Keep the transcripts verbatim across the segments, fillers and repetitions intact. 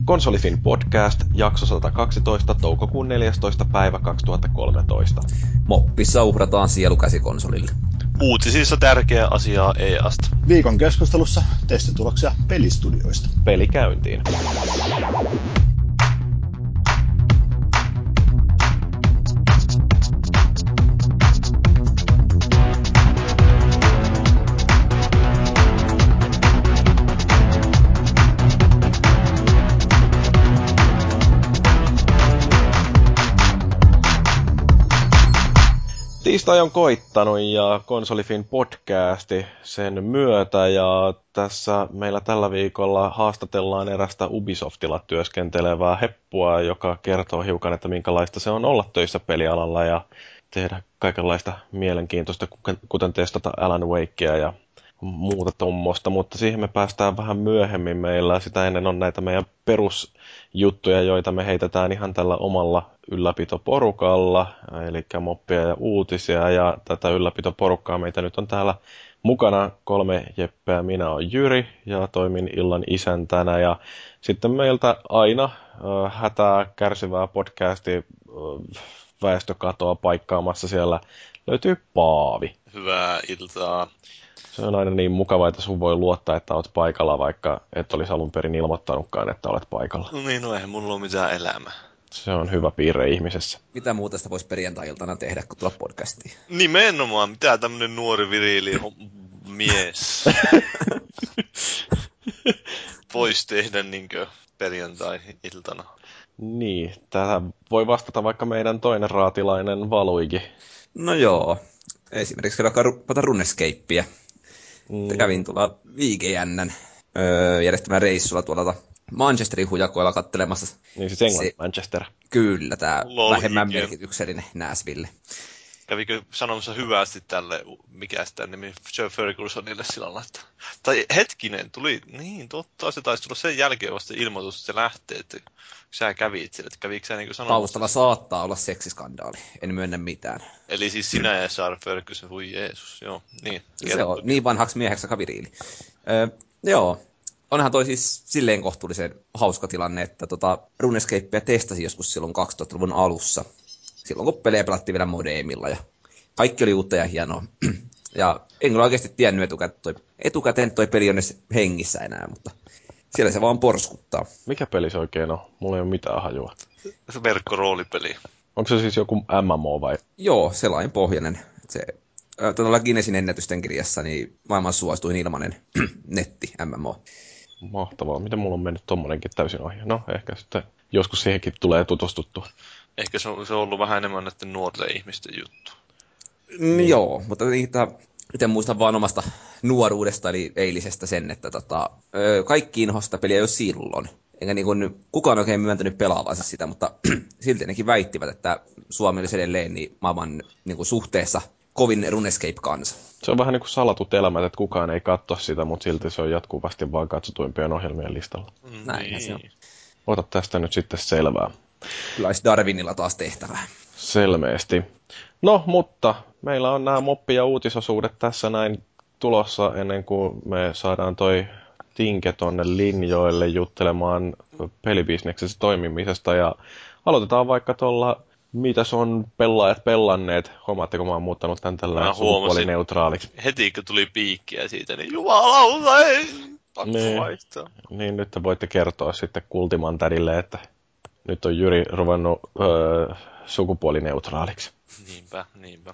Konsolifin podcast, jakso sata kaksitoista, toukokuun neljästoista päivä kaksituhattakolmetoista. Moppissa uhrataan sielu käsikonsolille. Uutisissa tärkeä asiaa E A:sta. Viikon keskustelussa testituloksia pelistudioista. Peli käyntiin. Tiistai on koittanut ja Konsolifin podcasti sen myötä ja tässä meillä tällä viikolla haastatellaan erästä Ubisoftilla työskentelevää heppua, joka kertoo hiukan, että minkälaista se on olla töissä pelialalla ja tehdä kaikenlaista mielenkiintoista, kuten testata Alan Wakea ja muuta tuommoista, mutta siihen me päästään vähän myöhemmin. Meillä sitä ennen on näitä meidän perusjuttuja, joita me heitetään ihan tällä omalla ylläpitoporukalla, eli moppia ja uutisia, ja tätä ylläpitoporukkaa meitä nyt on täällä mukana kolme Jeppeä. Minä olen Jyri ja toimin illan isäntänä, ja sitten meiltä aina äh, hätää kärsivää podcasti äh, väestökatoa paikkaamassa siellä löytyy Paavi. Hyvää iltaa. Se on aina niin mukavaa, että sun voi luottaa, että olet paikalla, vaikka et olisi alun perin ilmoittanutkaan, että olet paikalla. No niin, no eihän mulla ole mitään elämää. Se on hyvä piirre ihmisessä. Mitä muuta sitä voisi perjantai-iltana tehdä, kun tulla podcastiin? Nimenomaan, mitä tämmönen nuori virili mies voisi tehdä niinkö perjantai-iltana. Niin, tähän voi vastata vaikka meidän toinen raatilainen Valuigi. No joo, esimerkiksi käydä rupata Runescapea. Mm. Kävin tuolla Viikejännän öö, järjestämään reissulla tuolla Manchesterin hujakoilla kattelemassa. Niin siis Englanti, se, Manchester. Kyllä, tämä vähemmän ikien. merkityksellinen Nashville. Kävikö sanomassa hyvästi tälle, mikä sitä nimi, Joe Fergusonille sillä lailla, että... Tai hetkinen, tuli, niin totta, se taisi tulla sen jälkeen vasta ilmoitus, että se lähtee, että sä kävit sille, että kävikö sä niin sanomassa? Taustalla saattaa olla seksiskandaali, en myönnä mitään. Eli siis sinä ja Sarah Ferguson, voi Jeesus, joo, niin. Se on niin vanhaksi mieheksi kaviriili. Öö, joo, onhan toi siis silleen kohtuullisen hauska tilanne, että tota Runescapea testasin joskus silloin kaksituhattaluvun alussa. Silloin kun pelejä pelattiin vielä modemilla ja kaikki oli uutta ja hienoa. Ja en ole oikeasti tiennyt etukäteen, toi, etukäteen toi peli on edes hengissä enää, mutta siellä se vaan porskuttaa. Mikä peli se oikein on? Mulla ei ole mitään hajua. Se verkkoroolipeli. Onko se siis joku M M O vai? Joo, selain pohjainen. Se, tuolla Guinnessin ennätysten kirjassa niin maailman suosituin ilmainen netti M M O. Mahtavaa. Miten mulla on mennyt tommonenkin täysin ohi? No, ehkä sitten joskus siihenkin tulee tutustuttua. Ehkä se on, se on ollut vähän enemmän näiden nuorten ihmisten juttu. Mm, joo, mutta niitä, itse muistan vaan omasta nuoruudesta, eli eilisestä sen, että tota, kaikki inhosta peliä jo silloin. Enkä niin kuin, kukaan oikein myöntänyt pelaavansa sitä, mutta silti nekin väittivät, että Suomi olisi edelleen niin maailman niin kuin suhteessa kovin Runescape-kansa. Se on vähän niin kuin salatut elämät, että kukaan ei katso sitä, mutta silti se on jatkuvasti vaan katsotuimpien ohjelmien listalla. Mm, Näin niin. se on. Ota tästä nyt sitten selvää. Kyllä olisi Darwinilla taas tehtävää. Selmeästi. No, mutta meillä on nämä moppi- ja uutisosuudet tässä näin tulossa ennen kuin me saadaan toi Tinke tonne linjoille juttelemaan pelibisneksessä toimimisesta. Ja aloitetaan vaikka tuolla, mitäs on pelaajat pellanneet. Huomaatteko, mä oon muuttanut tän tällä sukupuolineutraaliksi. Heti kun tuli piikkiä siitä, niin jumalauta, ei! Pakko niin, vaihtaa. Niin, nyt te voitte kertoa sitten Kultiman tädille, että nyt on Jyri ruvennut öö, sukupuolineutraaliksi. Niinpä, niinpä.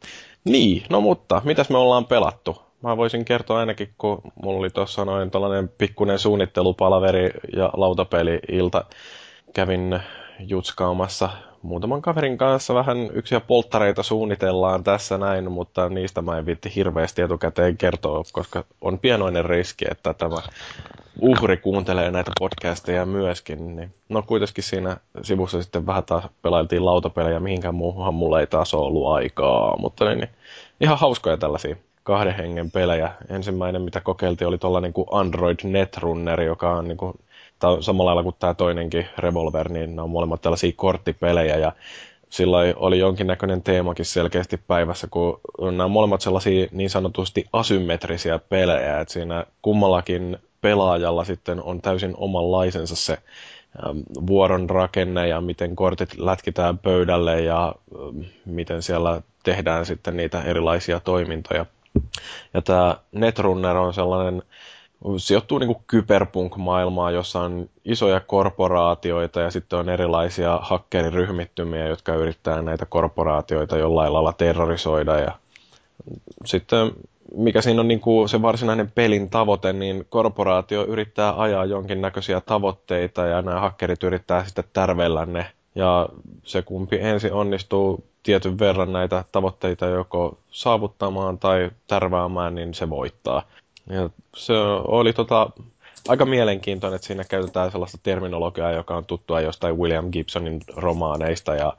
Niin, no mutta, mitäs me ollaan pelattu? Mä voisin kertoa ainakin, kun mulla oli tuossa noin tällainen pikkuinen suunnittelupalaveri ja lautapeli-ilta. Kävin jutskaamassa muutaman kaverin kanssa vähän yksiä polttareita suunnitellaan tässä näin, mutta niistä mä en viitti hirveästi etukäteen kertoa, koska on pienoinen riski, että tämä uhri kuuntelee näitä podcasteja myöskin. Niin. No kuitenkin siinä sivussa sitten vähän taas pelailtiin lautapelejä, mihinkään muuhunhan mulla ei taas ollut aikaa, mutta niin, niin, ihan hauskoja tällaisia kahden hengen pelejä. Ensimmäinen, mitä kokeiltiin, oli tuollainen kuin Android Netrunner, joka on niin kuin, samalla lailla kuin tämä toinenkin Revolver, niin ne on molemmat tällaisia korttipelejä ja sillä oli jonkinnäköinen teemakin selkeästi päivässä, kun nämä on molemmat sellaisia niin sanotusti asymmetrisiä pelejä, että siinä kummallakin pelaajalla sitten on täysin omanlaisensa se vuoron rakenne ja miten kortit lätkitään pöydälle ja miten siellä tehdään sitten niitä erilaisia toimintoja. Ja tämä Netrunner on sellainen, sijoittuu niin kuin kyberpunk-maailmaan, jossa on isoja korporaatioita ja sitten on erilaisia hakkeriryhmittymiä, jotka yrittää näitä korporaatioita jollain lailla terrorisoida. Ja sitten mikä siinä on niin kuin se varsinainen pelin tavoite, niin korporaatio yrittää ajaa jonkinnäköisiä tavoitteita ja nämä hakkerit yrittää sitten tärveillä ne. Ja se kumpi ensin onnistuu tietyn verran näitä tavoitteita joko saavuttamaan tai tärväämään, niin se voittaa. Ja se oli tota, aika mielenkiintoinen, että siinä käytetään sellaista terminologiaa, joka on tuttua jostain William Gibsonin romaaneista ja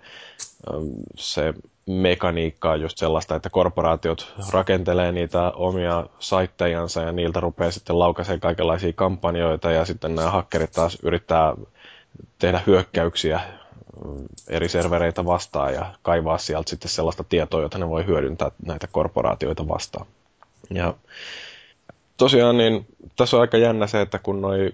se mekaniikka on just sellaista, että korporaatiot rakentelee niitä omia saitteijansa ja niiltä rupeaa sitten laukaisemaan kaikenlaisia kampanjoita ja sitten nämä hakkerit taas yrittää tehdä hyökkäyksiä eri servereitä vastaan ja kaivaa sieltä sitten sellaista tietoa, jota ne voi hyödyntää näitä korporaatioita vastaan. Ja tosiaan niin tässä on aika jännä se, että kun noi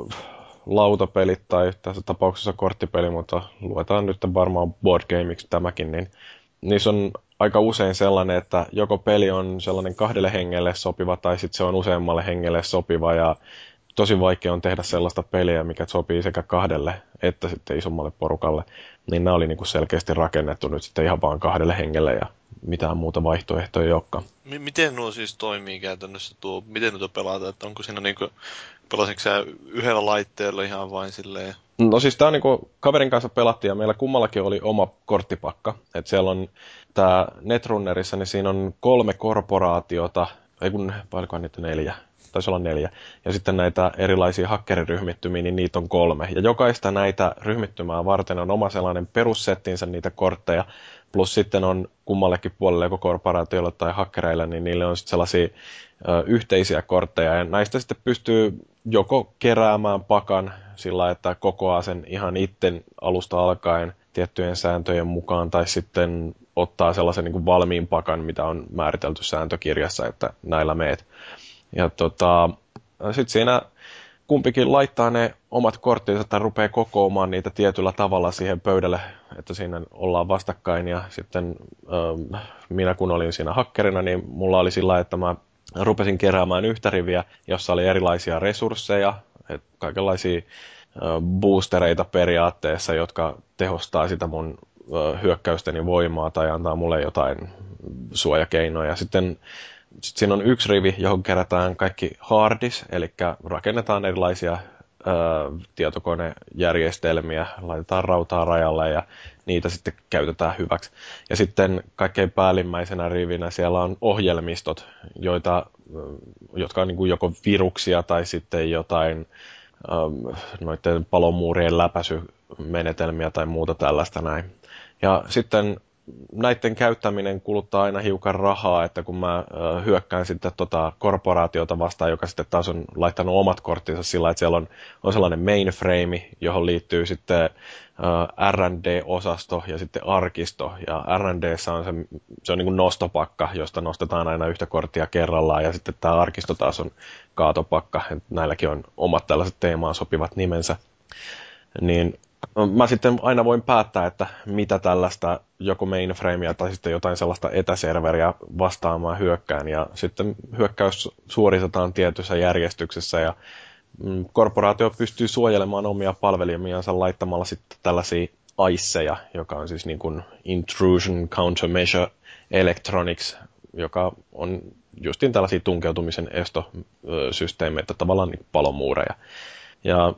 lautapelit tai tässä tapauksessa korttipeli, mutta luetaan nyt varmaan board gameiksi tämäkin, niin niissä on aika usein sellainen, että joko peli on sellainen kahdelle hengelle sopiva tai sitten se on useammalle hengelle sopiva ja tosi vaikea on tehdä sellaista peliä, mikä sopii sekä kahdelle että sitten isommalle porukalle. Niin nämä oli niinku selkeästi rakennettu nyt sitten ihan vaan kahdelle hengelle ja mitään muuta vaihtoehtoja ei olekaan. M- miten nuo siis toimii käytännössä tuo, miten nuo pelataan, että onko siinä niinku, pelasinko sä yhdellä laitteella ihan vain silleen? No siis tää on niinku, kaverin kanssa pelattiin ja meillä kummallakin oli oma korttipakka. Että siellä on tää Netrunnerissa, niin siinä on kolme korporaatiota, ei kun paljonkohan niitä neljä. Taisi olla neljä. Ja sitten näitä erilaisia hakkeriryhmittymiä, niin niitä on kolme. Ja jokaista näitä ryhmittymää varten on oma sellainen perussettinsä niitä kortteja. Plus sitten on kummallekin puolelle, joko korporaatioilla tai hakkereilla, niin niille on sitten sellaisia ö, yhteisiä kortteja. Ja näistä sitten pystyy joko keräämään pakan sillä, että kokoaa sen ihan itten alusta alkaen tiettyjen sääntöjen mukaan, tai sitten ottaa sellaisen niin kuin valmiin pakan, mitä on määritelty sääntökirjassa, että näillä meet. Ja tota, sitten siinä kumpikin laittaa ne omat korttinsa tai rupeaa kokoamaan niitä tietyllä tavalla siihen pöydälle, että siinä ollaan vastakkain. Ja sitten ähm, minä kun olin siinä hakkerina, niin mulla oli sillä, että mä rupesin keräämään yhtä riviä, jossa oli erilaisia resursseja, et kaikenlaisia äh, boostereita periaatteessa, jotka tehostaa sitä mun äh, hyökkäysteni voimaa tai antaa mulle jotain suojakeinoja. Sitten Sitten siinä on yksi rivi, johon kerätään kaikki hardis, eli rakennetaan erilaisia ö, tietokonejärjestelmiä, laitetaan rautaa rajalle ja niitä sitten käytetään hyväksi. Ja sitten kaikkein päällimmäisenä rivinä siellä on ohjelmistot, joita, jotka on niin kuin joko viruksia tai sitten jotain ö, noiden palomuurien läpäisymenetelmiä tai muuta tällaista näin. Ja sitten näiden käyttäminen kuluttaa aina hiukan rahaa, että kun mä ö, hyökkään sitten tota korporaatiota vastaan, joka sitten taas on laittanut omat korttinsa sillä, että siellä on, on sellainen mainframe, johon liittyy sitten ö, R and D-osasto ja sitten arkisto. Ja R and D:ssä on se, se on niin kuin nostopakka, josta nostetaan aina yhtä korttia kerrallaan, ja sitten tämä arkisto taas on kaatopakka. Et näilläkin on omat tällaiset teemaan sopivat nimensä. Niin mä sitten aina voin päättää, että mitä tällaista joko mainframea tai sitten jotain sellaista etäserveriä vastaamaan hyökkään. Ja sitten hyökkäys suoritetaan tietyssä järjestyksessä ja mm, korporaatio pystyy suojelemaan omia palvelimiansa laittamalla sitten tällaisia iceja, joka on siis niin kuin Intrusion Countermeasure Electronics, joka on justiin tällaisia tunkeutumisen estosysteemeitä, tavallaan niin palomuureja. Ja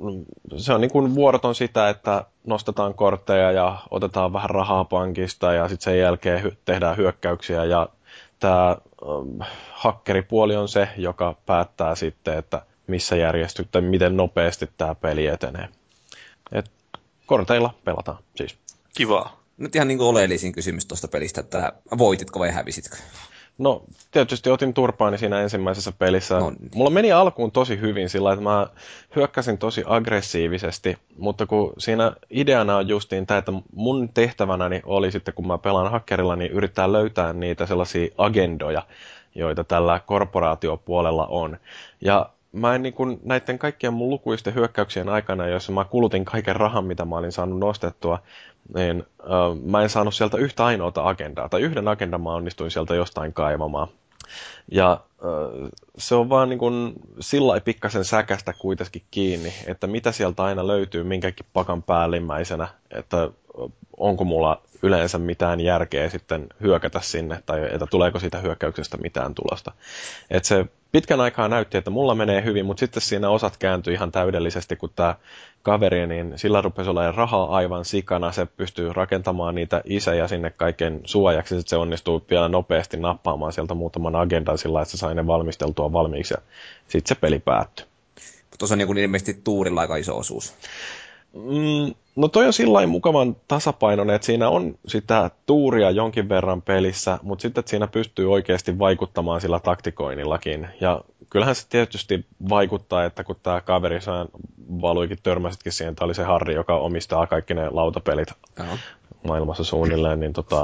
se on niin kuin vuoroton sitä, että nostetaan kortteja ja otetaan vähän rahaa pankista ja sitten sen jälkeen hy- tehdään hyökkäyksiä. Ja tämä ähm, hakkeripuoli on se, joka päättää sitten, että missä järjestyy tai miten nopeasti tämä peli etenee. Et korteilla pelataan siis. Kivaa. Nyt ihan niin kuin oleellisin kysymys tuosta pelistä, että voititko vai hävisitkö? No, tietysti otin turpaani siinä ensimmäisessä pelissä. No. Mulla meni alkuun tosi hyvin sillä, että mä hyökkäsin tosi aggressiivisesti, mutta kun siinä ideana on justiin tämä, että mun tehtävänäni oli sitten, kun mä pelaan hakkerilla, niin yrittää löytää niitä sellaisia agendoja, joita tällä korporaatiopuolella on. Ja mä en niin kuin näiden kaikkien mun lukuisten hyökkäyksien aikana, joissa mä kulutin kaiken rahan, mitä mä olin saanut nostettua, niin äh, mä en saanut sieltä yhtä ainoata agendaa. Tai yhden agendan mä onnistuin sieltä jostain kaivamaan. Ja äh, se on vaan niin kuin sillai pikkasen säkästä kuitenkin kiinni, että mitä sieltä aina löytyy minkäkin pakan päällimmäisenä, että onko mulla yleensä mitään järkeä sitten hyökätä sinne, tai että tuleeko siitä hyökkäyksestä mitään tulosta. Et se pitkän aikaa näytti, että mulla menee hyvin, mutta sitten siinä osat kääntyi ihan täydellisesti, kun tämä kaveri, niin sillä rupesi olemaan rahaa aivan sikana, se pystyy rakentamaan niitä isejä sinne kaiken suojaksi, sitten se onnistuu vielä nopeasti nappaamaan sieltä muutaman agendan sillä, että se sai ne valmisteltua valmiiksi, ja sitten se peli päättyi. Tuossa on niin ilmeisesti tuurilla aika iso osuus. Mm, no toi on sillain mukavan tasapainoinen, että siinä on sitä tuuria jonkin verran pelissä, mutta sitten että siinä pystyy oikeasti vaikuttamaan sillä taktikoinnillakin. Ja kyllähän se tietysti vaikuttaa, että kun tämä kaveri, sä valuikin törmäsitkin siihen, tämä oli se Harri, joka omistaa kaikki ne lautapelit uh-huh. maailmassa suunnilleen, niin tota,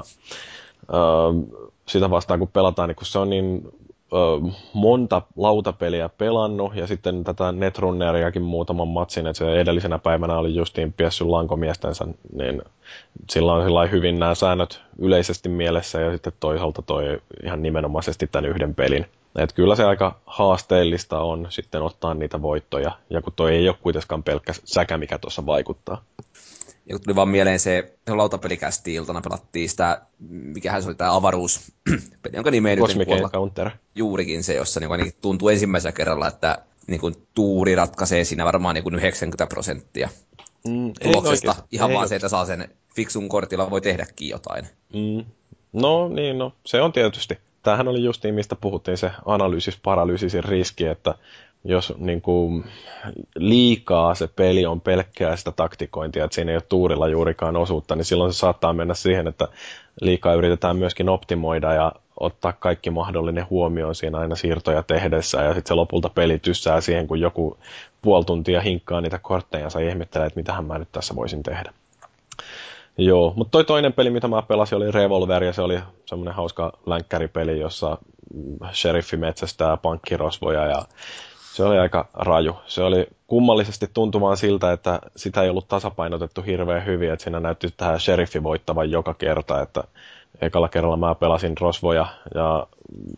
äh, sitä vastaan kun pelataan, niin kun se on niin monta lautapeliä pelannut ja sitten tätä Netrunneriakin muutaman matsin, että se edellisenä päivänä oli justiin piessyt lankomiestensä, niin sillä on sillä hyvin nämä säännöt yleisesti mielessä ja sitten toisaalta toi ihan nimenomaisesti tämän yhden pelin. Et kyllä se aika haasteellista on sitten ottaa niitä voittoja, ja kun toi ei ole kuitenkaan pelkkä säkä, mikä tuossa vaikuttaa. Ja kun tuli vaan mieleen se, se lautapelikästi iltana pelattiin sitä, mikähän se oli tämä avaruuspeli, jonka nimeä Cosmic Encounter. Juurikin se, jossa niin ainakin tuntuu ensimmäisellä kerralla, että niin kuin, tuuri ratkaisee siinä varmaan niin kuin yhdeksänkymmentä prosenttia mm, tuloksesta. Ihan ei vaan oikein. Se, että saa sen fiksun kortilla, voi tehdäkin jotain. Mm. No niin, no se on tietysti. Tämähän oli justiin, mistä puhuttiin, se analyysis-paralyysisin riski, että jos niin kuin, liikaa se peli on pelkkää sitä taktikointia, että siinä ei ole tuurilla juurikaan osuutta, niin silloin se saattaa mennä siihen, että liikaa yritetään myöskin optimoida ja ottaa kaikki mahdollinen huomioon siinä aina siirtoja tehdessä, ja sitten se lopulta peli tyssää siihen, kun joku puoli tuntia hinkkaa niitä kortteja ja ihmettelee, että mitähän mä nyt tässä voisin tehdä. Joo, mutta toi toinen peli, mitä mä pelasin, oli Revolver, ja se oli semmoinen hauska länkkäripeli, jossa sheriffi metsästää pankkirosvoja, ja se oli aika raju. Se oli kummallisesti tuntumaan siltä, että sitä ei ollut tasapainotettu hirveän hyvin, että siinä näytti tähän sheriffi voittavan joka kerta, että ekalla kerralla mä pelasin rosvoja, ja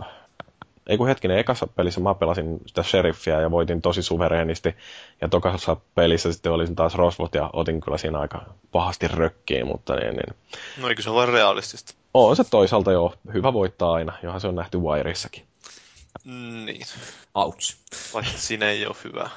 ei kun hetkinen, ekassa pelissä mä pelasin sitä sheriffiä ja voitin tosi suvereenisti, ja tokassa pelissä sitten olisin taas rosvot ja otin kyllä siinä aika pahasti rökkiin, mutta niin, niin. No eikö se ole vain realistista? On se toisaalta jo, hyvä voittaa aina, johon se on nähty Wireissakin. Niin. Ouch. Vaikka siinä ei ole hyvä.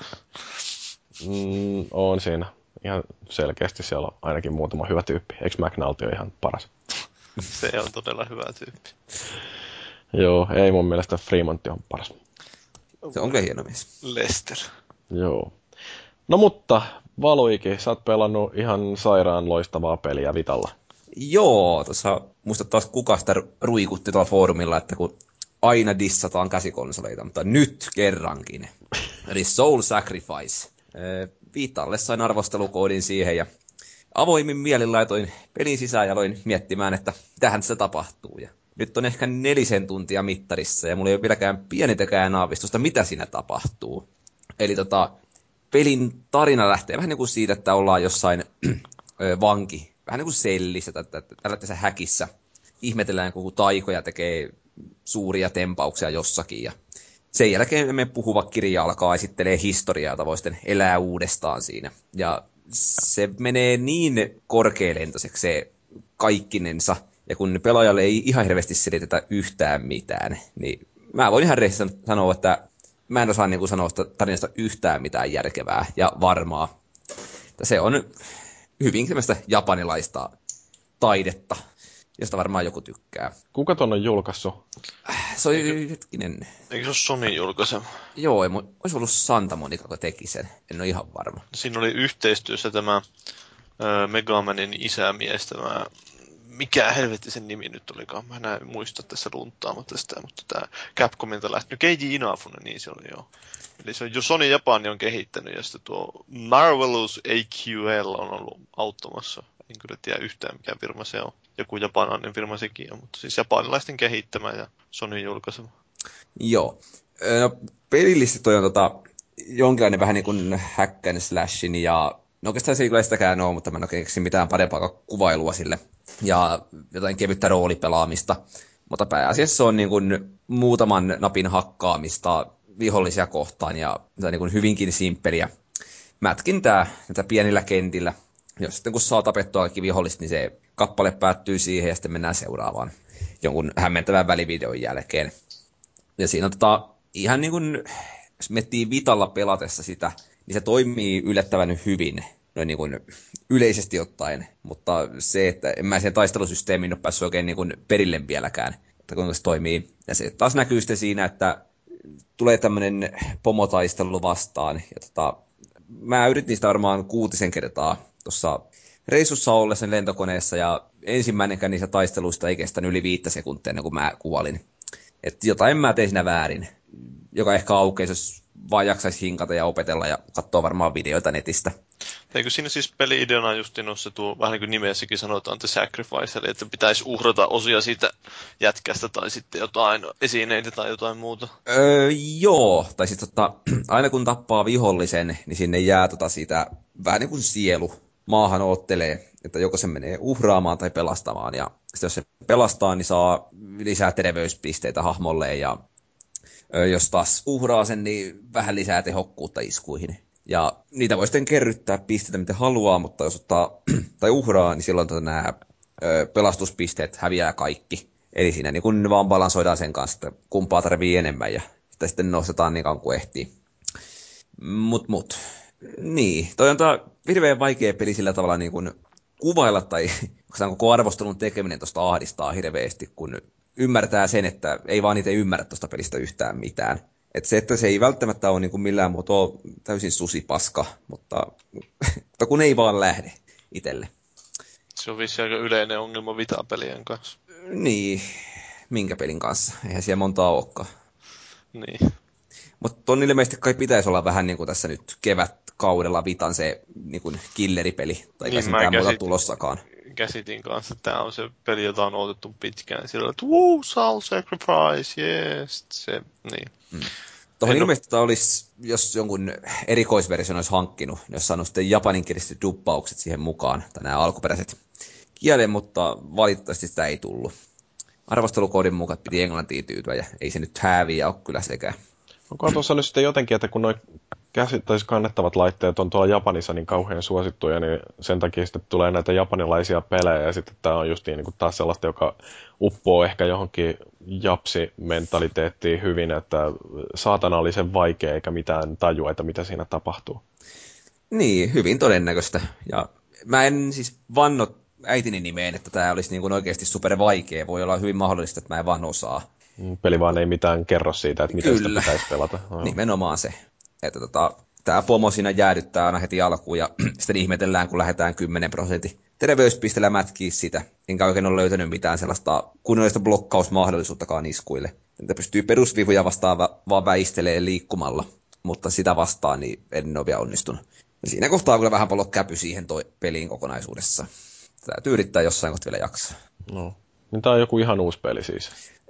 Mm, on siinä. Ihan selkeästi siellä on ainakin muutama hyvä tyyppi. Eikö McNulty ole ihan paras? Se on todella hyvä tyyppi. Joo, ei mun mielestä Fremont on paras. Se on kyllä hieno mies. Lester. Joo. No mutta, Valuiki, sä oot pelannut ihan sairaan loistavaa peliä Vitalla. Joo, tuossa muista taas kuka sitä ruikutti tuolla foorumilla, että kun aina dissataan käsikonsoleita, mutta nyt kerrankin. Eli Soul Sacrifice. Vitalle sain arvostelukoodin siihen ja avoimin mielin laitoin pelin sisään ja aloin miettimään, että mitähän se tapahtuu. Ja nyt on ehkä nelisen tuntia mittarissa ja mulla ei ole vieläkään pienintäkään aavistusta, mitä siinä tapahtuu. Eli tota, pelin tarina lähtee vähän niin kuin siitä, että ollaan jossain vanki, vähän niin kuin sellissä tai tällaisessa häkissä. Ihmetellään, kun taikoja tekee suuria tempauksia jossakin ja sen jälkeen me puhuva kirja alkaa esittelee historiaa, jota voi sitten elää uudestaan siinä. Ja se menee niin korkealentoiseksi se kaikkinensa, ja kun pelaajalle ei ihan hirveästi selitetä yhtään mitään, niin mä voin ihan rehellisesti sanoa, että mä en osaa niin kuin sanoa tarinasta yhtään mitään järkevää ja varmaa. Se on hyvin semmoista japanilaista taidetta, josta varmaan joku tykkää. Kuka ton on julkaissut? Se oli eikö, hetkinen. Eikö se ole Sonyn julkaisema? Joo, ei, olisi ollut Santa Monica, joka teki sen. En ole ihan varma. Siinä oli yhteistyössä tämä äh, Megamanin isämies, tämä mikä helvetti sen nimi nyt olikaan. Mä en muista tässä luntaamatta sitä, mutta tämä Capcomilta lähti. No Keiji Inafune, niin se oli joo. Eli se on jo Sony Japani on kehittänyt, ja sitten tuo Marvelous A Q L on ollut auttamassa. En kyllä tiedä yhtään, mikä firma se on. Joku japanilainen firma sekin on, mutta siis japanilaisten kehittämä ja Sony julkaisema. Joo. No, pelillisesti toi on tota, jonkinlainen vähän niin kuin hack and slashin ja no oikeastaan se ei kyllä sitäkään ole, mutta mä en oikein keksi mitään parempaa kuvailua sille. Ja jotain kevyttä roolipelaamista. Mutta pääasiassa se on niin kuin muutaman napin hakkaamista vihollisia kohtaan ja niin kuin hyvinkin simppeliä mätkintää näitä pienillä kentillä. Jos sitten kun saa tapettua kaikki viholliset, niin se kappale päättyy siihen ja sitten mennään seuraavaan jonkun hämmentävän välivideon jälkeen. Ja siinä on tota, ihan niin kuin, jos miettii Vitalla pelatessa sitä, niin se toimii yllättävän hyvin, noin niin kuin yleisesti ottaen. Mutta se, että en mä sen taistelusysteemiin ole päässyt oikein niin kuin perille vieläkään, että kuinka se toimii. Ja se taas näkyy sitten siinä, että tulee tämmöinen pomotaistelu vastaan. Ja tota, mä yritin sitä varmaan kuutisen kertaa tuossa reissussa ollessa lentokoneessa, ja ensimmäinenkään niistä taisteluista ei kestänyt yli viittä sekuntia ennen kuin mä kuolin. Että jotain mä tein siinä väärin, joka ehkä aukeisi, jos vaan jaksaisi hinkata ja opetella ja katsoa varmaan videoita netistä. Eikö siinä siis peli-ideana justiin se tuo, vähän niin kuin nimessäkin sanotaan, the sacrifice, eli että pitäisi uhrata osia siitä jätkästä tai sitten jotain esineitä tai jotain muuta? Öö, joo, tai siis tota, aina kun tappaa vihollisen, niin sinne jää tota sitä vähän niin kuin sielu maahan oottelee, että joko se menee uhraamaan tai pelastamaan, ja sitten jos se pelastaa, niin saa lisää terveyspisteitä hahmolleen, ja öö, jos taas uhraa sen, niin vähän lisää tehokkuutta iskuihin. Ja niitä voi sitten kerryttää pisteitä, mitä haluaa, mutta jos ottaa tai uhraa, niin silloin tota nämä ö, pelastuspisteet häviää kaikki. Eli siinä niin kun vaan balansoidaan sen kanssa, että kumpaa tarvii enemmän ja sitä sitten nostetaan niin kauan kuin ehtii. Mut mut. Niin, toi on tää hirveän vaikea peli sillä tavalla niin kuin kuvailla tai koko arvostelun tekeminen tuosta ahdistaa hirveästi, kun ymmärtää sen, että ei vaan itse ymmärrä tuosta pelistä yhtään mitään. Että se, että se ei välttämättä ole niin kuin millään muotoa täysin susipaska, mutta, mutta kun ei vaan lähde itselle. Se on vissi aika yleinen ongelma Vita-pelien kanssa. Niin, minkä pelin kanssa? Eihän siellä montaa olekaan. Niin. Mutta on ilmeisesti kai pitäisi olla vähän niin kuin tässä nyt kevätkaudella Vitan se niin kuin killeripeli, tai Niin, niin, mitään käsit... muuta tulossakaan. Käsitin kanssa, että tämä on se peli, jota on odotettu pitkään. Sillä että woo, Soul Sacrifice, yes. Se, niin. Mm. Tuohon En ilmeisesti ole... olisi, jos jonkun erikoisversion olisi hankkinut, jos saanut sitten japaninkieliset dubbaukset siihen mukaan, tai nämä alkuperäiset kielen, mutta valitettavasti sitä ei tullut. Arvostelukoodin mukaan piti englantiin tyytyä, ja ei se nyt häviä ole kyllä sekään. Onko tuossa nyt sitten jotenkin, että kun noi käsittäisi kannettavat laitteet on tuolla Japanissa niin kauhean suosittuja, niin sen takia sitten tulee näitä japanilaisia pelejä, ja sitten tämä on just niin kuin taas sellaista, joka uppoo ehkä johonkin japsi-mentaliteettiin hyvin, että saatana oli sen vaikea, eikä mitään tajua, että mitä siinä tapahtuu. Niin, hyvin todennäköistä. Ja mä en siis vanno äitini nimeen, että tämä olisi niin kuin oikeasti super vaikea. Voi olla hyvin mahdollista, että mä en vaan osaa. Peli vaan ei mitään kerro siitä, että miten Kyllä. sitä pitäisi pelata. No. Nimenomaan se. Että tota, tämä pomo siinä jäädyttää aina heti alkuun ja sitten ihmetellään, kun lähdetään kymmenen prosentin terveyspisteellä mätkii sitä. Enkä oikein ole löytänyt mitään sellaista kunnollista blokkausmahdollisuuttakaan iskuille. Että pystyy perusvivuja vastaan va- vaan väistelee liikkumalla, mutta sitä vastaan niin en ole vielä onnistunut. Ja siinä kohtaa kyllä vähän paljon käpy siihen toi peliin kokonaisuudessa. Täytyy yrittää jossain kohtaa vielä jaksaa. No. Niin tää on joku ihan uusi peli siis.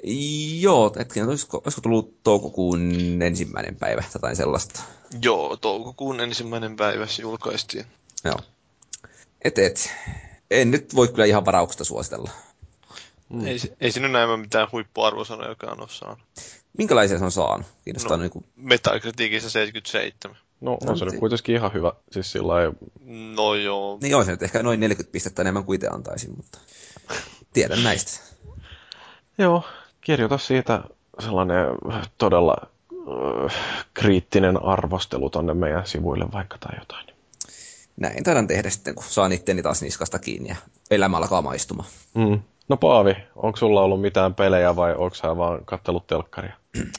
Joo, hetkinen, olisiko, olisiko tullut toukokuun ensimmäinen päivä tai jotain sellaista? Joo, toukokuun ensimmäinen päivä se julkaistiin. Joo. Et, et. En nyt voi kyllä ihan varauksesta suositella. Mm. Ei, ei siinä näemmä mitään huippuarvosanojakaan ole saanut. Minkälaisia se on saanut? Kiinnostaa no, niin kuin... Metakritiikissä seitsemänkymmentäseitsemän. No, on se nyt kuitenkin ihan hyvä. Siis sillai... No joo. Niin on se nyt ehkä noin neljäkymmentä pistettä enemmän kuin itse antaisin, mutta tiedän näistä. Joo, kirjoita siitä sellainen todella äh, kriittinen arvostelu tonne meidän sivuille vaikka tai jotain. Näin taidan tehdä sitten, kun saan itteni taas niskasta kiinni ja elämä alkaa maistumaan. Mm. No Paavi, onko sulla ollut mitään pelejä vai onko sä vaan katsellut telkkaria?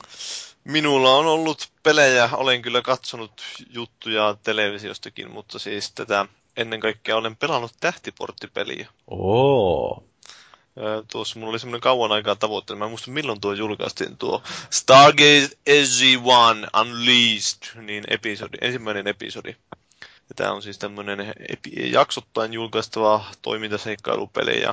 Minulla on ollut pelejä, olen kyllä katsonut juttuja televisiostakin, mutta siis tätä ennen kaikkea olen pelannut tähtiporttipeliä. Oo. Tuossa mulla oli semmoinen kauan aikaa tavoitteena. Mä en muista milloin tuo julkaistiin tuo Stargate S G yksi Unleashed, niin episodi, ensimmäinen episodi. Ja tää on siis tämmönen epi- jaksottain julkaistava toimintaseikkailupeli ja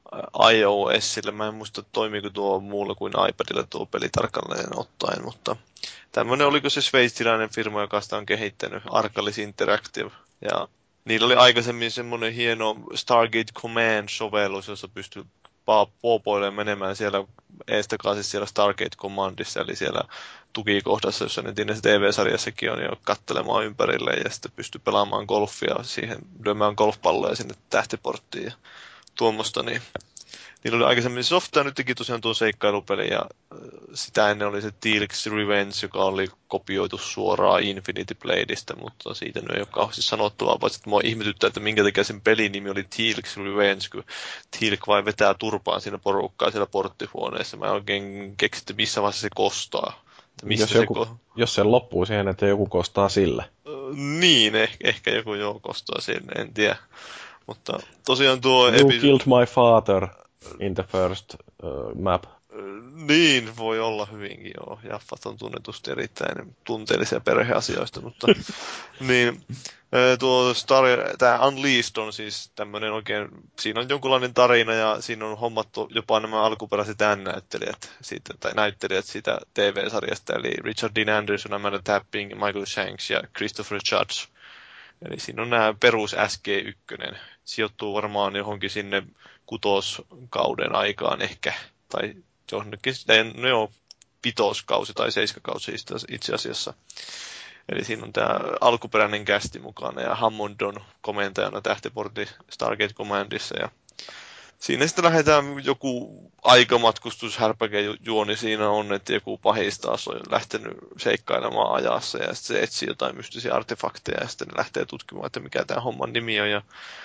iOSille. Mä en muista, toimiiko tuo muulla kuin iPadilla tuo peli tarkalleen ottaen, mutta tämmönen oliko se sveitsiläinen firma, joka sitä on kehittänyt, Arcalis Interactive. Ja niillä oli aikaisemmin semmoinen hieno Stargate Command-sovellus, jossa pystyi poopoilemaan menemään siellä eestakaisin siellä Stargate Commandissa, eli siellä tukikohdassa, jossa nyt T V-sarjassakin on jo katselemaan ympärille ja sitten pystyy pelaamaan golfia siihen, lyömään golfpalloja sinne tähtiporttiin ja tuommoista, niin niillä oli aikaisemmin softa ja nyt teki tosiaan tuon seikkailupeli ja sitä ennen oli se Teal'c's Revenge, joka oli kopioitu suoraan Infinity Bladeista, mutta siitä nyt ei ole kauheasti sanottavaa, paitsi että mua ihmetyttää, että minkä takia sen pelin nimi oli Teal'c's Revenge, kun Teal'c vain vetää turpaan siinä porukkaa siellä porttihuoneessa. Mä en oikein keksi, että missä vaiheessa se kostaa. Jos, se joku, ko- jos se loppuu siihen, että joku kostaa sille. Niin, ehkä, ehkä joku joo kostaa sinne, en tiedä. Mutta tosiaan tuo... You epi- killed my father in the first uh, map. Niin, voi olla hyvinkin, joo. Jaffat on tunnetusti erittäin tunteellisia perheasioista, mutta niin, tuo Star, tämä Unleashed on siis tämmöinen oikein, siinä on jonkunlainen tarina ja siinä on hommattu jopa nämä alkuperäiset äännäyttelijät siitä, tai näyttelijät siitä T V-sarjasta, eli Richard Dean Anderson, Amanda Tapping, Michael Shanks ja Christopher Judge. Eli siinä on nämä perus S G yksi, sijoittuu varmaan johonkin sinne kutoskauden aikaan ehkä, tai johonkin, no joo, vitoskausi tai seiskakausi itse asiassa. Eli siinä on tämä alkuperäinen kästi mukana ja Hammond on komentajana tähtiportti Stargate Commandissa. Ja siinä sitten lähdetään joku aikamatkustushärpäke juoni siinä on, että joku pahis taas on lähtenyt seikkailemaan ajassa ja sitten se etsii jotain mystisiä artefakteja ja sitten ne lähtee tutkimaan, että mikä tämä homman nimi on. Ja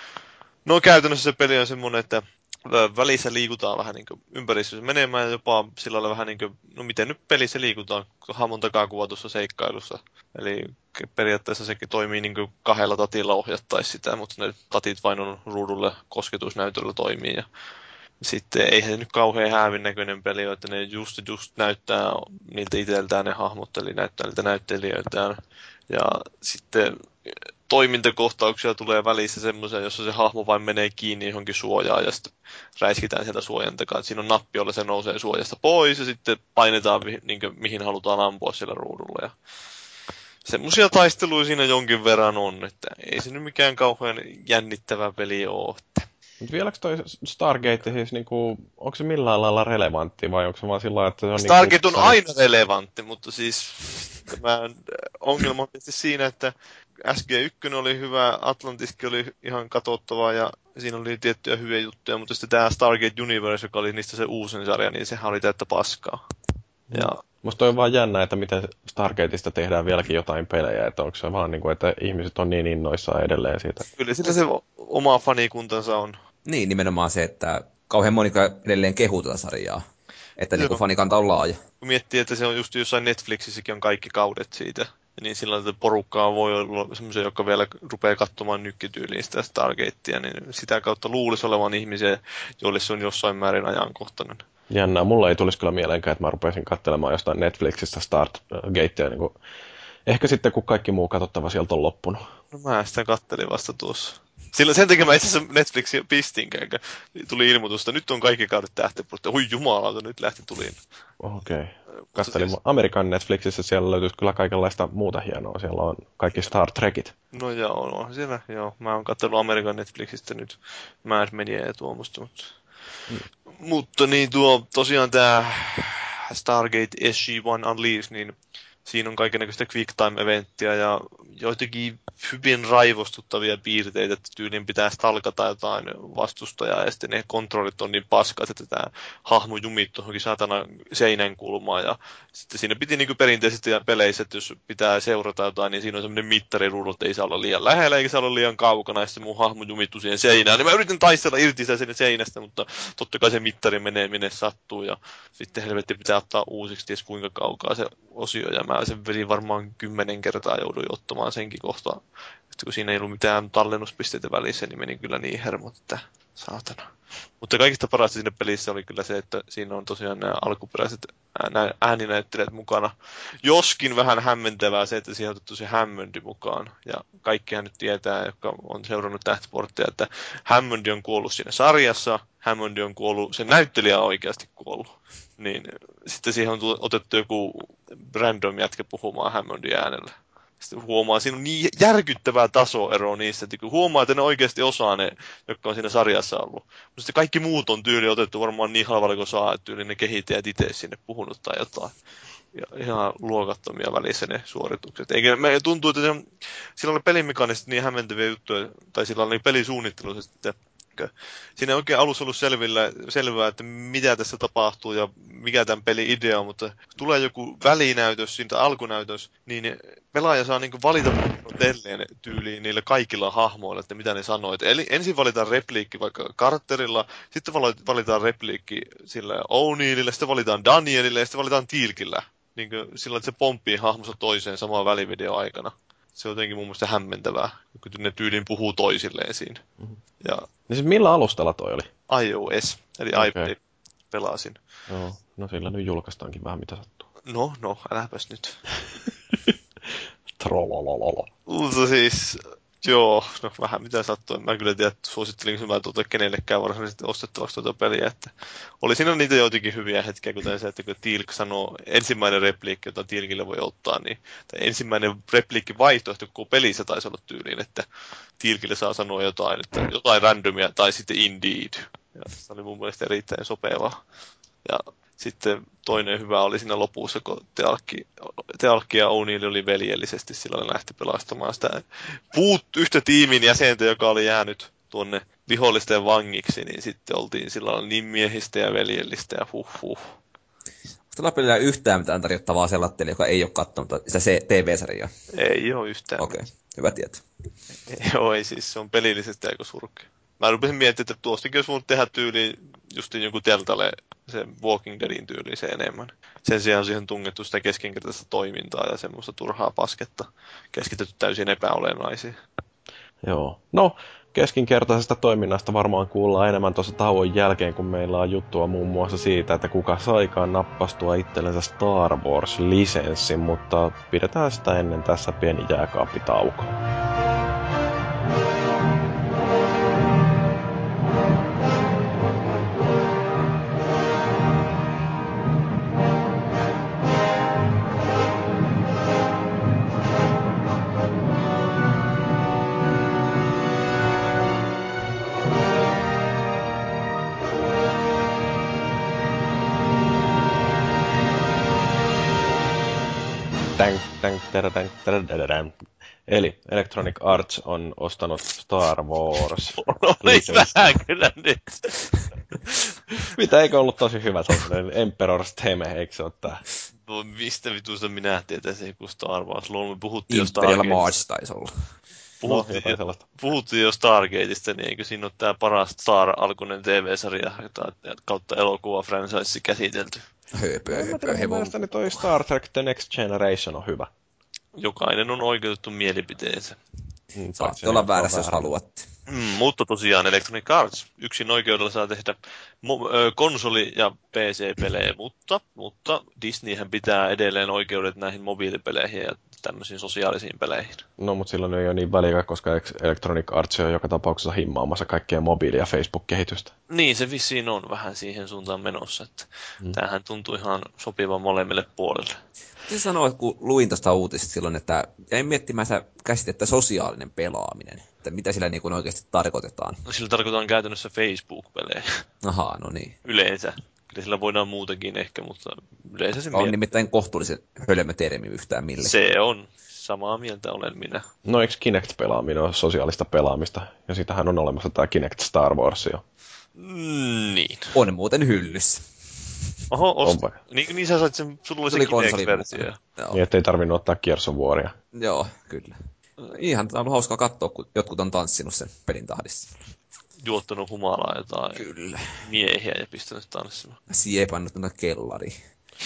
no käytännössä se peli on semmoinen, että välissä liikutaan vähän niin kuin ympäristössä menemään ja jopa sillä lailla vähän niin kuin, no miten nyt pelissä liikutaan hahmon takaa kuvatussa seikkailussa. Eli periaatteessa sekin toimii niin kuin kahdella tatilla ohjattaisi sitä, mutta ne tatit vain on ruudulle kosketusnäytöllä toimii. Ja sitten ei se nyt kauhean häävin näköinen peli ole, että ne just, just näyttää niiltä itseltään ne hahmot, eli näyttää niiltä näyttelijöiltään. Ja sitten toimintakohtauksia tulee välissä semmoisia, jossa se hahmo vain menee kiinni johonkin suojaan ja sitten räiskitään sieltä suojan takaa. Siinä on nappi, jolla se nousee suojasta pois ja sitten painetaan niin kuin, mihin halutaan ampua siellä ruudulla. Ja semmoisia taisteluja siinä jonkin verran on, että ei se nyt mikään kauhean jännittävä peli ole. Mutta vieläkö toi Stargate siis niinku, onko se millään lailla relevantti vai onko se vaan sillä että se on Stargate niinku, on aina relevantti, mutta siis tämä ongelma on tietysti siinä, että S G yksi oli hyvä, Atlantiskin oli ihan katsottavaa ja siinä oli tiettyjä hyviä juttuja, mutta sitten tämä Stargate Universe, joka oli niistä se uusin sarja, niin sehän oli täyttä paskaa. Ja musta on vaan jännä, että miten Stargateista tehdään vieläkin jotain pelejä, että onko se vaan niin kuin, että ihmiset on niin innoissaan edelleen siitä. Kyllä sillä se oma fanikuntansa on. Niin, nimenomaan se, että kauhean moni edelleen kehuu tätä sarjaa, että niin fanikanta on laaja. Kun miettii, että se on just jossain Netflixissäkin on kaikki kaudet siitä, niin silloin että porukkaa voi olla semmoisia, jotka vielä rupeaa katsomaan nykkityyliin sitä Stargatea, niin sitä kautta luulisi olevan ihmisiä, joille se on jossain määrin ajankohtainen. Jännää, mulla ei tulisi kyllä mieleenkään, että mä rupeaisin katselemaan jostain Netflixistä Stargatea, niin kuin, ehkä sitten kun kaikki muu katsottava sieltä on loppunut. No mä sitä kattelin vasta tuossa. Silloin sen takia mä itse asiassa Netflixin pistinkään, tuli ilmoitusta, nyt on kaikki kaudet tähtipurtta. Hui jumalauta, nyt lähti tuliin. Okei. Okay. Katselin siis Amerikan Netflixissä, siellä löytyisi kyllä kaikenlaista muuta hienoa. Siellä on kaikki Star Trekit. No joo, on siellä, joo. Mä oon katsellut Amerikan Netflixistä nyt Mad Media ja tuomusta, mutta... Mm. Mutta niin tuo, tosiaan tää Stargate S G yksi Unleashed, niin siinä on kaikennäköistä quick time-eventtiä ja joitakin hyvin raivostuttavia piirteitä, että tyyliin pitää stalkata jotain vastustajaa ja sitten ne kontrollit on niin paskat, että tämä hahmo jumittuu johonkin saatana seinän kulmaan ja sitten siinä piti niin kuin perinteisesti peleissä, että jos pitää seurata jotain, niin siinä on semmoinen mittariruudu, että ei saa olla liian lähellä eikä saa olla liian kaukana ja sitten mun hahmo jumittuu siihen seinään, niin mä yritin taistella irti sitä seinästä, mutta totta kai se mittari menee minne sattuu ja sitten helvetti pitää ottaa uusiksi ties kuinka kaukaa se osio ja mä sen vedin varmaan kymmenen kertaa jouduin ottamaan senkin kohtaan. Että kun siinä ei ollut mitään tallennuspisteitä välissä, niin meni kyllä niin hermot, että Saatana. Mutta kaikista parasta siinä pelissä oli kyllä se, että siinä on tosiaan nämä alkuperäiset ääninäyttelijät mukana. Joskin vähän hämmentävää se, että siihen on otettu se Hammondi mukaan. Ja kaikkihan nyt tietää, jotka on seurannut Tähtiporttia, että Hammondi on kuollut siinä sarjassa. Hammondi on kuollut, se näyttelijä on oikeasti kuollut. Niin sitten siihen on otettu joku random jätkä puhumaan Hammondin äänellä. Sitten huomaa, siinä on niin järkyttävää tasoeroa niissä, että huomaa, että ne oikeasti osaa ne, jotka on siinä sarjassa ollut. Mutta sitten kaikki muut on tyyli otettu varmaan niin halvalla kuin saa, että tyyli ne kehittäjät itse sinne puhunut tai jotain. Ja ihan luokattomia välissä ne suoritukset. Eikä me tuntuu, että se, sillä oli pelimekaanisesti niin hämmentäviä juttuja, tai sillä oli pelisuunnittelussa, että siinä ei oikein alussa ollut selvillä, selvää, että mitä tässä tapahtuu ja mikä tämän pelin idea on, mutta kun tulee joku välinäytös, siitä alkunäytös, niin pelaaja saa niin valita telleen tyyliin niillä kaikilla hahmoilla, että mitä ne sanoo. Eli ensin valitaan repliikki vaikka Carterilla, sitten valitaan repliikki sillä O'Neillillä, sitten valitaan Danielille ja sitten valitaan Teal'killä. Niin sillä että se pomppii hahmosta toiseen samaan välivideo aikana. Se on jotenkin mun mielestä hämmentävää, kun ne tyylin puhuu toisilleen siinä. Mm-hmm. Ja niin siis millä alustalla toi oli? iOS, eli okay. iPad pelasin. Joo, no sillä nyt julkaistaankin vähän mitä sattuu. No, no, äläpäs nyt. Trollolololo. Mutta siis, joo, no vähän mitä sattuu. Mä kyllä tiedä, suosittelinko mä tuota kenellekään varsinaisesti ostettavaksi tuota peliä. Että oli siinä niitä joitakin hyviä hetkiä, kuten se, että kun Teal'k sanoo ensimmäinen repliikki, jota Teal'kille voi ottaa, niin tai ensimmäinen repliikki vaihtoehto koko pelissä taisi olla tyyliin, että Teal'kille saa sanoa jotain, että jotain randomia tai sitten indeed. Ja se oli mun mielestä erittäin sopevaa. Ja sitten toinen hyvä oli siinä lopussa, kun Teal'k ja O'Neill oli veljellisesti sillä lähti pelastamaan sitä puut yhtä tiimin jäsentä, joka oli jäänyt tuonne vihollisten vangiksi, niin sitten oltiin sillä niin miehistä ja veljellistä ja huh huh. Onko tällä pelillä yhtään mitään tarjottavaa sellattelijalle, joka ei ole katsonut sitä T V-sarjaa? Ei ole yhtään. Okei, okay. Hyvä tieto. Joo, ei siis, se on pelillisesti aika surkea. Mä rupesin miettimään, että tuostakin olisi voinut tehdä tyyliin justiin joku Teltalle se Walking Deadin tyyli se enemmän. Sen sijaan siihen tungettu sitä keskinkertaista toimintaa ja semmoista turhaa pasketta keskitetty täysin epäolennaisiin. Joo. No, keskinkertaisesta toiminnasta varmaan kuullaan enemmän tuossa tauon jälkeen, kun meillä on juttua muun muassa siitä, että kuka saikaan nappastua itsellensä Star Wars-lisenssin, mutta pidetään sitä ennen tässä pieni jääkaappitauko. Eli Electronic Arts on ostanut Star Wars. Olis vähän kyllä nyt. Mitä, eikö ollut tosi hyvä sellainen Emperor's Theme, eikö se ole tää? No, mistä vituista minä tietäisin joku Star Wars? Me puhuttiin jo Imperial March taisi olla. Puhuttiin, no, puhuttiin jo Stargateista, niin eikö siinä ole tää paras Star-alkuinen T V-sarja, jota kautta elokuva franchise käsitelty? Höpö, höpö, hevon. Mielestäni toi Star Trek The Next Generation on hyvä. Jokainen on oikeutettu mielipiteensä. Mm, Saatte olla väärässä, jos haluatte. Mm, mutta tosiaan Electronic Arts yksin oikeudella saa tehdä mo- ö, konsoli- ja P C-pelejä, mutta, mutta Disneyhän pitää edelleen oikeudet näihin mobiilipeleihin ja tämmöisiin sosiaalisiin peleihin. No, mutta silloin ei ole niin väliä, koska Electronic Arts on joka tapauksessa himmaamassa kaikkea mobiili- ja Facebook-kehitystä. Niin, se vissiin on vähän siihen suuntaan menossa, että mm. tämähän tuntuu ihan sopivan molemmille puolelle. Se sanoo, kun luin tuosta uutisesta silloin, että jäin miettimään sitä käsitettä sosiaalinen pelaaminen. Että mitä sillä niin kuin oikeasti tarkoitetaan. No, sillä tarkoitetaan käytännössä Facebook-pelejä. Ahaa, no niin. Yleensä. Kyllä sillä voidaan muutenkin ehkä, mutta yleensä se on miet... nimittäin kohtuullisen hölmö termi yhtään mille. Se on. Samaa mieltä olen minä. No eikö Kinect-pelaaminen ole sosiaalista pelaamista? Ja sitähän on olemassa tämä Kinect Star Wars jo. Mm, niin. On muuten hyllyssä. Oho, ost... niin, niin sä sait sen, sulla oli se Kinect-versio. Niin, ettei tarvinnut ottaa Gears of Waria. Joo, kyllä. Ihan on ollut hauskaa katsoa, kun jotkut on tanssinut sen pelin tahdissa. Juottanut humalaa jotain kyllä. Miehiä ja pistänyt tanssimaan. Siepannut tuonne kellariin.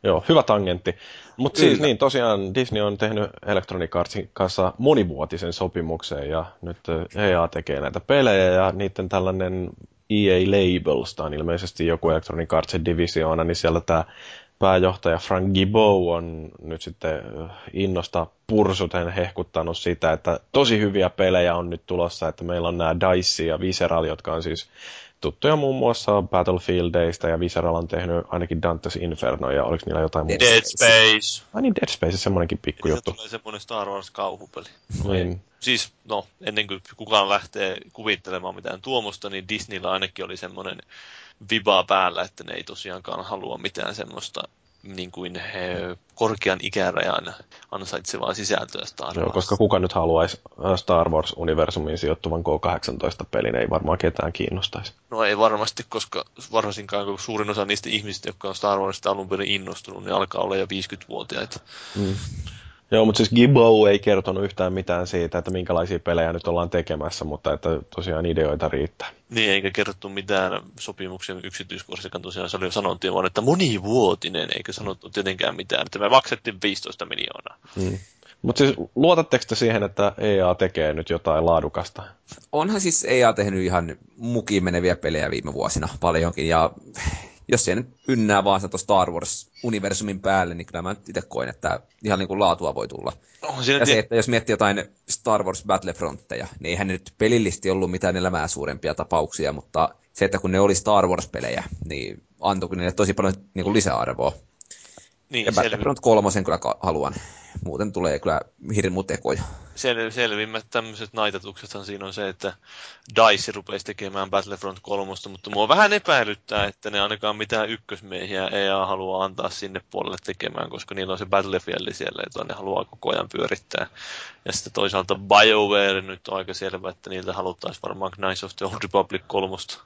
Joo, hyvä tangentti. Mutta siis niin, tosiaan Disney on tehnyt Electronic Artsin kanssa monivuotisen sopimuksen ja nyt E A tekee näitä pelejä ja niiden tällainen E A Labels, on ilmeisesti joku Electronic Artsin divisioona, niin siellä tämä pääjohtaja Frank Gibeau on nyt sitten innosta pursuten hehkuttanut sitä, että tosi hyviä pelejä on nyt tulossa, että meillä on nämä DICE ja Visceral, jotka on siis tuttuja muun muassa Battlefieldeista, ja Visceral on tehnyt ainakin Dante's Inferno, ja oliko niillä jotain muuta? Dead Space. Ai niin, Dead Space, semmoinenkin pikkujuttu. Se tulee semmoinen Star Wars-kauhupeli. Niin. Siis, no, ennen kuin kukaan lähtee kuvittelemaan mitään tuomusta, niin Disneyllä ainakin oli semmoinen viba päällä, että ne ei tosiaankaan halua mitään semmoista niin kuin he, korkean ikärajan ansaitsevaa sisältöä Star Wars. Joo, koska kuka nyt haluaisi Star Wars-universumiin sijoittuvan K kahdeksantoista-pelin, ei varmaan ketään kiinnostaisi. No ei varmasti, koska varsinkaan kun suurin osa niistä ihmisistä, jotka on Star Warsista alun perin innostunut, niin alkaa olla jo viisikymmentävuotiaita. Mm. Joo, mutta siis Gibeau ei kertonut yhtään mitään siitä, että minkälaisia pelejä nyt ollaan tekemässä, mutta että tosiaan ideoita riittää. Niin, eikä kerrottu mitään sopimuksen yksityiskohdista, tosiaan se oli sanottiin vaan, että monivuotinen, eikä sanottu tietenkään mitään, että me maksettiin viisitoista miljoonaa. Mm. Mutta siis luotatteko te siihen, että E A tekee nyt jotain laadukasta? Onhan siis E A tehnyt ihan mukiin meneviä pelejä viime vuosina paljonkin, ja jos se nyt ynnää vaan sitä Star Wars-universumin päälle, niin kyllä mä itse koen, että ihan niin kuin laatua voi tulla. Oh, ja se, että jos miettii jotain Star Wars Battlefrontteja, niin eihän ne nyt pelillisesti ollut mitään elämää suurempia tapauksia, mutta se, että kun ne oli Star Wars-pelejä, niin antoikin niille tosi paljon niin kuin lisäarvoa. Niin, ja Battlefront kolmosen kyllä haluan. Muuten tulee kyllä hirmu tekoja. Sel- selvimmät tämmöiset naitatuksethan siinä on se, että DICE rupesi tekemään Battlefront kolmosta, mutta mua vähän epäilyttää, että ne ainakaan mitään ykkösmiehiä E A haluaa antaa sinne puolelle tekemään, koska niillä on se Battlefield siellä, jota ne haluaa koko ajan pyörittää. Ja sitten toisaalta BioWare nyt on aika selvä, että niiltä haluttaisiin varmaan Knights of the Old Republic kolmosta.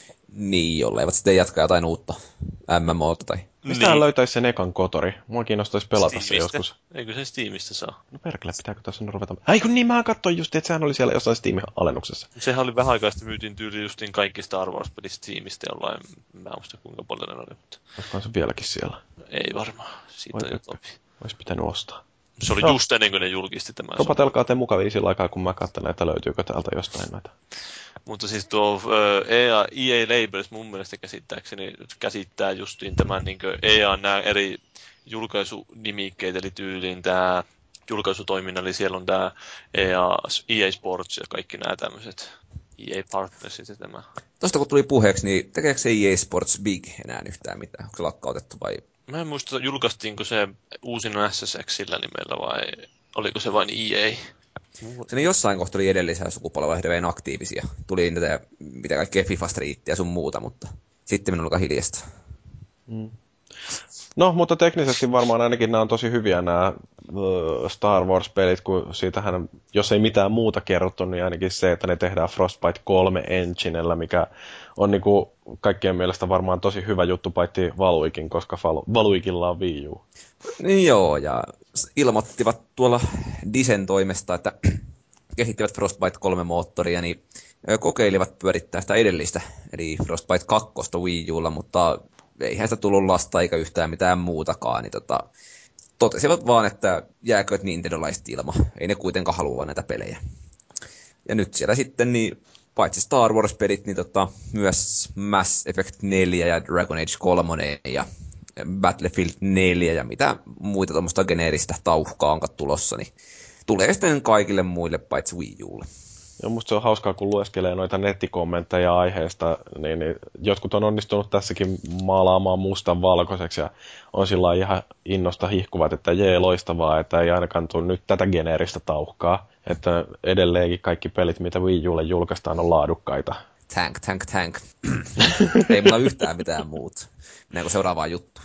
Niin, jolleivät sitten jatkaa jotain uutta M M O:ta tai... Mistähän niin. löytäisi sen ekan kotori? Mua kiinnostaisi pelata Steamista. Se joskus. Eikö se Steamista saa? No perkele, pitääkö tässä nyt ruveta? Ai kun niin, mä katsoin just, että sehän oli siellä jossain Steam-alennuksessa. Sehän oli vähän aikaa sitten myytiin tyyli justiin kaikki Star Wars-pelit Steamista jollain, mä en muista kuinka paljon ne oli, mutta... Olisikohan se vieläkin siellä? Ei varmaan, siitä on jo topi. Olisi pitänyt ostaa. Se oli no. just ennen kuin ne julkisti tämän. Kopatelkaa te mukavia sillä aikaa, kun mä katson, että löytyykö täältä jostain näitä. Mutta siis tuo E A, E A Labels mun mielestä käsittääkseni käsittää justiin tämän niin E A nämä eri julkaisunimikkeet, eli tyyliin tämä julkaisutoiminnan, eli siellä on tämä E A, E A Sports ja kaikki nämä tämmöiset E A Partnersit ja tämä. Tuosta kun tuli puheeksi, niin tekeekö se E A Sports Big enää yhtään mitään? Onko se lakkautettu vai? Mä en muista, julkaistiinko se uusina S S X sillä nimellä vai oliko se vain E A? Se jossain kohtaa oli edellisellä sukupolvella hirveän aktiivisia. Tuli niitä, mitä kaikkea FIFA Streetia ja sun muuta, mutta sitten minun alkaa hiljasta. Mm. No, mutta teknisesti varmaan ainakin nämä on tosi hyviä nämä Star Wars-pelit, kun siitähän, jos ei mitään muuta kerrottu, niin ainakin se, että ne tehdään Frostbite kolme enginellä, mikä on niin kuin kaikkien mielestä varmaan tosi hyvä juttu, paitsi Valuikin, koska Valuikilla on Wii U. Niin joo, ja ilmoittivat tuolla Disen toimesta, että kehittivät Frostbite kolme moottoria, niin kokeilivat pyörittää sitä edellistä, eli Frostbite kaksi Wii Ulla, mutta eihän sitä tullut lasta eikä yhtään mitään muutakaan, niin tota, totesivat vaan, että jääkööt Nintendo-laiset ilma. Ei ne kuitenkaan halua näitä pelejä. Ja nyt siellä sitten, niin paitsi Star Wars-pelit, niin tota, myös Mass Effect neljä ja Dragon Age kolme ja Battlefield neljä ja mitä muita tuommoista geneeristä tauhkaa onkaan tulossa, niin tulee sitten kaikille muille paitsi Wii Ulle. Ja musta se on hauskaa, kun lueskelee noita nettikommentteja aiheesta, niin, niin jotkut on onnistunut tässäkin maalaamaan mustan valkoiseksi ja on sillä ihan innosta hihkuvat, että jee, loistavaa, että ei ainakaan tule nyt tätä geneeristä tauhkaa. Että edelleenkin kaikki pelit, mitä Wii Ulle julkaistaan, on laadukkaita. Tank, tank, tank. Ei mulla yhtään mitään muuta. Mennäänkö seuraavaan juttuun?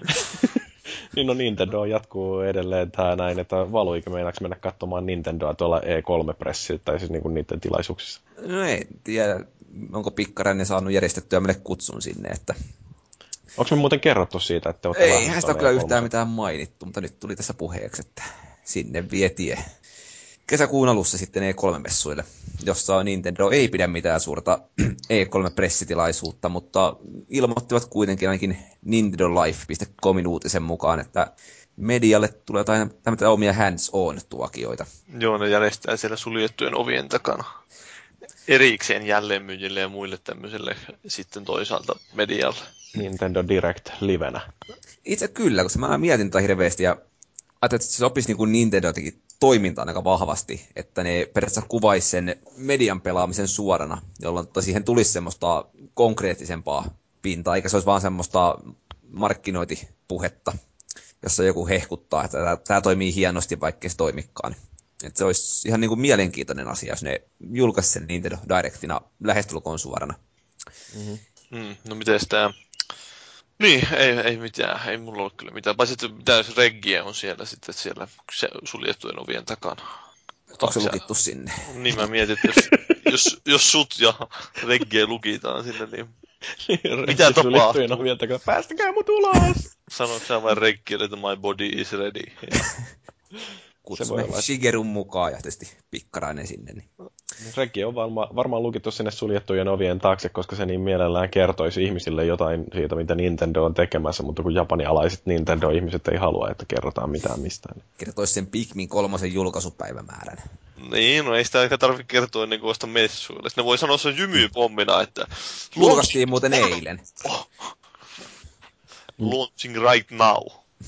Niin no Nintendo jatkuu edelleen tää näin, että valuikin meinaaks mennä katsomaan Nintendoa tuolla E kolme-pressissä tai siis niinku niiden tilaisuuksissa. No ei tiedä, onko Pikkarainen saanut järjestettyä meille kutsun sinne, että... Onko me muuten kerrottu siitä, että olette eihän sitä ole kyllä yhtään mitään mainittu, mutta nyt tuli tässä puheeksi, että sinne vie tie. kesäkuun alussa sitten E kolme-messuille, jossa Nintendo ei pidä mitään suurta E kolme-pressitilaisuutta, mutta ilmoittivat kuitenkin ainakin Nintendo Life piste comin uutisen mukaan, että medialle tulee jotain tämmöitä omia hands-on-tuokioita. Joo, ne järjestää siellä suljettujen ovien takana. Erikseen jälleenmyyjille ja muille tämmöiselle sitten toisaalta medialle. Nintendo Direct livenä. Itse kyllä, koska mä mietin tätä hirveästi ja ajattelin, että se sopisi niin kuin Nintendo teki toimintaan aika vahvasti, että ne periaatteessa kuvaisi sen median pelaamisen suorana, jolloin siihen tulisi semmoista konkreettisempaa pintaa, eikä se olisi vaan semmoista markkinointipuhetta, jossa joku hehkuttaa, että tämä toimii hienosti, vaikka se toimikaan. Että se olisi ihan niin kuin mielenkiintoinen asia, jos ne julkaisi sen Nintendo Directina lähestulkoon suorana. Mm-hmm. Mm, no miten tämä... Niin, ei, ei mitään, ei mulla ole kyllä mitään. Paitsi, että mitään jos reggiä on siellä sitten siellä suljettujen ovien takana. Onko se lukittu sinne? Niin mä mietin, että jos, jos, jos sut ja reggiä lukitaan sinne, niin mitä tapahtuu? Ovien takana. Päästäkää mut ulos! Sanoitko sä vain reggiä, että my body is ready? Kutsumme Shigerun mukaan ja tietysti Pikkarainen sinne. Niin. Reggi on varma, varmaan lukittu sinne suljettujen ovien taakse, koska se niin mielellään kertoisi ihmisille jotain siitä, mitä Nintendo on tekemässä, mutta kun japanialaiset Nintendo-ihmiset ei halua, että kerrotaan mitään mistään. Kertoisi sen Pikmin kolmosen julkaisupäivämäärän. Niin, no ei sitä ehkä tarvitse kertoa ennen kuin vasta messuille. Ne voi sanoa sen jymypommina, että... Julkaistiin muuten eilen. Oh. Launching right now.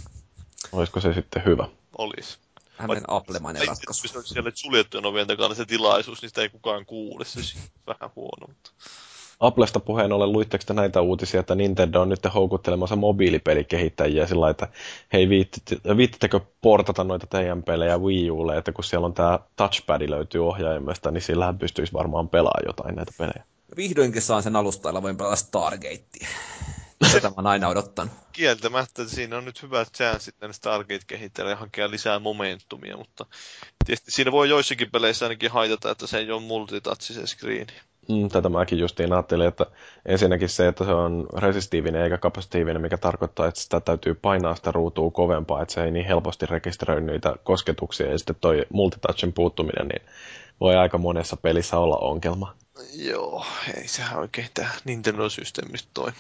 Olisiko se sitten hyvä? Olisi. Hänen Apple-mainen ratkaisu. Jos on siellä suljettujen ovien takana se tilaisuus, niin sitä ei kukaan kuule. Se on vähän huono. Mutta... Applesta puheen ollen, luitteko te näitä uutisia, että Nintendo on nyt houkuttelemassa mobiilipelikehittäjiä sillä lailla, että hei, viittittekö portata noita teidän pelejä Wii Ulle, että kun siellä on tämä touchpad löytyy ohjaimesta, niin sillähän pystyisi varmaan pelaamaan jotain näitä pelejä. Vihdoinkin saan sen alustailla, voin pelata Stargatea. Tätä mä oon aina odottanut. Kieltämättä, että siinä on nyt hyvät chanssit näille Stargate-kehittäjille hankkia lisää momentumia, mutta tietysti siinä voi joissakin peleissä ainakin haitata, että se ei ole multitouch se screeni. Mm, tätä mäkin justiin ajattelin, että ensinnäkin se, että se on resistiivinen eikä kapasitiivinen, mikä tarkoittaa, että sitä täytyy painaa sitä ruutua kovempaa, että se ei niin helposti rekisteröi niitä kosketuksia, ja sitten toi multitouchin puuttuminen, niin voi aika monessa pelissä olla ongelma. Joo, ei sehän oikein tämä Nintendo-systeemistä toimi.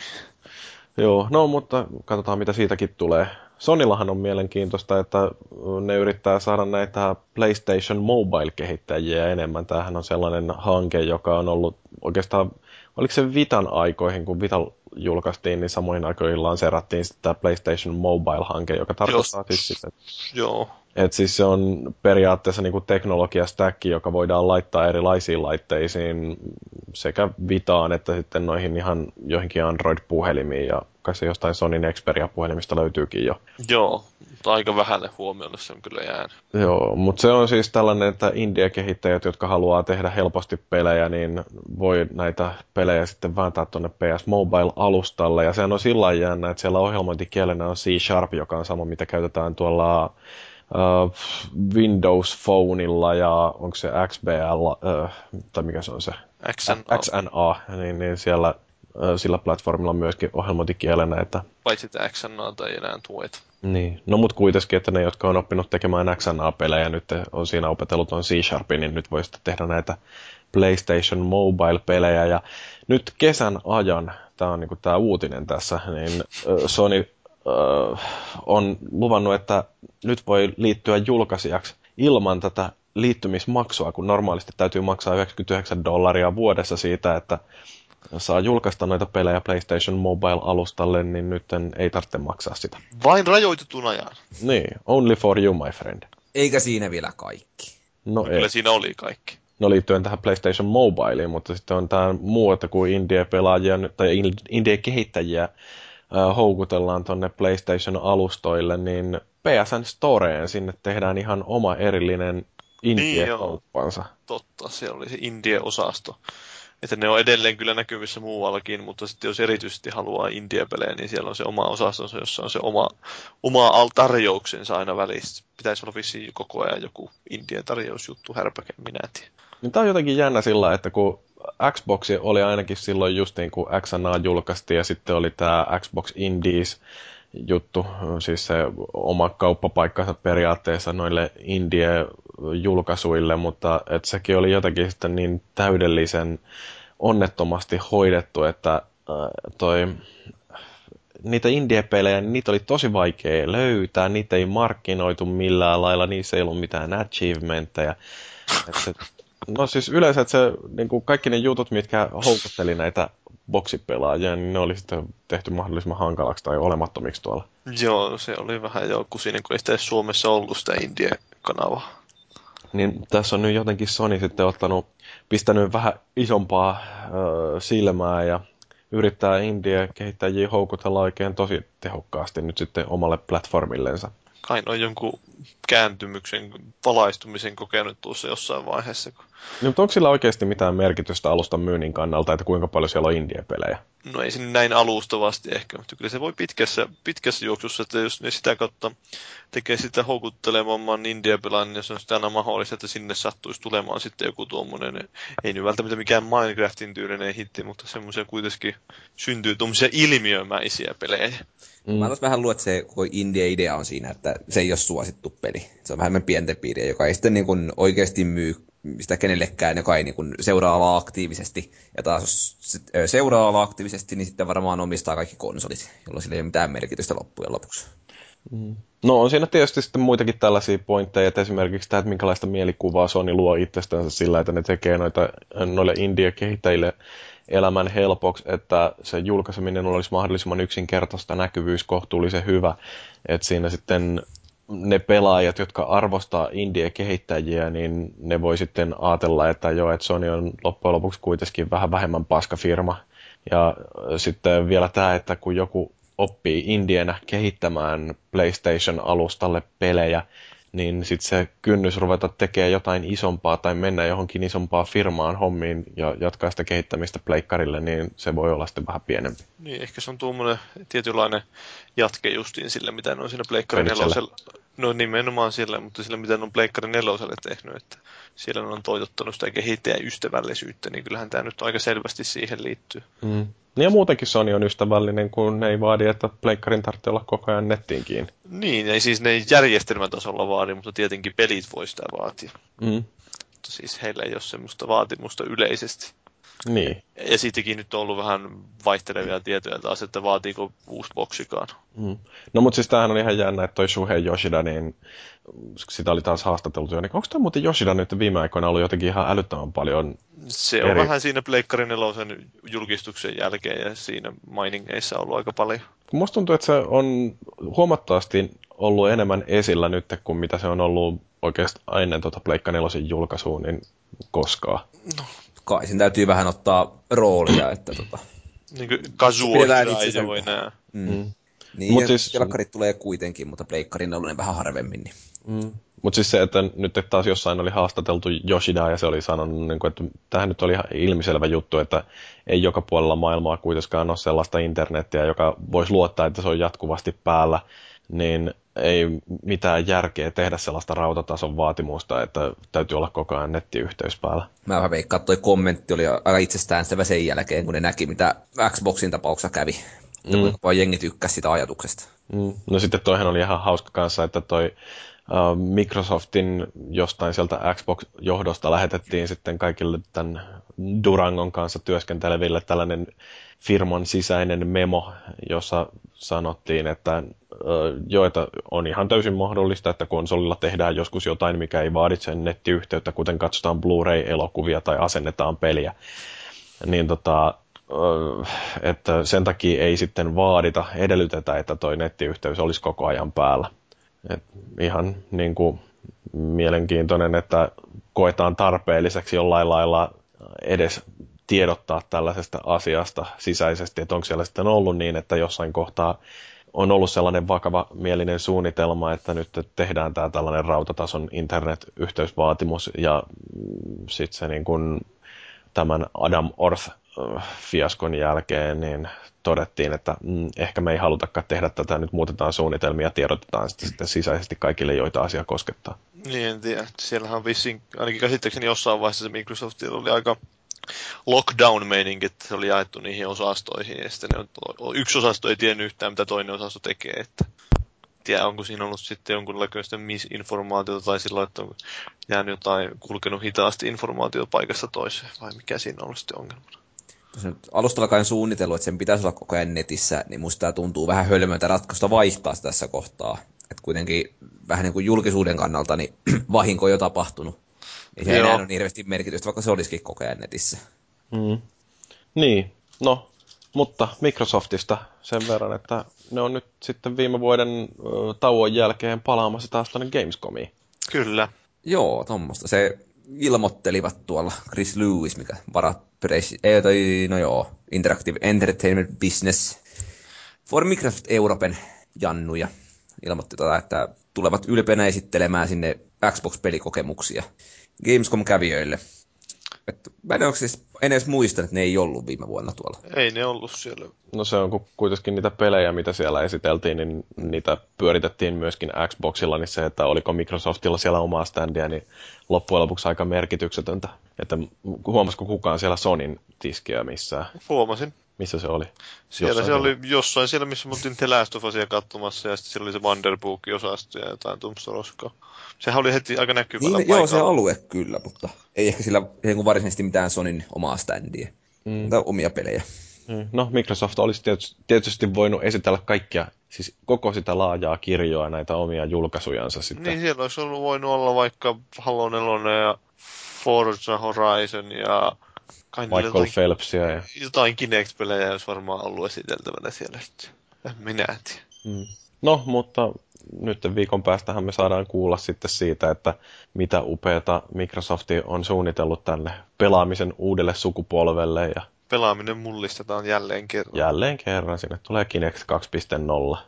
Joo, no mutta katsotaan mitä siitäkin tulee. Sonyllahan on mielenkiintoista, että ne yrittää saada näitä PlayStation Mobile-kehittäjiä enemmän. Tämähän on sellainen hanke, joka on ollut oikeastaan, oliko se Vitan aikoihin, kun Vita julkaistiin, niin samoin aikoihin lanseerattiin sitten tämä PlayStation Mobile-hanke, joka tarkoittaa siis sitä. Joo. Että siis se on periaatteessa niinku teknologiastäkki, joka voidaan laittaa erilaisiin laitteisiin sekä Vitaan että sitten noihin ihan joihinkin Android-puhelimiin ja kai se jostain Sonyn Xperia-puhelimista löytyykin jo. Joo, mutta aika vähälle huomiolle se on kyllä jäänyt. Joo, mutta se on siis tällainen, että indie-kehittäjät, jotka haluaa tehdä helposti pelejä, niin voi näitä pelejä sitten vääntää tuonne P S Mobile-alustalle. Ja sehän on sillä lailla jännä, että siellä ohjelmointikielenä on C-Sharp, joka on sama, mitä käytetään tuolla Uh, Windows Phoneilla ja onko se X B L, uh, tai mikä se on se? X N A. X N A, niin, niin siellä uh, sillä platformilla on myöskin ohjelmointikielenä. Että... Paitsi että X N A tai enää tuet. Niin, no mut kuitenkin, että ne, jotka on oppinut tekemään X N A-pelejä, nyt on siinä opetellut on C-Sharpin, niin nyt voi sitten tehdä näitä PlayStation Mobile-pelejä. Ja nyt kesän ajan, tämä on niinku tämä uutinen tässä, niin uh, Sony Uh, on luvannut, että nyt voi liittyä julkaisijaksi ilman tätä liittymismaksua, kun normaalisti täytyy maksaa yhdeksänkymmentäyhdeksän dollaria vuodessa siitä, että saa julkaista noita pelejä PlayStation Mobile-alustalle, niin nyt ei tarvitse maksaa sitä. Vain rajoitetun ajan. Niin, only for you, my friend. Eikä siinä vielä kaikki. No, no kyllä siinä oli kaikki. No liittyen tähän PlayStation Mobileen, mutta sitten on tämä muu, että kun indie-pelaajia tai indie-kehittäjiä houkutellaan tuonne PlayStation-alustoille, niin P S N Storeen sinne tehdään ihan oma erillinen indie-kauppansa. Niin totta, siellä oli se indie-osasto. Että ne on edelleen kyllä näkyvissä muuallakin, mutta sitten jos erityisesti haluaa indie-pelejä, niin siellä on se oma osastonsa, jossa on se oma, oma tarjouksensa aina välissä. Pitäisi olla vissiin koko ajan joku indie-tarjousjuttu, härpäke, minä tiedän. Niin tämä on jotenkin jännä sillä, että kun Xbox oli ainakin silloin justiin, kun X N A julkaistiin ja sitten oli tämä Xbox Indies, juttu, siis se oma kauppapaikkansa periaatteessa noille indie-julkaisuille, mutta et sekin oli jotenkin sitten niin täydellisen onnettomasti hoidettu, että äh, toi, niitä indie-pelejä, niin niitä oli tosi vaikea löytää, niitä ei markkinoitu millään lailla, niissä ei ollut mitään achievementteja. Se, no siis yleensä, että se, niin kuin kaikki ne jutut, mitkä houkutteli näitä boksipelaajia, niin ne oli sitten tehty mahdollisimman hankalaksi tai olemattomiksi tuolla. Joo, se oli vähän jo kusinen, kun ei sitä edes Suomessa ollut sitä Indie-kanavaa. Niin tässä on nyt jotenkin Sony sitten ottanut, pistänyt vähän isompaa ö, silmää ja yrittää indie-kehittäjiä houkutella oikein tosi tehokkaasti nyt sitten omalle platformillensa. Kai on jonkun kääntymyksen, valaistumisen kokenut tuossa jossain vaiheessa. Kun... No, mutta onko sillä oikeasti mitään merkitystä alustan myynnin kannalta, että kuinka paljon siellä on indie-pelejä? No ei sinne näin alustavasti ehkä, mutta kyllä se voi pitkässä, pitkässä juoksussa, että jos ne sitä kautta tekee sitä houkuttelevamman indie-pelaan, niin jos on sitä aina mahdollista, että sinne sattuisi tulemaan sitten joku tuommoinen, ei nyt välttämättä mikään Minecraftin tyylinen hitti, mutta semmoisia kuitenkin syntyy tuommoisia ilmiömäisiä pelejä. Mm. Mä taas vähän luulen, että se koko indie-idea on siinä, että se ei ole suosittu peli. Se on vähän pienten piiriä, joka ei sitten niin kuin oikeasti myy sitä kenellekään, joka ei niin kuin seuraa alaa aktiivisesti. Ja taas jos seuraa alaa aktiivisesti, niin sitten varmaan omistaa kaikki konsolit, jolloin sillä ei ole mitään merkitystä loppujen lopuksi. Mm. No on siinä tietysti sitten muitakin tällaisia pointteja, että esimerkiksi tämä, että minkälaista mielikuvaa Sony luo itsestänsä sillä, että ne tekee noita, noille indie-kehittäjille elämän helpoksi, että se julkaiseminen olisi mahdollisimman yksinkertaista, näkyvyys kohtuullisen hyvä, että siinä sitten ne pelaajat, jotka arvostaa indie-kehittäjiä, niin ne voi sitten ajatella, että joo, että Sony on loppujen lopuksi kuitenkin vähän vähemmän paskafirma. Ja sitten vielä tämä, että kun joku oppii indienä kehittämään PlayStation-alustalle pelejä, niin sitten se kynnys ruveta tekemään jotain isompaa tai mennä johonkin isompaan firmaan hommiin ja jatkaa sitä kehittämistä pleikkarille, niin se voi olla sitten vähän pienempi. Niin, ehkä se on tuommoinen tietynlainen jatke justiin sille, mitä ne on siinä Pleikkari nelosella. No nimenomaan sillä, mutta sillä, mitä ne on Pleikkari neloselle tehnyt, että siellä on toitottanut sitä kehittäjäystävällisyyttä, niin kyllähän tämä nyt aika selvästi siihen liittyy. Mm. Ja muutenkin Sony on ystävällinen, kun ne ei vaadi, että pleikkarin tarvitsee olla koko ajan nettiin kiinni. Niin, ei siis ne ei järjestelmätasolla vaadi, mutta tietenkin pelit voi sitä vaatia. Mm. Mutta siis heillä ei ole semmoista vaatimusta yleisesti. Niin. Ja siitäkin nyt on ollut vähän vaihtelevia tietoja taas, että vaatiiko uusi boksikaan. Mm. No mutta siis tämähän on ihan jännä, että toi Shuhei Yoshida, niin sitä oli taas haastateltu jo. Niin onko toi muuten Yoshida nyt viime aikoina ollut jotenkin ihan älyttömän paljon? Se on eri... vähän siinä Pleikkari nelosen julkistuksen jälkeen ja siinä mainingeissa ollut aika paljon. Musta tuntuu, että se on huomattavasti ollut enemmän esillä nyt, kuin mitä se on ollut oikeastaan ennen tuota Pleikka nelosen julkaisua, niin koskaan. No. Kai sen täytyy vähän ottaa roolia, että tota... niin kuin casual ei se voi nää. Mm. Mm. Niin, Mut siis... telkkarit tulee kuitenkin, mutta pleikkarin on vähän harvemmin. Niin. Mm. Mutta siis se, että nyt taas jossain oli haastateltu Yoshidaa ja se oli sanonut, että tämähän nyt oli ihan ilmiselvä juttu, että ei joka puolella maailmaa kuitenkaan ole sellaista internettiä, joka voisi luottaa, että se on jatkuvasti päällä, niin ei mitään järkeä tehdä sellaista rautatason vaatimusta, että täytyy olla koko ajan nettiyhteys päällä. Mä vähän veikkaan, että toi kommentti oli aika itsestäänselvä sen jälkeen, kun ne näki, mitä Xboxin tapauksessa kävi. Mm. Kuinka paljon jengi tykkäsi sitä ajatuksesta. Mm. No sitten toihan oli ihan hauska kanssa, että toi uh, Microsoftin jostain sieltä Xbox-johdosta lähetettiin sitten kaikille tämän Durangon kanssa työskenteleville tällainen firman sisäinen memo, jossa sanottiin, että joita on ihan täysin mahdollista, että konsolilla tehdään joskus jotain, mikä ei vaadi sen nettiyhteyttä, kuten katsotaan Blu-ray-elokuvia tai asennetaan peliä. Niin tota, että sen takia ei sitten vaadita, edellytetä, että toi nettiyhteys olisi koko ajan päällä. Et ihan niin kuin mielenkiintoinen, että koetaan tarpeelliseksi jollain lailla edes tiedottaa tällaisesta asiasta sisäisesti, että onko siellä sitten ollut niin, että jossain kohtaa on ollut sellainen vakava mielinen suunnitelma, että nyt tehdään tämä tällainen rautatason internet-yhteysvaatimus ja sitten se niin kuin tämän Adam Orth-fiaskon jälkeen niin todettiin, että mm, ehkä me ei halutakaan tehdä tätä, nyt muutetaan suunnitelmia ja tiedotetaan sitten, sitten sisäisesti kaikille, joita asia koskettaa. Niin, en tiedä. Siellähän on vissiin, ainakin käsittääkseni jossain vaiheessa se Microsoft oli aika lockdown-meininki, että se oli jaettu niihin osastoihin, ja sitten ne on, yksi osasto ei tiennyt yhtään, mitä toinen osasto tekee, että tiedä, onko siinä ollut sitten jonkunlaista misinformaatiota tai sillä että on jäänyt jotain, kulkenut hitaasti informaatiota paikasta toiseen, vai mikä siinä on ollut sitten ongelmana. Jos nyt alusta alkaen suunnitellut, että sen pitäisi olla koko ajan netissä, niin musta tämä tuntuu vähän hölmöltä ratkaisusta vaihtaa tässä kohtaa. Että kuitenkin vähän niin kuin julkisuuden kannalta niin vahinko on jo tapahtunut. Ei se enää ole niin hirveästi merkitystä, vaikka se olisikin koko ajan netissä. Mm. Niin, no, mutta Microsoftista sen verran, että ne on nyt sitten viime vuoden ö, tauon jälkeen palaamassa taas tuonne Gamescomiin. Kyllä. Joo, tommoista. Se ilmoittelivat tuolla Chris Lewis, mikä varapresi... Ei, toi, no joo, Interactive Entertainment Business for Microsoft Europen jannuja. Ilmoitti tota, että tulevat ylpeänä esittelemään sinne Xbox-pelikokemuksia Gamescom-kävijöille. Että mä en, siis, en edes muista, että ne ei ollut viime vuonna tuolla. Ei ne ollut siellä. No se on, kun kuitenkin niitä pelejä, mitä siellä esiteltiin, niin niitä pyöritettiin myöskin Xboxilla, niin se, että oliko Microsoftilla siellä omaa standia, niin loppujen lopuksi aika merkityksetöntä. Että huomasiko kukaan siellä Sonyn tiskiä missään? Huomasin. Missä se oli? Siellä jossain se oli jossain siellä, missä me oltiin The Last of Usia katsomassa, ja sitten siellä oli se Wonderbook-osasto ja jotain tumpsoroskaa. Sehän oli heti aika näkyvällä niin, paikalla. Joo, se alue kyllä, mutta ei ehkä sillä niin varsinaisesti mitään Sonyn omaa standia. Mm. Tai omia pelejä. Mm. No, Microsoft olisi tietysti, tietysti voinut esitellä kaikkia, siis koko sitä laajaa kirjoa, näitä omia julkaisujansa sitten. Niin, siellä olisi ollut voinut olla vaikka Halo neljä ja Forza Horizon ja... Michael jotain, Phelpsia ja... Jotain Kinect-pelejä olisi varmaan ollut esiteltävänä siellä sitten. Minä en tiedä. Mm. No, mutta nyt viikon päästähän me saadaan kuulla sitten siitä, että mitä upeata Microsoft on suunnitellut tänne pelaamisen uudelle sukupolvelle. Ja pelaaminen mullistetaan jälleen kerran. Jälleen kerran. Sinne tulee Kinect kaksi piste nolla.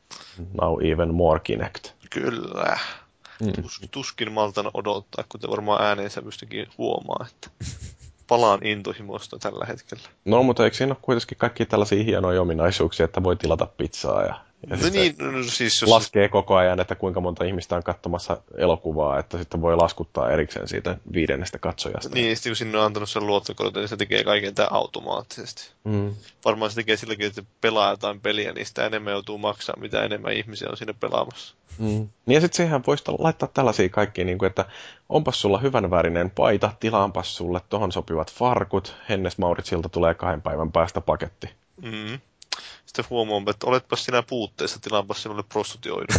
Now even more Kinect. Kyllä. Mm. Tus, tuskin maltan odottaa, kuten varmaan ääneensävystäkin huomaa, että palaan intohimosta tällä hetkellä. No, mutta eikö siinä ole kuitenkin kaikki tällaisia hienoja ominaisuuksia, että voi tilata pizzaa ja, ja no niin, no siis jos... laskee koko ajan, että kuinka monta ihmistä on katsomassa elokuvaa, että sitten voi laskuttaa erikseen siitä viidennestä katsojasta. Niin, sitten kun sinne on antanut sen luottokortin, niin se tekee kaiken tämän automaattisesti. Mm. Varmaan se tekee silläkin, että pelaa jotain peliä, niin sitä enemmän joutuu maksaa, mitä enemmän ihmisiä on sinne pelaamassa. Mm. Niin ja sitten siihen voisi laittaa tällaisia kaikkia, niin kuin, että onpas sulla hyvän värinen paita, tilaanpas sulle tohon sopivat farkut, Hennes Mauritsilta tulee kahden päivän päästä paketti. Mm. Sitten huomaan, että oletpas sinä puutteessa, tilaanpas sinulle prostituoidun.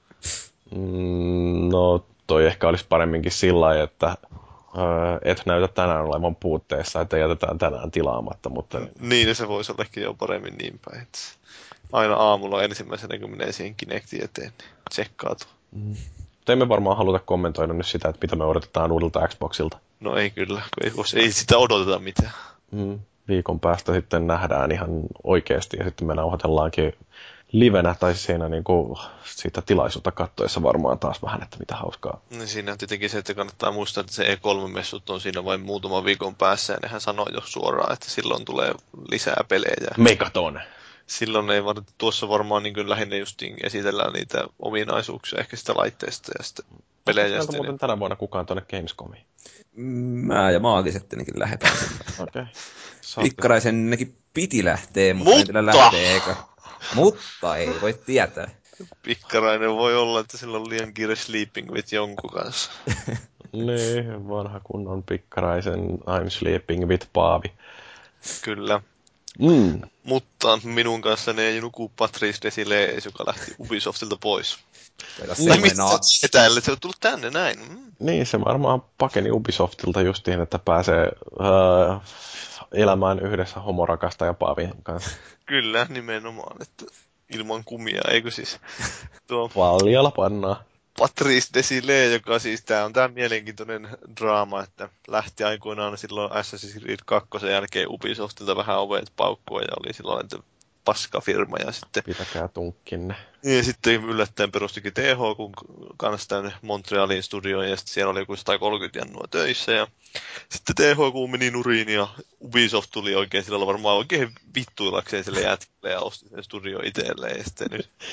mm, no toi ehkä olisi paremminkin sillä lailla, että öö, et näytä tänään olevan puutteessa, että jätetään tänään tilaamatta. Mutta... Niin, se voisi ollakin jo paremmin niin päin. Että aina aamulla ensimmäisenä, kun menee siihen Kinectiin eteen, niin tsekkaatu. Mm. Emme varmaan haluta kommentoida nyt sitä, että mitä me odotetaan uudelta Xboxilta. No ei kyllä, ei, ei sitä odoteta mitään. Mm. Viikon päästä sitten nähdään ihan oikeasti ja sitten me nauhoitellaankin livenä tai siinä niin kuin siitä tilaisuutta kattoessa varmaan taas vähän, että mitä hauskaa. No siinä on tietenkin se, että kannattaa muistaa, että se E kolme -messut on siinä vain muutaman viikon päässä ja nehän sanoo jo suoraan, että silloin tulee lisää pelejä. Megaton! Silloin ei var... tuossa varmaan niin kuin lähinnä justiin esitellään niitä ominaisuuksia, ehkä sitä laitteesta ja sitten pelejä. Onko muuten niin... tänä vuonna kukaan tuonne Gamescomiin? Mä ja Maagisettinikin lähdetään sinne. Okei. Okay. Pikkaraisen nekin piti lähteä, mutta, mutta... ei tiedä lähteekö. Mutta ei voi tietää. Pikkarainen voi olla, että sillä on liian kiire sleeping with jonkun kanssa. Niin, vanha kunnon Pikkaraisen I'm sleeping with Paavi. Kyllä. Mm. Mutta minun kanssani ei nuku Patrice Desilees, joka lähti Ubisoftilta pois. Tai mistä etäälle, se on tullut tänne näin. Mm. Niin, se varmaan pakeni Ubisoftilta justiin, että pääsee öö, elämään yhdessä homorakasta ja Paavin kanssa. Kyllä, nimenomaan, että ilman kumia, eikö siis? Tuo Valjalla pannaa. Patrice Desilets, joka siis, tää on tää mielenkiintoinen draama, että lähti aikoinaan silloin Assassin's Creed kaksi jälkeen Ubisoftilta vähän ovet paukkua ja oli silloin, että paskafirma ja sitten... Pitäkää tunkkinne. Ja sitten yllättäen perustikin T H Q:n kanssa tänne Montrealin studioon ja sitten siellä oli joku sata kolmekymmentä jannua töissä ja sitten T H Q meni nuriin ja Ubisoft tuli oikein sillä varmaan oikein vittuillakseen sille jätkille ja osti sen studio itselleen ja sitten nyt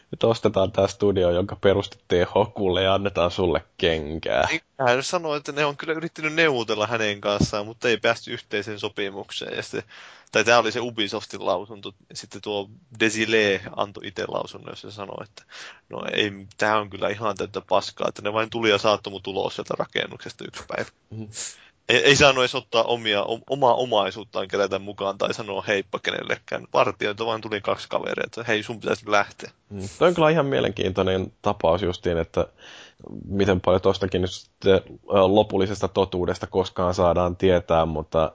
nyt ostetaan tää studio, jonka perusti T H Q:lle ja annetaan sulle kenkää. Hän sanoi, että ne on kyllä yrittänyt neuvotella hänen kanssaan, mutta ei päästy yhteiseen sopimukseen. Ja sitten, tai tämä oli se Ubisoftin lausunto. Sitten tuo Desile antoi itse lausunnon, jossa sanoi, että no ei, tämä on kyllä ihan täyttä paskaa, että ne vain tuli ja saattoi mun tulos sieltä rakennuksesta yksi päivä. Mm-hmm. Ei, ei saanut edes ottaa omia, omaa omaisuuttaan kerätä mukaan tai sanoa heippa kenellekään. Partioita vaan tuli kaksi kaveria, että hei, sun pitäisi lähteä. Mm. Tämä on kyllä ihan mielenkiintoinen tapaus justiin, että miten paljon tuostakin nyt lopullisesta totuudesta koskaan saadaan tietää, mutta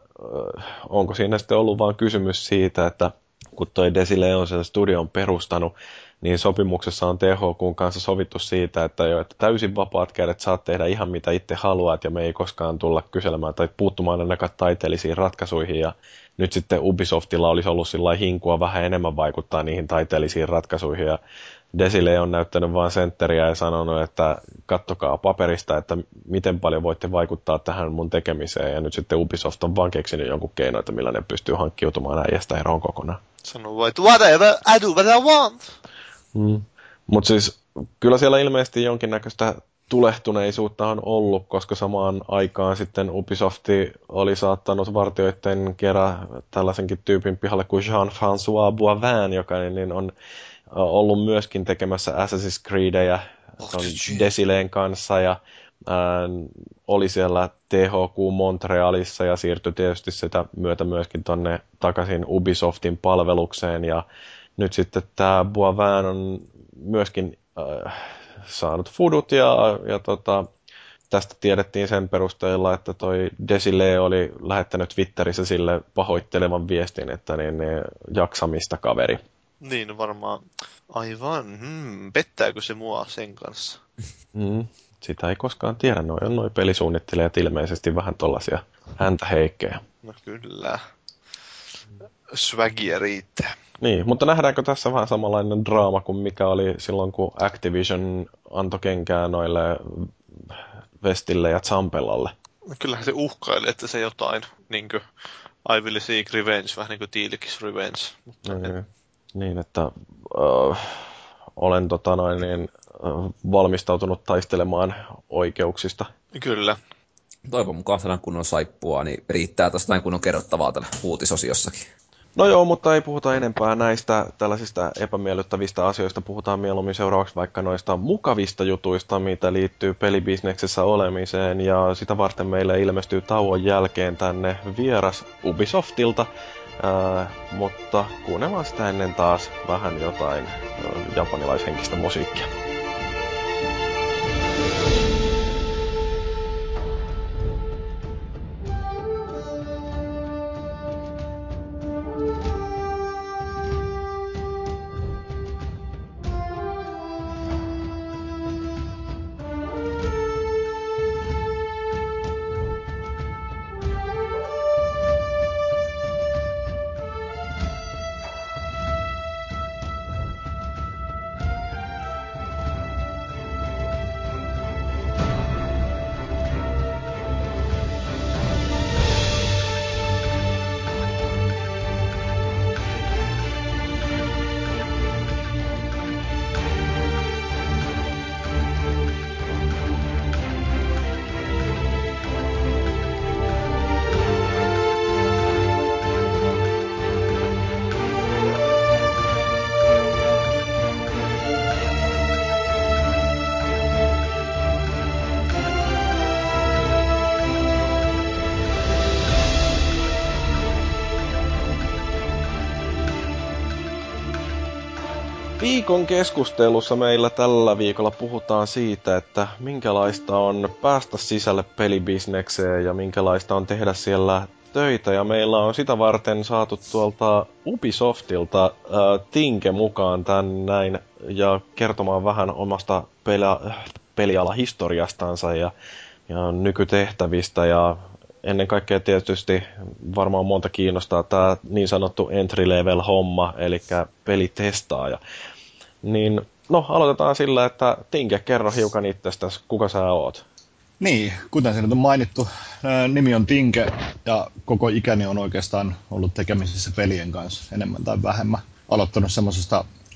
onko siinä sitten ollut vain kysymys siitä, että kun toi Desile on sen studion perustanut, niin sopimuksessa on T H Q:n kanssa sovittu siitä, että, jo, että täysin vapaat kädet saat tehdä ihan mitä itse haluat, ja me ei koskaan tulla kyselemään tai puuttumaan ainakaan taiteellisiin ratkaisuihin, ja nyt sitten Ubisoftilla olisi ollut sillä hinkua vähän enemmän vaikuttaa niihin taiteellisiin ratkaisuihin, ja Desile on näyttänyt vaan sentteriä ja sanonut, että kattokaa paperista, että miten paljon voitte vaikuttaa tähän mun tekemiseen, ja nyt sitten Ubisoft on vaan keksinyt jonkun keino, että millä ne pystyy hankkiutumaan äijästä eroon kokonaan. Sano vaan, että whatever, I do what I want. Mm. Mutta siis kyllä siellä ilmeisesti jonkinnäköistä tulehtuneisuutta on ollut, koska samaan aikaan sitten Ubisofti oli saattanut vartioiden kerran tällaisenkin tyypin pihalle kuin Jean-François Boivin, joka niin on ollut myöskin tekemässä Assassin's Creedejä Desileen kanssa ja ää, oli siellä T H Q Montrealissa ja siirtyi tietysti sitä myötä myöskin tonne takaisin Ubisoftin palvelukseen ja nyt sitten tämä Boivin on myöskin äh, saanut fudut ja, ja tota, tästä tiedettiin sen perusteella, että toi Desile oli lähettänyt Twitterissä sille pahoittelevan viestin, että niin, niin jaksamista kaveri. Niin varmaan. Aivan. Hmm, pettääkö se mua sen kanssa? Mm, sitä ei koskaan tiedä. Noi on noi pelisuunnittelijat ilmeisesti vähän tollasia häntä heikkejä. No kyllä. Swagia riittää. Niin, mutta nähdäänkö tässä vähän samanlainen draama kuin mikä oli silloin, kun Activision antoi kenkää noille Westille ja Zampelalle? Kyllähän se uhkaili, että se jotain, niin kuin I will seek revenge, vähän niin kuin Tiilikis revenge. Mutta niin, en... niin, että äh, olen tota noin, niin, äh, valmistautunut taistelemaan oikeuksista. Kyllä. Toivon mukaan sanan kunnon saippua, niin riittää tosta näin kunnon kerrottavaa tällä uutisosiossakin. No joo, mutta ei puhuta enempää näistä tällaisista epämiellyttävistä asioista. Puhutaan mieluummin seuraavaksi vaikka noista mukavista jutuista, mitä liittyy pelibisneksessä olemiseen. Ja sitä varten meille ilmestyy tauon jälkeen tänne vieras Ubisoftilta. Ää, mutta kuunnellaan sitä ennen taas vähän jotain ää, japanilaishenkistä musiikkia. Viikon keskustelussa meillä tällä viikolla puhutaan siitä, että minkälaista on päästä sisälle pelibisnekseen ja minkälaista on tehdä siellä töitä. Ja meillä on sitä varten saatu tuolta Ubisoftilta äh, Tinke mukaan tän näin ja kertomaan vähän omasta peli- pelialahistoriastansa ja, ja nykytehtävistä ja ennen kaikkea tietysti varmaan monta kiinnostaa tämä niin sanottu entry-level homma, eli pelitestaaja. Niin, no, aloitetaan sillä, että Tinke, kerro hiukan itsestäsi, kuka sä oot? Niin, kuten se nyt on mainittu, nimi on Tinke ja koko ikäni on oikeastaan ollut tekemisissä pelien kanssa enemmän tai vähemmän. Aloittanut semmoisesta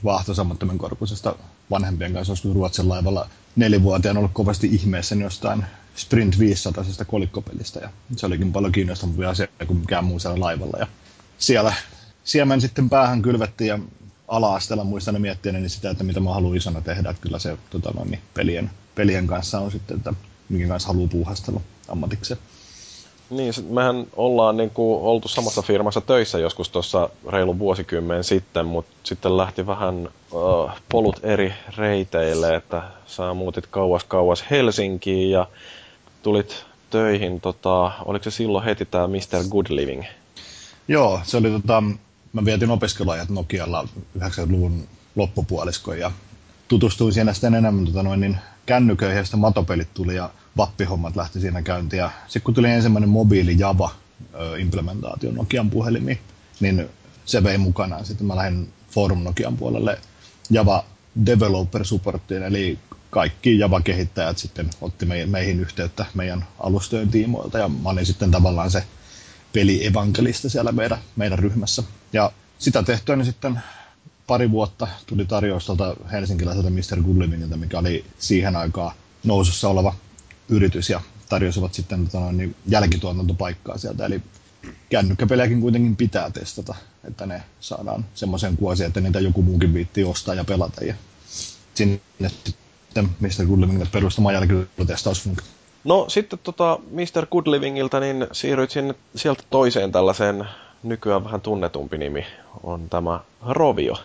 vaahtosammattomen korkuisesta vanhempien kanssa osui Ruotsin laivalla nelivuotiaan ollut kovasti ihmeessä jostain Sprint viisisataa kolikkopelistä. Ja se olikin paljon kiinnostavampi asia kuin mikään muu siellä laivalla. Ja siellä siemen sitten päähän kylvettiin ja ala-asteella muistan miettiä niin sitä, että mitä mä haluan isona tehdä. Että kyllä se tota, no, niin pelien, pelien kanssa on sitten, että minkä kanssa haluaa puuhastella ammatikseen. Niin, mehän ollaan niin kuin oltu samassa firmassa töissä joskus tuossa reilu vuosikymmen sitten, mutta sitten lähti vähän uh, polut eri reiteille, että sä muutit kauas kauas Helsinkiin ja tulit töihin, tota, oliko se silloin heti tää mister Good Living? Joo, se oli tota, mä vietin opiskeluajat Nokialla yhdeksänkymmentäluvun loppupuoliskoon ja tutustuin siinä sitten enemmän tota noin, niin kännyköihin ja sitten matopelit tuli ja vappihommat lähti siinä käyntiin. Ja sitten kun tuli ensimmäinen mobiili Java-implementaatio Nokian puhelimiin, niin se vei mukanaan. Sitten mä lähdin Forum Nokian puolelle Java Developer Supportiin, eli kaikki Java-kehittäjät sitten otti meihin yhteyttä meidän alustojen tiimoilta. Ja mä olin sitten tavallaan se pelievankelista siellä meidän, meidän ryhmässä. Ja sitä tehtyä niin sitten pari vuotta tuli tarjous tuolta helsinkiläiseltä mister Good Livingiltä, mikä oli siihen aikaan nousussa oleva yritys ja tarjosivat sitten tota, niin jälkituotantopaikkaa sieltä. Eli kännykkäpelejäkin kuitenkin pitää testata, että ne saadaan semmoisen kuosiin, että niitä joku muukin viittii ostaa ja pelata. Ja sinne sitten mister Good Livingiltä perustamaan jälkitestausfunktio. No sitten tota mister Good Livingiltä niin siirryit sinne sieltä toiseen tällaiseen nykyään vähän tunnetumpi nimi on tämä Rovio.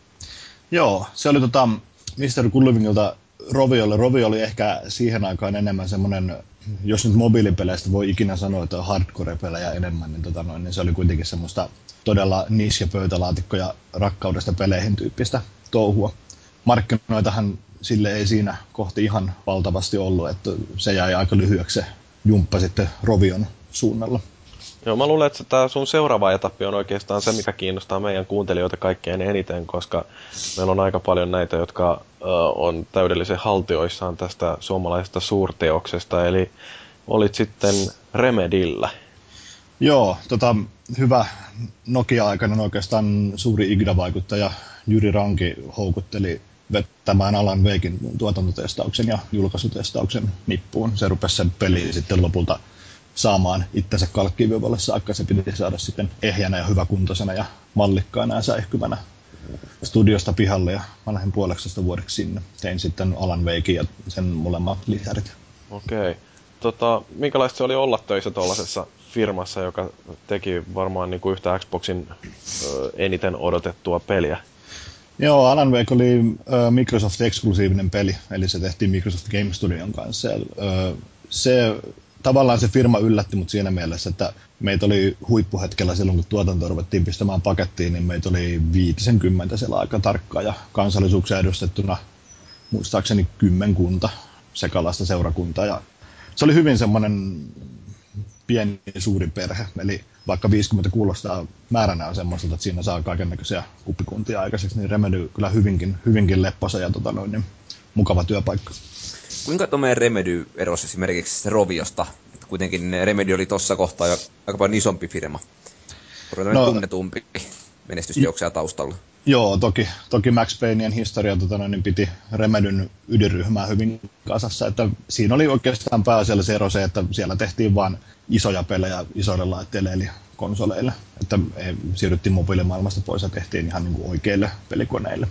Joo, se oli tota mister Good Livingiltä Roviolle. Rovio oli ehkä siihen aikaan enemmän semmoinen, jos nyt mobiilipeleistä voi ikinä sanoa, että on hardcore-pelejä enemmän, niin, tota noin, niin se oli kuitenkin semmoista todella niche- ja pöytälaatikkoja rakkaudesta peleihin tyyppistä touhua. Markkinoitahan sille ei siinä kohti ihan valtavasti ollut, että se jäi aika lyhyeksi se jumppa sitten Rovion suunnalla. Joo, mä luulen, että tämä sun seuraava etappi on oikeastaan se, mikä kiinnostaa meidän kuuntelijoita kaikkein eniten, koska meillä on aika paljon näitä, jotka uh, on täydellisen haltioissaan tästä suomalaisesta suurteoksesta, eli olit sitten Remedyllä. Joo, tota, hyvä Nokia-aikainen oikeastaan suuri I G D A-vaikuttaja Jyri Ranki houkutteli vettämään Alan Waken tuotantotestauksen ja julkaisutestauksen nippuun. Se rupesi sen peliin sitten lopulta saamaan itsensä kalkkiviivalle saakka. Se piti saada sitten ehjänä ja hyväkuntoisena ja mallikkaana ja säihkyvänä studiosta pihalle. Ja mä lähdin puoleksesta vuodeksi sinne. Tein sitten Alan Waken ja sen molemmat lisärit. Okei. Tota, minkälaista se oli olla töissä tuollaisessa firmassa, joka teki varmaan niin kuin yhtä Xboxin ö, eniten odotettua peliä? Joo, Alan Wake oli ö, Microsoft-eksklusiivinen peli, eli se tehtiin Microsoft Game Studion kanssa. Ja, ö, se, tavallaan se firma yllätti mut siinä mielessä, että meitä oli huippuhetkellä silloin, kun tuotanto ruvettiin pistämään pakettiin, niin meitä oli viitisenkymmentä siellä aika tarkkaan ja kansallisuuksia edustettuna muistaakseni kymmenkunta sekalaista seurakuntaa. Ja se oli hyvin semmoinen pieni suuri perhe, eli vaikka viisikymmentä kuulostaa määränä on semmoista, että siinä saa kaikennäköisiä kuppikuntia aikaiseksi, niin Remedy kyllä hyvinkin, hyvinkin lepposa ja tota noin, niin mukava työpaikka. Kuinka tuommoinen Remedy erosi esimerkiksi Roviosta? Että kuitenkin Remedy oli tuossa kohtaa jo aika paljon isompi firma. On no, tunnetumpi menestysteoksia taustalla. Joo, toki, toki Max Payneien historia tota noin, niin piti Remedyn ydinryhmää hyvin kasassa. Että siinä oli oikeastaan pääasiallinen ero se, että siellä tehtiin vain isoja pelejä isoille laitteille eli konsoleille. Että siirryttiin mobiilimaailmasta pois ja tehtiin ihan niin kuin oikeille pelikoneille.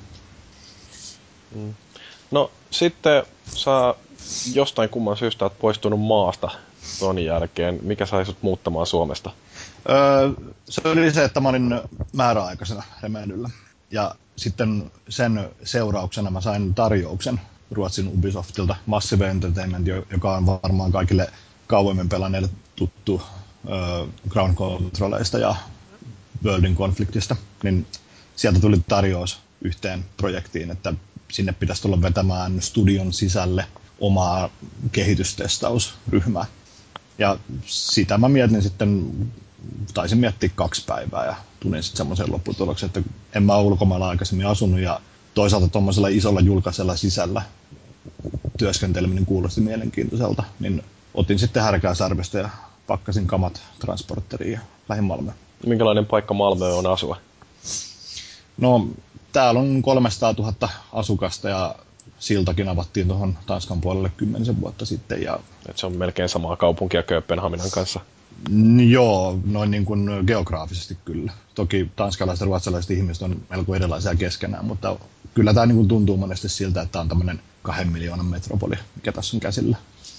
Mm. No sitten sä jostain kumman syystä oot poistunut maasta ton jälkeen. Mikä sai sut muuttamaan Suomesta? Öö, se oli se, että mä olin määräaikaisena Remedyllä. Ja sitten sen seurauksena mä sain tarjouksen Ruotsin Ubisoftilta, Massive Entertainment, joka on varmaan kaikille kauemmin pelanneille tuttu äh, Ground Controleista ja Worldin Conflictista. Niin sieltä tuli tarjous yhteen projektiin, että sinne pitäisi tulla vetämään studion sisälle omaa kehitystestausryhmää. Ja sitä mä mietin sitten, taisin miettiä kaksi päivää ja tulin sitten semmoiseen lopputulokseen, että en mä ole ulkomailla aikaisemmin asunut ja toisaalta tuommoisella isolla julkaisella sisällä työskenteleminen kuulosti mielenkiintoiselta, niin otin sitten härkää sarvesta ja pakkasin kamat transporteriin ja lähdin Malmöön. Minkälainen paikka Malmö on asua? No, täällä on kolmesataatuhatta asukasta ja siltakin avattiin tuohon Tanskan puolelle kymmenisen vuotta sitten. Ja et se on melkein samaa kaupunkia Kööpenhaminan kanssa. N- joo, noin niin kuin geograafisesti kyllä. Toki tanskalaiset ja ruotsalaiset ihmiset on melko erilaisia keskenään, mutta kyllä tämä niin kuin tuntuu monesti siltä, että tämä on tämmöinen kahden miljoonan metropoli, mikä tässä on käsillä.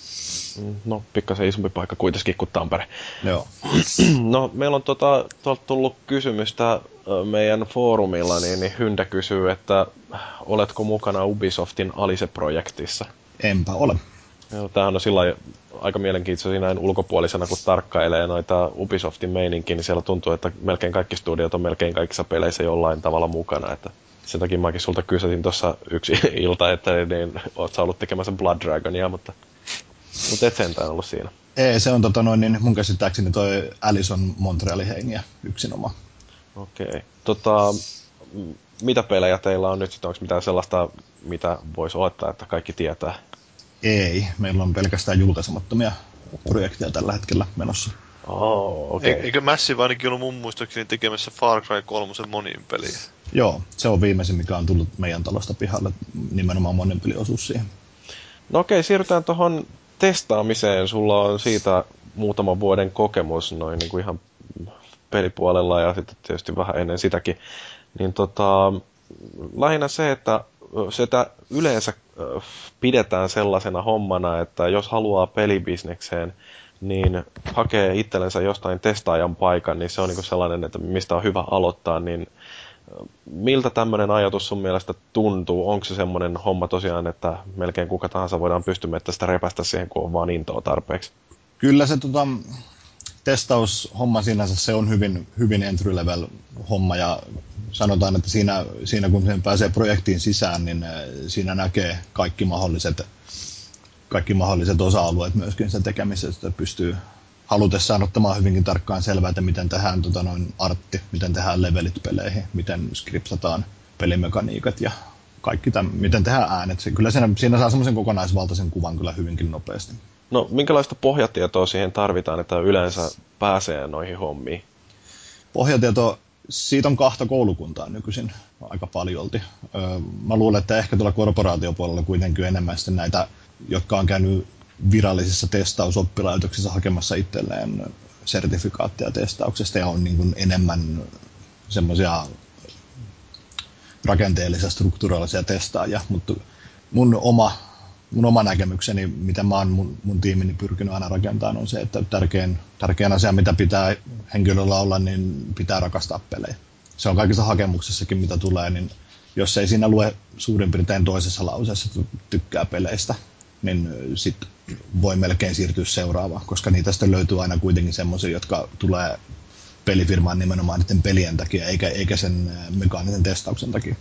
No, pikkasen isompi paikka kuitenkin kuin Tampere. Joo. No, meillä on tota, tullut kysymystä meidän foorumilla, niin, niin Hyndä kysyy, että oletko mukana Ubisoftin Alice-projektissa? Enpä ole. Joo, tämähän on sillä aika mielenkiintoista näin ulkopuolisena, kun tarkkailee noita Ubisoftin meininkiä, niin siellä tuntuu, että melkein kaikki studiot on melkein kaikissa peleissä jollain tavalla mukana. Että sen takia mäkin sulta kysytin tuossa yksi ilta, että niin, oot sä ollut tekemässä Blood Dragonia, mutta, mutta et sentään ollut siinä. Ei, se on tota noin, niin mun käsittääkseni toi Alice on Montrealin hengiä yksinomaan. Okei. Tota, mitä pelejä teillä on nyt sitten? Onko mitään sellaista, mitä voisi olettaa, että kaikki tietää? Ei, meillä on pelkästään julkaisemattomia projekteja tällä hetkellä menossa. Oh, okei. Okay. Eikö Massive ainakin ollut mun muistaakseni tekemässä Far Cry kolme monin peliä? Joo, se on viimeisin, mikä on tullut meidän talosta pihalle, nimenomaan monin peliosuus siihen. No okei, siirrytään tuohon testaamiseen. Sulla on siitä muutaman vuoden kokemus noin niin kuin ihan pelipuolella ja sitten tietysti vähän ennen sitäkin. Niin tota, lähinnä se, että sitä yleensä pidetään sellaisena hommana, että jos haluaa pelibisnekseen, niin hakee itsellensä jostain testaajan paikan, niin se on niin sellainen, että mistä on hyvä aloittaa. Niin miltä tämmöinen ajatus sun mielestä tuntuu? Onko se semmoinen homma tosiaan, että melkein kuka tahansa voidaan pystymettästä repästä siihen, kun on vaan intoa tarpeeksi? Kyllä se tota, testaushomma sinänsä se on hyvin, hyvin entry-level homma ja sanotaan, että siinä, siinä kun sen pääsee projektiin sisään, niin siinä näkee kaikki mahdolliset, kaikki mahdolliset osa-alueet myöskin sen tekemisessä, että pystyy halutessaan ottamaan hyvinkin tarkkaan selvää, että miten tehdään tota, noin artti, miten tehdään levelit peleihin, miten skripsataan pelimekaniikat ja kaikki tämän, miten tehdään äänet. Kyllä siinä, siinä saa semmoisen kokonaisvaltaisen kuvan kyllä hyvinkin nopeasti. No, minkälaista pohjatietoa siihen tarvitaan, että yleensä pääsee noihin hommiin? Pohjatieto, siitä on kahta koulukuntaa nykyisin aika paljolti. Mä luulen, että ehkä tuolla korporaatiopuolella kuitenkin enemmän sitten näitä, jotka on käynyt virallisissa testausoppilaitoksissa hakemassa itselleen sertifikaattia testauksesta ja on niin kuin enemmän semmoisia rakenteellisia, strukturaalisia testaajia, mutta mun oma, mun oma näkemykseni, mitä mä oon mun, mun tiimini pyrkinyt aina rakentamaan, on se, että tärkein, tärkein asia, mitä pitää henkilöllä olla, niin pitää rakastaa pelejä. Se on kaikissa hakemuksissakin, mitä tulee, niin jos ei siinä lue suurin piirtein toisessa lauseessa, että tykkää peleistä, niin sitten voi melkein siirtyä seuraavaan, koska niitä sitten löytyy aina kuitenkin semmoisia, jotka tulee pelifirmaan nimenomaan niiden pelien takia, eikä, eikä sen mekaanisen testauksen takia.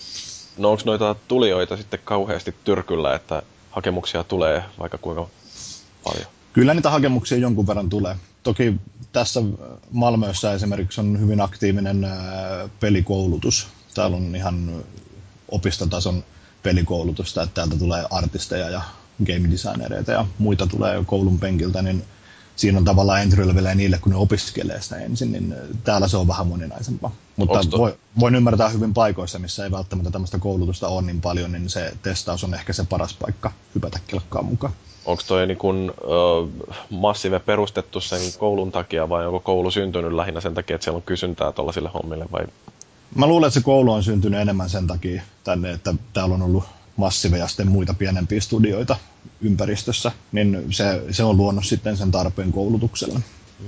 No onko noita tulijoita sitten kauheasti tyrkyllä, että hakemuksia tulee vaikka kuinka paljon? Kyllä niitä hakemuksia jonkun verran tulee. Toki tässä Malmössä esimerkiksi on hyvin aktiivinen pelikoulutus. Täällä on ihan opistotason pelikoulutusta, että täältä tulee artisteja ja game designereita ja muita tulee koulun penkiltä, niin siinä on tavallaan entry-levelejä niille, kun ne opiskelee sitä ensin, niin täällä se on vähän moninaisempaa. Mutta voi, voin ymmärtää hyvin paikoissa, missä ei välttämättä tämmöistä koulutusta ole niin paljon, niin se testaus on ehkä se paras paikka hypätä kelkkaan mukaan. Onko toi niin kun, ö, Massive perustettu sen koulun takia vai onko koulu syntynyt lähinnä sen takia, että siellä on kysyntää tuollaisille hommille? Vai? Mä luulen, että se koulu on syntynyt enemmän sen takia tänne, että täällä on ollut Massive ja sitten muita pienempiä studioita ympäristössä, niin se, se on luonut sitten sen tarpeen koulutukselle.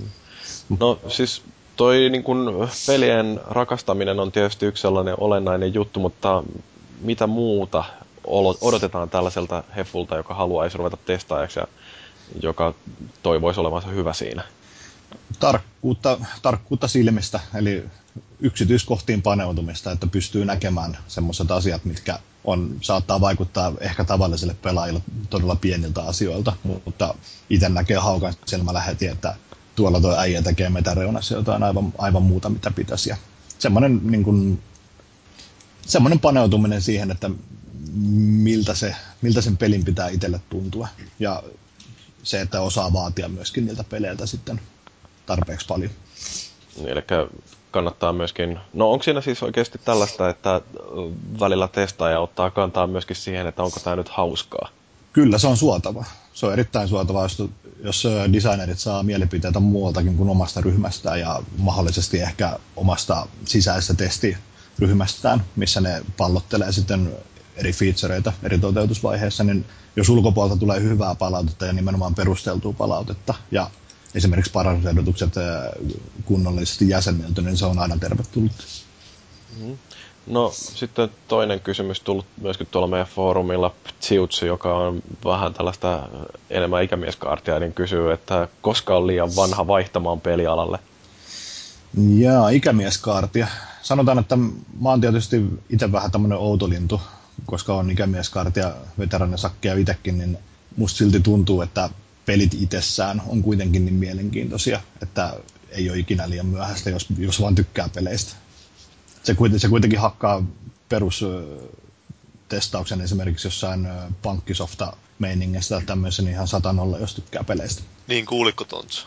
No siis toi niin kun, pelien rakastaminen on tietysti yksi sellainen olennainen juttu, mutta mitä muuta odotetaan tällaiselta heffulta, joka haluaisi ruveta testaajaksi ja joka toivoisi olevansa hyvä siinä? Tarkkuutta, tarkkuutta silmistä, eli yksityiskohtiin paneutumista, että pystyy näkemään semmoiset asiat, mitkä on, saattaa vaikuttaa ehkä tavalliselle pelaajille todella pieniltä asioilta, mutta itse näkee haukan silmällä heti, että tuolla tuo äijä tekee metäreunassa jotain aivan, aivan muuta, mitä pitäisi. Ja semmoinen, niin kuin, semmoinen paneutuminen siihen, että miltä, se, miltä sen pelin pitää itselle tuntua. Ja se, että osaa vaatia myöskin niiltä peleiltä sitten tarpeeksi paljon. Eli kannattaa myöskin, no onko siinä siis oikeasti tällaista, että välillä testaaja ottaa kantaa myöskin siihen, että onko tämä nyt hauskaa? Kyllä, se on suotava. Se on erittäin suotavaa, jos, jos designerit saa mielipiteitä muualtakin kuin omasta ryhmästään ja mahdollisesti ehkä omasta sisäisestä testiryhmästään, missä ne pallottelee sitten eri featureita eri toteutusvaiheessa, niin jos ulkopuolelta tulee hyvää palautetta ja nimenomaan perusteltua palautetta ja esimerkiksi parannusehdotukset kunnollisesti jäsennelty, niin se on aina tervetullut. Mm-hmm. No sitten toinen kysymys tullut myöskin tuolla meidän foorumilla, Tsiutsi, joka on vähän tällaista enemmän ikämieskaartia, niin kysyy, että koska on liian vanha vaihtamaan pelialalle? Jaa, ikämieskaartia. Sanotaan, että mä oon tietysti itse vähän tämmönen outolintu, koska on ikämieskaartia, veteranisakkia itsekin, niin musta silti tuntuu, että pelit itsessään on kuitenkin niin mielenkiintoisia, että ei ole ikinä liian myöhäistä, jos, jos vaan tykkää peleistä. Se, se kuitenkin hakkaa perustestauksen esimerkiksi jossain pankkisofta-meiningistä tai tämmöisen ihan satanolla, jos tykkää peleistä. Niin, kuuliko Tontsa?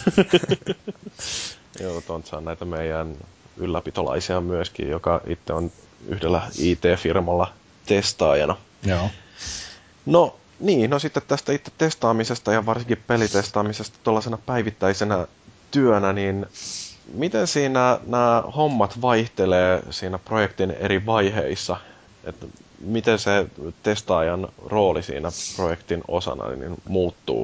Joo, Tontsa on näitä meidän ylläpitolaisia myöskin, joka itse on yhdellä I T-firmalla testaajana. Joo. No niin, no sitten tästä itse testaamisesta ja varsinkin pelitestaamisesta tuollaisena päivittäisenä työnä, niin miten siinä nämä hommat vaihtelee siinä projektin eri vaiheissa? Että miten se testaajan rooli siinä projektin osana niin muuttuu?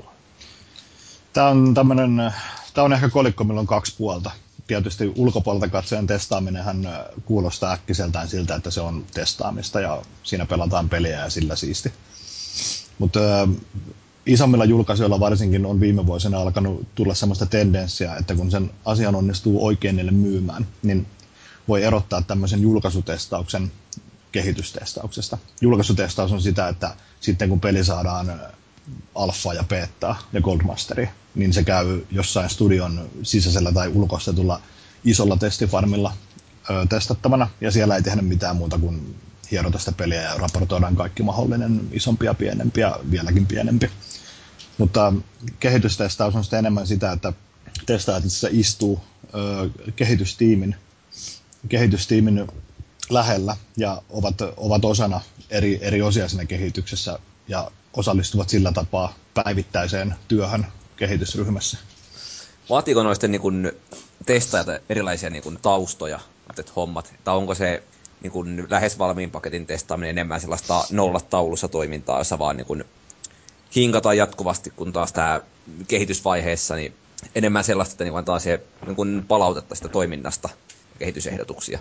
Tämä on, tämmönen, tämä on ehkä kolikko, millä on kaksi puolta. Tietysti ulkopuolelta katsojen testaaminenhan kuulostaa äkkiseltään siltä, että se on testaamista ja siinä pelataan peliä ja sillä siisti. Mutta isommilla julkaisijoilla varsinkin on viime vuosina alkanut tulla sellaista tendenssiä, että kun sen asian onnistuu oikein niille myymään, niin voi erottaa tämmöisen julkaisutestauksen kehitystestauksesta. Julkaisutestaus on sitä, että sitten kun peli saadaan alfaa ja betaa ja goldmasteri, niin se käy jossain studion sisäisellä tai ulkoistetulla isolla testifarmilla ö, testattavana, ja siellä ei tehdä mitään muuta kuin hierota sitä peliä ja raportoidaan kaikki mahdollinen isompi ja pienempi ja vieläkin pienempi. Mutta kehitystestaus on sitten enemmän sitä, että testaajat itse istuu ö, kehitystiimin, kehitystiimin lähellä ja ovat, ovat osana eri, eri osia siinä kehityksessä ja osallistuvat sillä tapaa päivittäiseen työhön kehitysryhmässä. Vaatiiko noisten niin kun, testaajat erilaisia niin kun, taustoja, että hommat, tai onko se niin kun, lähes valmiin paketin testaaminen enemmän sellaista nollataulussa toimintaa, jossa vaan niin kun, hinkataan jatkuvasti, kun taas tämä kehitysvaiheessa niin enemmän sellaista, että niin taas se niin kun, palautetta sitä toiminnasta ja kehitysehdotuksia?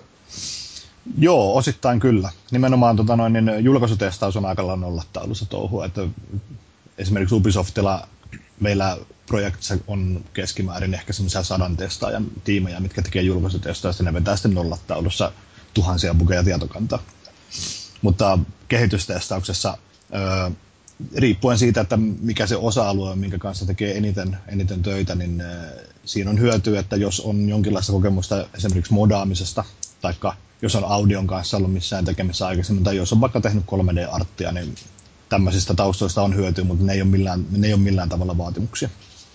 Joo, osittain kyllä. Nimenomaan tota noin, niin julkaisutestaus on aika lailla nollataulussa touhua. Että esimerkiksi Ubisoftilla meillä projektissa on keskimäärin ehkä semmoisia sadan testaajan tiimejä, mitkä tekee julkaisutestausta, ne vetää sitten nollataulussa tuhansia bugeja tietokantaa. Mutta kehitystestauksessa öö, riippuen siitä, että mikä se osa-alue on, minkä kanssa tekee eniten, eniten töitä, niin öö, siinä on hyötyä, että jos on jonkinlaista kokemusta esimerkiksi modaamisesta, taikka jos on audion kanssa ollut missään tekemissä aikaisemmin, tai jos on vaikka tehnyt kolme D-arttia, niin tämmöisistä taustoista on hyötyä, mutta ne ei ole millään, ne ei ole millään tavalla vaatimuksia.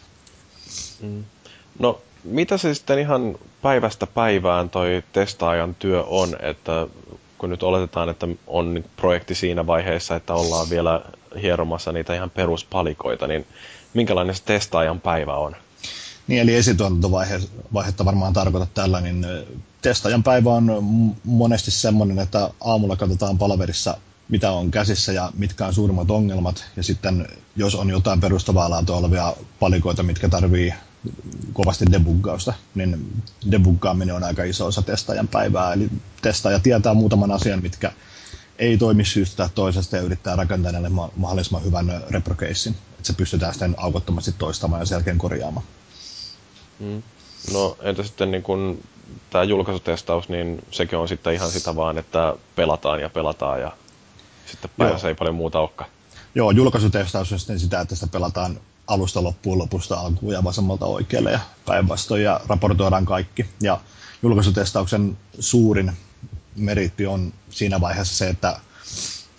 Mm. No, mitä se sitten ihan päivästä päivään toi testaajan työ on, että kun nyt oletetaan, että on projekti siinä vaiheessa, että ollaan vielä hieromassa niitä ihan peruspalikoita, niin minkälainen se testaajan päivä on? Niin, eli esituotantovaihetta varmaan tarkoitat tällä, niin testaajan päivä on monesti semmoinen, että aamulla katsotaan palaverissa, mitä on käsissä ja mitkä on suurimmat ongelmat, ja sitten jos on jotain perustavaa laatua olevia palikoita, mitkä tarvii kovasti debuggausta, niin debuggaaminen on aika iso osa testaajan päivää, eli testaaja tietää muutaman asian, mitkä ei toimi syystä tai toisesta ja yrittää rakentaa näille mahdollisimman hyvän reprokeissin, että se pystytään sitten aukottomasti toistamaan ja sen jälkeen korjaamaan. Mm. No entä sitten niin kun tämä julkaisutestaus, niin sekin on sitten ihan sitä vaan, että pelataan ja pelataan ja sitten päivässä ei paljon muuta olekaan. Joo, julkaisutestaus on sitten sitä, että sitä pelataan alusta loppuun, lopusta alkuun ja vasemmalta oikealle ja päinvastoin ja raportoidaan kaikki. Ja julkaisutestauksen suurin meriitti on siinä vaiheessa se, että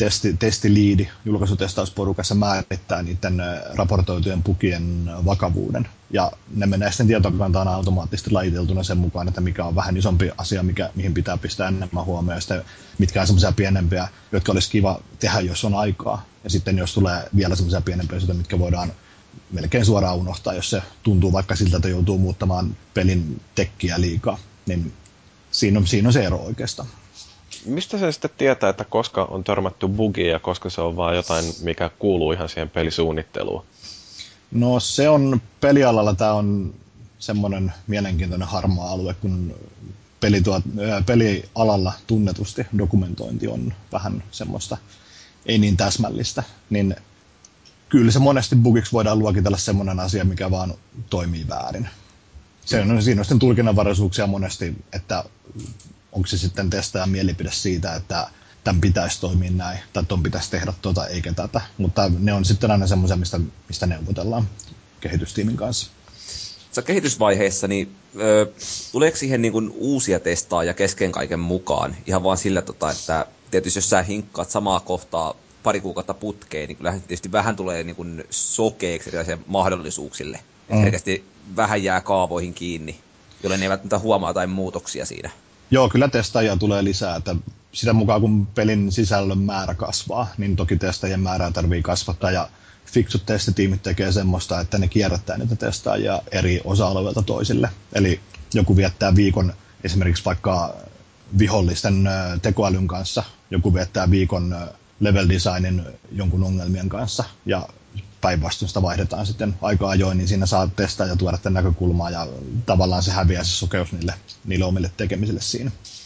testi, testiliidi julkaisutestausporukassa määrittää niiden raportoitujen bugien vakavuuden. Ja ne menee sitten tietokantaan automaattisesti lajiteltuna sen mukaan, että mikä on vähän isompi asia, mikä, mihin pitää pistää enemmän huomioon. Ja sitten mitkä on semmoisia pienempiä, jotka olisi kiva tehdä, jos on aikaa. Ja sitten jos tulee vielä semmoisia pienempiä asioita, mitkä voidaan melkein suoraan unohtaa, jos se tuntuu vaikka siltä, että joutuu muuttamaan pelin tekkiä liikaa, niin siinä on, siinä on se ero oikeastaan. Mistä se sitten tietää, että koska on törmätty bugiin ja koska se on vaan jotain, mikä kuuluu ihan siihen pelisuunnitteluun? No se on pelialalla, tämä on semmoinen mielenkiintoinen harmaa alue, kun pelituot, pelialalla tunnetusti dokumentointi on vähän semmoista ei niin täsmällistä, niin kyllä se monesti bugiksi voidaan luokitella semmoinen asia, mikä vaan toimii väärin. Se on, siinä on sitten tulkinnanvaraisuuksia monesti, että onko se sitten testaajan mielipide siitä, että tämän pitäisi toimia näin, tai ton pitäisi tehdä tota eikä tätä. Mutta ne on sitten aina semmoisia, mistä, mistä neuvotellaan kehitystiimin kanssa. Sä kehitysvaiheessa, niin ö, tuleeko siihen niin kuin uusia testaajia kesken kaiken mukaan? Ihan vaan sillä, tota, että tietysti jos sä hinkkaat samaa kohtaa pari kuukautta putkeen, niin kyllähän tietysti vähän tulee niin kuin sokeeksi erilaisia mahdollisuuksille. Mm. Selkeästi vähän jää kaavoihin kiinni, jolle ne eivät huomaa jotain muutoksia siinä. Joo, kyllä testaajia tulee lisää. Että sitä mukaan kun pelin sisällön määrä kasvaa, niin toki testaajien määrää tarvii kasvattaa. Ja fiksut testitiimit tekee semmoista, että ne kierrättää niitä testaajia eri osa-alueilta toisille. Eli joku viettää viikon esimerkiksi vaikka vihollisten tekoälyn kanssa, joku viettää viikon level designin jonkun ongelmien kanssa, ja päinvastoin sitä vaihdetaan sitten aika ajoin, niin siinä saa testaa ja tuoda tämän näkökulmaa, ja tavallaan se häviää se sokeus niille, niille omille tekemisille siinä.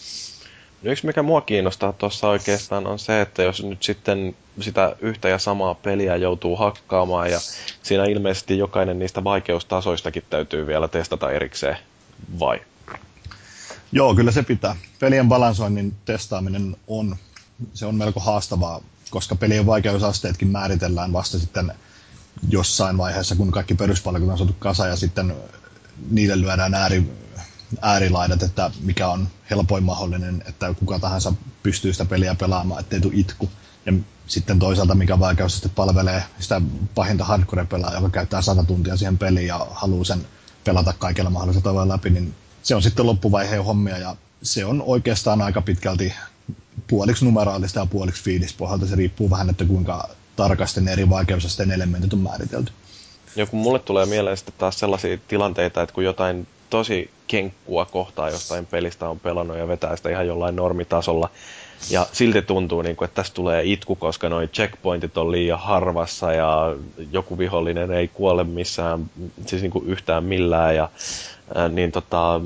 No yksi mikä mua kiinnostaa tuossa oikeastaan on se, että jos nyt sitten sitä yhtä ja samaa peliä joutuu hakkaamaan, ja siinä ilmeisesti jokainen niistä vaikeustasoistakin täytyy vielä testata erikseen, vai? Joo, kyllä se pitää. Pelien balansoinnin testaaminen on, se on melko haastavaa, koska pelien vaikeusasteetkin määritellään vasta sitten jossain vaiheessa, kun kaikki peruspalvelut on saatu kasa ja sitten niille lyödään ääri, äärilaidat, että mikä on helpoin mahdollinen, että kuka tahansa pystyy sitä peliä pelaamaan, ettei tule itku. Ja sitten toisaalta mikä vaikeusaste palvelee sitä pahinta hardcore-pelaajaa, joka käyttää sata tuntia siihen peliin ja haluaa sen pelata kaikilla mahdollisella tavalla läpi, niin se on sitten loppuvaiheen hommia ja se on oikeastaan aika pitkälti puoliksi numeraalista ja puoliksi fiilispohjalta. Se riippuu vähän, että kuinka tarkasti ne eri vaikeusasteen elementit on määritelty. Ja kun mulle tulee mieleen sitten taas sellaisia tilanteita, että kun jotain tosi kenkkua kohtaa jostain pelistä on pelannut ja vetää sitä ihan jollain normitasolla, ja silti tuntuu, niin kuin, että tässä tulee itku, koska noi checkpointit on liian harvassa ja joku vihollinen ei kuole missään, siis niin kuin yhtään millään, ja ää, niin tota...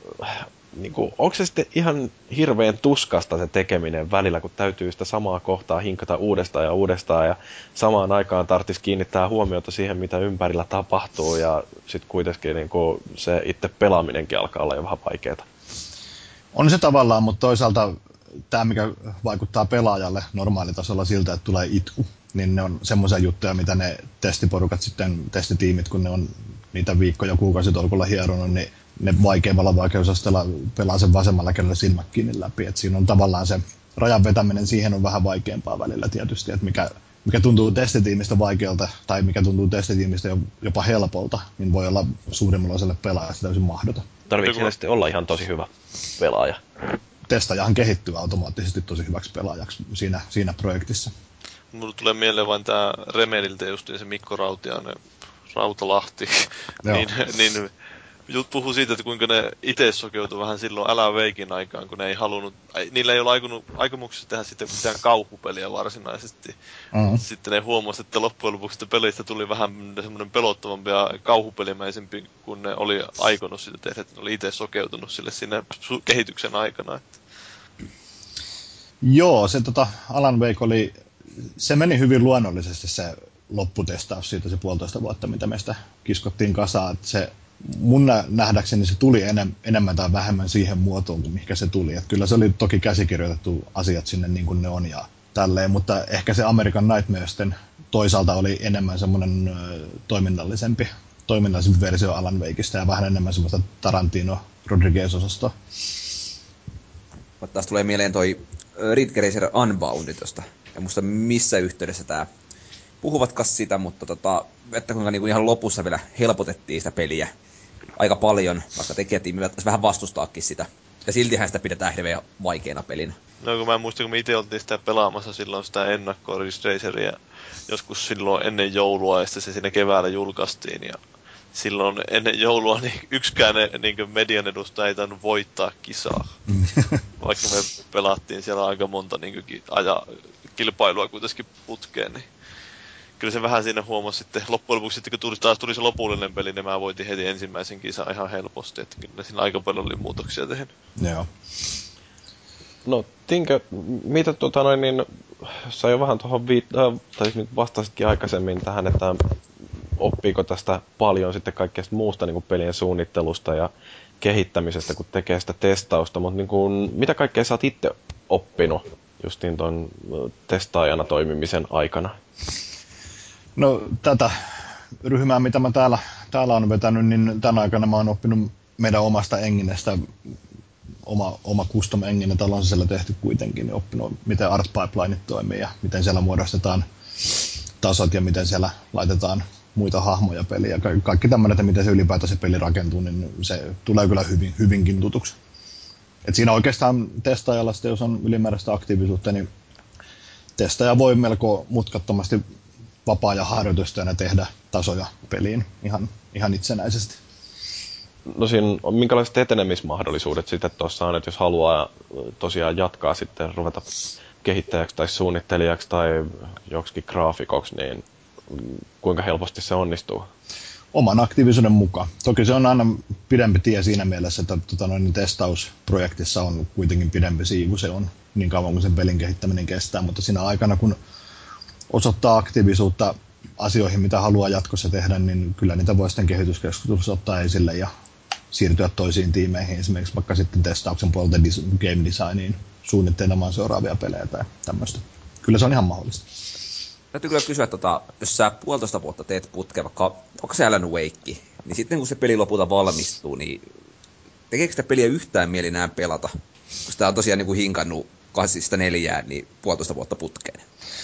Niin kuin, onko se sitten ihan hirveän tuskasta se tekeminen välillä, kun täytyy sitä samaa kohtaa hinkata uudestaan ja uudestaan ja samaan aikaan tarvitsisi kiinnittää huomiota siihen, mitä ympärillä tapahtuu ja sitten kuitenkin niin kuin, se itse pelaaminenkin alkaa olla jo vähän vaikeaa. On se tavallaan, mutta toisaalta tämä, mikä vaikuttaa pelaajalle normaalitasolla siltä, että tulee itku, niin ne on semmoisia juttuja, mitä ne testiporukat sitten, testitiimit, kun ne on niitä viikkoja, kuukausitolkulla hieronut, niin ne vaikeimmalla vaikeusasteella pelaa sen vasemmalla kädellä silmät kiinni läpi. Et siinä on tavallaan se rajan vetäminen, siihen on vähän vaikeampaa välillä tietysti, että mikä, mikä tuntuu testitiimistä vaikealta tai mikä tuntuu testitiimistä jopa helpolta, niin voi olla suurimmalla oselle pelaajalle täysin mahdoton. Tarviiko siinä sitten olla ihan tosi hyvä pelaaja? Testaajahan kehittyy automaattisesti tosi hyväksi pelaajaksi siinä, siinä projektissa. Mulle tulee mieleen vain tää Remediltä justiin se Mikko Rautiainen, Rautalahti, niin, niin jut puhuu siitä, että kuinka ne itse sokeutui vähän silloin Älä Veikin aikaan, kun ne ei halunnut, niillä ei ole aikonut, aikomuksessa tehdä sitten mitään kauhupeliä varsinaisesti. Mm-hmm. Sitten ne huomasi, että loppujen lopuksi pelistä tuli vähän semmoinen pelottavampi ja kauhupelimäisempi, kun ne oli aikonut sitä tehdä, että ne oli itse sokeutunut sille sinne kehityksen aikana. Että. Joo, se tota, Alan Wake oli, se meni hyvin luonnollisesti se lopputestaus siitä se puolitoista vuotta, mitä meistä kiskottiin kasaan, että se mun nähdäkseni se tuli enem, enemmän tai vähemmän siihen muotoon kuin mikä se tuli. Et kyllä se oli toki käsikirjoitettu asiat sinne niin kuin ne on ja tälleen, mutta ehkä se American Nightmare sitten toisaalta oli enemmän semmoinen ö, toiminnallisempi, toiminnallisempi versio Alan Wakeista ja vähän enemmän semmoista Tarantino Rodriguez-osastoa. Taas tulee mieleen toi Ridge Racer Unbounded, josta En muista missä yhteydessä tää puhuvatkaan sitä, mutta tota, että kuinka niinku ihan lopussa vielä helpotettiin sitä peliä aika paljon, vaikka tekijätiimi vähän vastustaakin sitä. Ja siltihän sitä pidetään hirveän vaikeana pelinä. No kun mä muistan, kun me itse oltiin sitä pelaamassa silloin sitä ennakkoa Ridge Raceria joskus silloin ennen joulua, ja sitten se siinä keväällä julkaistiin. Ja silloin ennen joulua niin yksikään niin median edustaja ei tainnut voittaa kisaa. Vaikka me pelattiin siellä aika monta niin aja kilpailua kuitenkin putkeen, niin kyllä se vähän siinä huomasi sitten loppujen lopuksi, sitten kun tuli, taas tuli se lopullinen peli, niin mä voitin heti ensimmäisen kisan ihan helposti, että kyllä siinä aika paljon oli muutoksia tehnyt. Joo. No, Tinkö, mitä tuota noin, niin sä jo vähän tuohon viittaa, tai nyt vastasitkin aikaisemmin tähän, että oppiiko tästä paljon sitten kaikkea muusta niin kuin pelien suunnittelusta ja kehittämisestä, kun tekee sitä testausta, mutta niin kuin, mitä kaikkea sä oot itse oppinut justiin ton testaajana toimimisen aikana? No tätä ryhmää, mitä mä täällä, täällä on vetänyt, niin tänä aikana mä oon oppinut meidän omasta enginestä, oma, oma custom engine, täällä on siellä tehty kuitenkin, niin oppinut miten art pipelineit toimii ja miten siellä muodostetaan tasot ja miten siellä laitetaan muita hahmoja peliä ja ka- kaikki tämmöinen, että miten se ylipäätään se peli rakentuu, niin se tulee kyllä hyvin, hyvinkin tutuksi. Et siinä oikeastaan testaajalla sitten, jos on ylimääräistä aktiivisuutta, niin testaaja voi melko mutkattomasti vapaa- ja harjoitustyönä tehdä tasoja peliin ihan, ihan itsenäisesti. No siinä on minkälaiset etenemismahdollisuudet sitten tuossa on, että jos haluaa tosiaan jatkaa sitten ruveta kehittäjäksi tai suunnittelijaksi tai joksikin graafikoksi, niin kuinka helposti se onnistuu? Oman aktiivisuuden mukaan. Toki se on aina pidempi tie siinä mielessä, että tota, noin, testausprojektissa on kuitenkin pidempi siivu, se on niin kauan kuin sen pelin kehittäminen kestää, mutta siinä aikana kun osoittaa aktiivisuutta asioihin, mitä haluaa jatkossa tehdä, niin kyllä niitä voi sitten kehityskeskustelussa ottaa esille ja siirtyä toisiin tiimeihin, esimerkiksi vaikka sitten testauksen puolelta game designiin suunnittelemaan seuraavia pelejä tai tämmöistä. Kyllä se on ihan mahdollista. Täytyy kyllä kysyä, tota, jos sä puolitoista vuotta teet putkea, vaikka onko se Alan Wake, niin sitten kun se peli lopulta valmistuu, niin tekeekö sitä peliä yhtään mieli enää pelata? Kun sitä on tosiaan niin kuin hinkannut kahdesta neljään, niin puolitoista vuotta putkeen.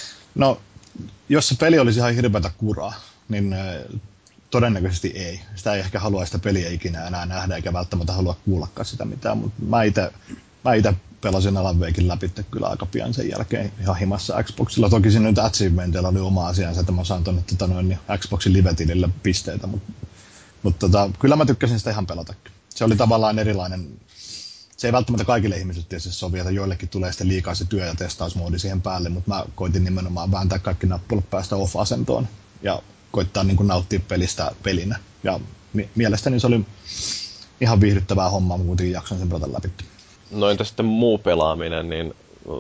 No, jos se peli olisi ihan hirveätä kuraa, niin todennäköisesti ei. Sitä ei ehkä halua sitä peliä ikinä enää nähdä, eikä välttämättä halua kuullakaan sitä mitään, mutta mä ite, mä ite pelasin Alan Waken läpi kyllä aika pian sen jälkeen ihan himassa Xboxilla. Toki siinä nyt achievementilla oli oma asiansa, että mä saan tuonne tota noin, Xboxin live-tilille pisteitä, mutta, mutta tota, kyllä mä tykkäsin sitä ihan pelatakin. Se oli tavallaan erilainen. Se ei välttämättä kaikille ihmisille tietysti sovi, että joillekin tulee sitten liikaa se työ- ja testausmoodi siihen päälle, mutta mä koitin nimenomaan vääntää kaikki nappulat päästä off-asentoon ja koittaa niin kuin nauttia pelistä pelinä. Ja mi- mielestäni se oli ihan viihdyttävää hommaa, mutta kuitenkin jaksoin sen pelata läpi. No entä sitten muu pelaaminen, niin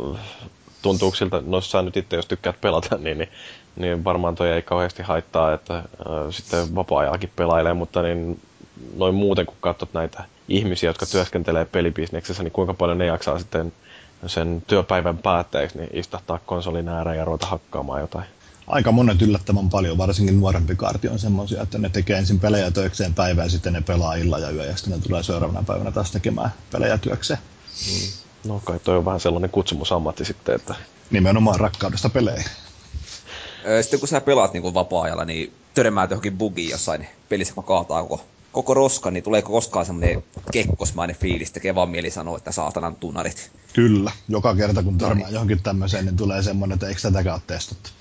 tuntuuko siltä, no sä nyt itse jos tykkäät pelata, niin, niin, niin varmaan toi ei kauheasti haittaa, että äh, sitten vapaa-ajallakin pelailee, mutta niin noin muuten kun katsot näitä ihmisiä, jotka työskentelee pelibisneksessä, niin kuinka paljon ne jaksaa sitten sen työpäivän päätteeksi niin istahtaa konsolin ääreen ja ruveta hakkaamaan jotain? Aika monet yllättävän paljon, varsinkin nuorempi kaarti on semmoisia, että ne tekee ensin pelejä töikseen päivää ja sitten ne pelaa illa ja yö ja sitten ne tulee seuraavana päivänä taas tekemään pelejä työkseen. Hmm. No kai toi on vähän sellainen kutsumusammatti sitten, että nimenomaan rakkaudesta peleihin. Sitten kun sä pelaat niin kuin vapaa-ajalla, niin törmäät johonkin bugiin jossain pelissä, kun kaataa koko, koko roska, niin tuleeko koskaan semmoinen kekkosmainen fiilis, tekee vaan mieli sanoa, että saatanan tunarit. Kyllä, joka kerta kun törmää no, johonkin tämmöiseen, niin tulee semmoinen, että eikö tätäkään ole testattu.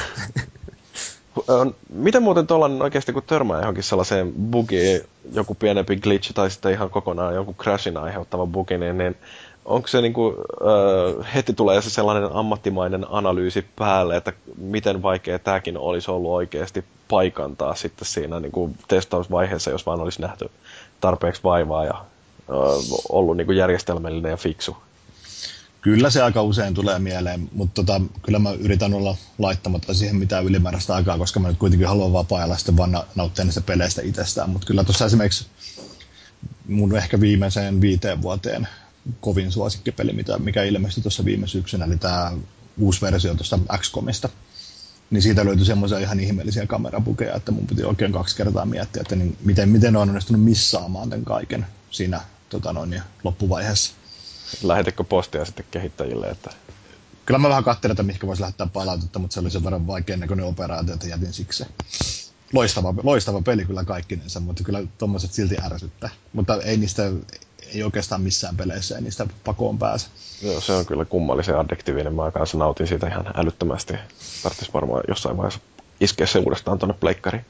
Miten muuten tuolla oikeasti, kun törmää johonkin sellaiseen bugiin, joku pienempi glitch tai sitten ihan kokonaan joku crashin aiheuttava bugi, niin, niin onko se niin kuin, äh, heti tulee se sellainen ammattimainen analyysi päälle, että miten vaikea tämäkin olisi ollut oikeasti paikantaa sitten siinä niin kuin testausvaiheessa, jos vaan olisi nähty tarpeeksi vaivaa ja äh, ollut niin kuin järjestelmällinen ja fiksu? Kyllä se aika usein tulee mieleen, mutta tota, kyllä mä yritän olla laittamatta siihen mitään ylimääräistä aikaa, koska mä nyt kuitenkin haluan vapaa-ajalla sitten vaan nauttia niistä peleistä itsestään. Mutta kyllä tuossa esimerkiksi mun ehkä viimeiseen viiteen vuoteen kovin suosikkipeli, mitä, mikä ilmestyi tuossa viime syksynä, eli tämä uusi versio tuosta X COMista. Niin siitä löytyi semmoisia ihan ihmeellisiä kamerabukeja, että mun piti oikein kaksi kertaa miettiä, että niin miten, miten on onnistunut missaamaan tämän kaiken siinä tota noin, loppuvaiheessa. Lähetätkö postia sitten kehittäjille? Että Kyllä mä vähän katselin, että mihinkä voisi lähettää palautetta, mutta se oli sen verran vaikean näköinen operaatio, että jätin siksi. Loistava, loistava peli kyllä kaikkinensa, mutta kyllä tommoset silti ärsyttää. Mutta ei niistä, ei oikeastaan missään peleissä, ei niistä pakoon pääse. Joo, se on kyllä kummallisen addiktiivinen. Mä kanssa nautin siitä ihan älyttömästi. Tarvitsisi varmaan jossain vaiheessa iskeä se uudestaan tonne pleikkariin.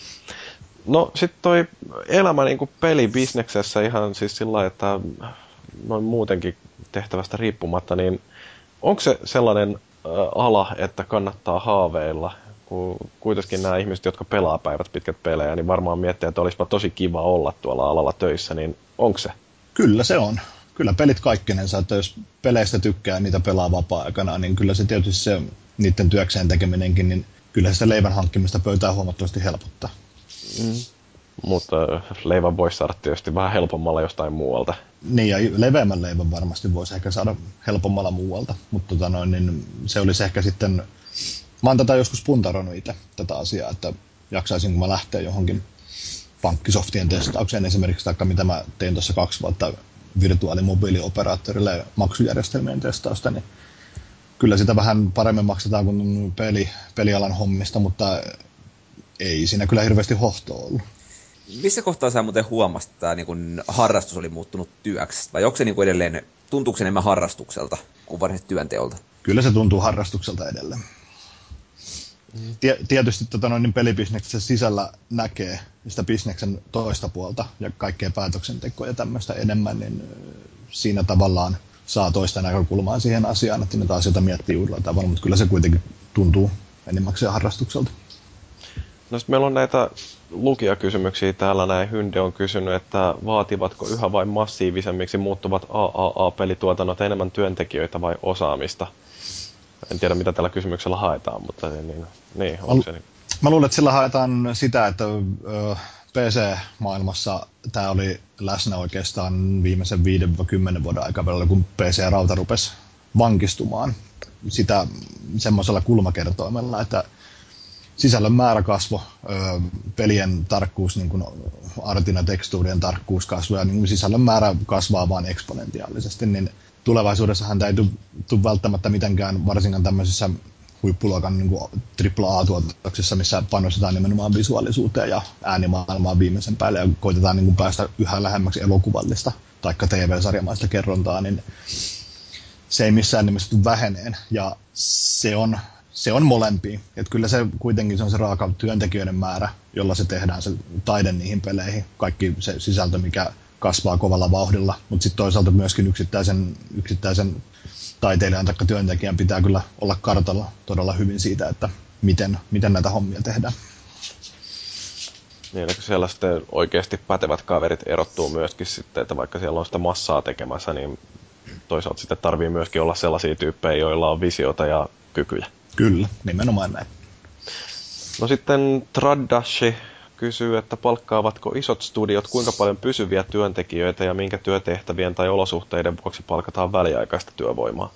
No sit toi elämä niinku pelibisneksessä ihan siis sillä lailla, että noin muutenkin tehtävästä riippumatta, niin onko se sellainen äh, ala, että kannattaa haaveilla? Kun kuitenkin nämä ihmiset, jotka pelaa päivät pitkät pelejä, niin varmaan miettii, että olisipa tosi kiva olla tuolla alalla töissä, niin onko se? Kyllä se on. Kyllä pelit kaikkinensa, että jos peleistä tykkää ja niitä pelaa vapaa-aikana, niin kyllä se tietysti se niiden työkseen tekeminenkin, niin kyllä sitä leivän hankkimista pöytää huomattavasti helpottaa. Mm. Mutta leivän voisi saada tietysti vähän helpommalla jostain muualta. Niin, ja leveämmän leivän varmasti voisi ehkä saada helpommalla muualta, mutta tota noin, niin se olisi ehkä sitten... Mä oon tätä joskus puntaroinut itse, tätä asiaa, että jaksaisinko mä lähteä johonkin pankkisoftien testaukseen esimerkiksi, taikka mitä mä tein tuossa kaksi vuotta virtuaalimobiilioperaattorille maksujärjestelmien testausta, niin kyllä sitä vähän paremmin maksetaan kuin peli, pelialan hommista, mutta ei siinä kyllä hirveästi hohtoa ollut. Missä kohtaa sä muuten huomasit, että tämä niin harrastus oli muuttunut työksi? Vai onko se niin edelleen, tuntuuko se enemmän harrastukselta kuin varsinaisesti työnteolta? Kyllä se tuntuu harrastukselta edelleen. Tietysti tota noin, niin pelibisneksen sisällä näkee sitä bisneksen toista puolta ja kaikkea päätöksentekoa ja tämmöistä enemmän, niin siinä tavallaan saa toista näkökulmaa siihen asiaan, että niitä asioita miettii uudella tavalla, mutta kyllä se kuitenkin tuntuu enimmäkseen harrastukselta. No sitten meillä on näitä lukijakysymyksiä täällä näin. Hynde on kysynyt, että vaativatko yhä vain massiivisemmiksi muuttuvat A A A-pelituotannot enemmän työntekijöitä vai osaamista? En tiedä, mitä tällä kysymyksellä haetaan, mutta niin, niin onko se niin? Mä luulen, että sillä haetaan sitä, että P C-maailmassa tämä oli läsnä oikeastaan viimeisen viiden kymmenen vuoden aikavälillä, kun P C-rauta rupesi vankistumaan sitä semmoisella kulmakertoimella, että sisällön määrä kasvoi, pelien tarkkuus, niin kuin artin ja tekstuurien tarkkuus kasvoi, ja niin sisällön määrä kasvaa vaan eksponentiaalisesti, niin tulevaisuudessahan tämä ei tule välttämättä mitenkään, varsinkaan tämmöisissä huippuluokan niin triple A-tuotoksissa, missä panostetaan nimenomaan visuaalisuuteen ja äänimaailmaan viimeisen päälle ja koitetaan niin kuin päästä yhä lähemmäksi elokuvallista tai T V-sarjamaista kerrontaa, niin se ei missään nimessä tule väheneen, ja se on, se on molempia. Että kyllä se kuitenkin se on se raaka työntekijöiden määrä, jolla se tehdään se taide niihin peleihin, kaikki se sisältö, mikä kasvaa kovalla vauhdilla, mutta sitten toisaalta myöskin yksittäisen, yksittäisen taiteilijan tai työntekijän pitää kyllä olla kartalla todella hyvin siitä, että miten, miten näitä hommia tehdään. Niin, kun siellä sitten oikeasti pätevät kaverit erottuu myöskin sitten, että vaikka siellä on sitä massaa tekemässä, niin toisaalta sitten tarvii myöskin olla sellaisia tyyppejä, joilla on visiota ja kykyjä. Kyllä, nimenomaan näin. No sitten Traddashi kysyy, että palkkaavatko isot studiot kuinka paljon pysyviä työntekijöitä ja minkä työtehtävien tai olosuhteiden vuoksi palkataan väliaikaista työvoimaa?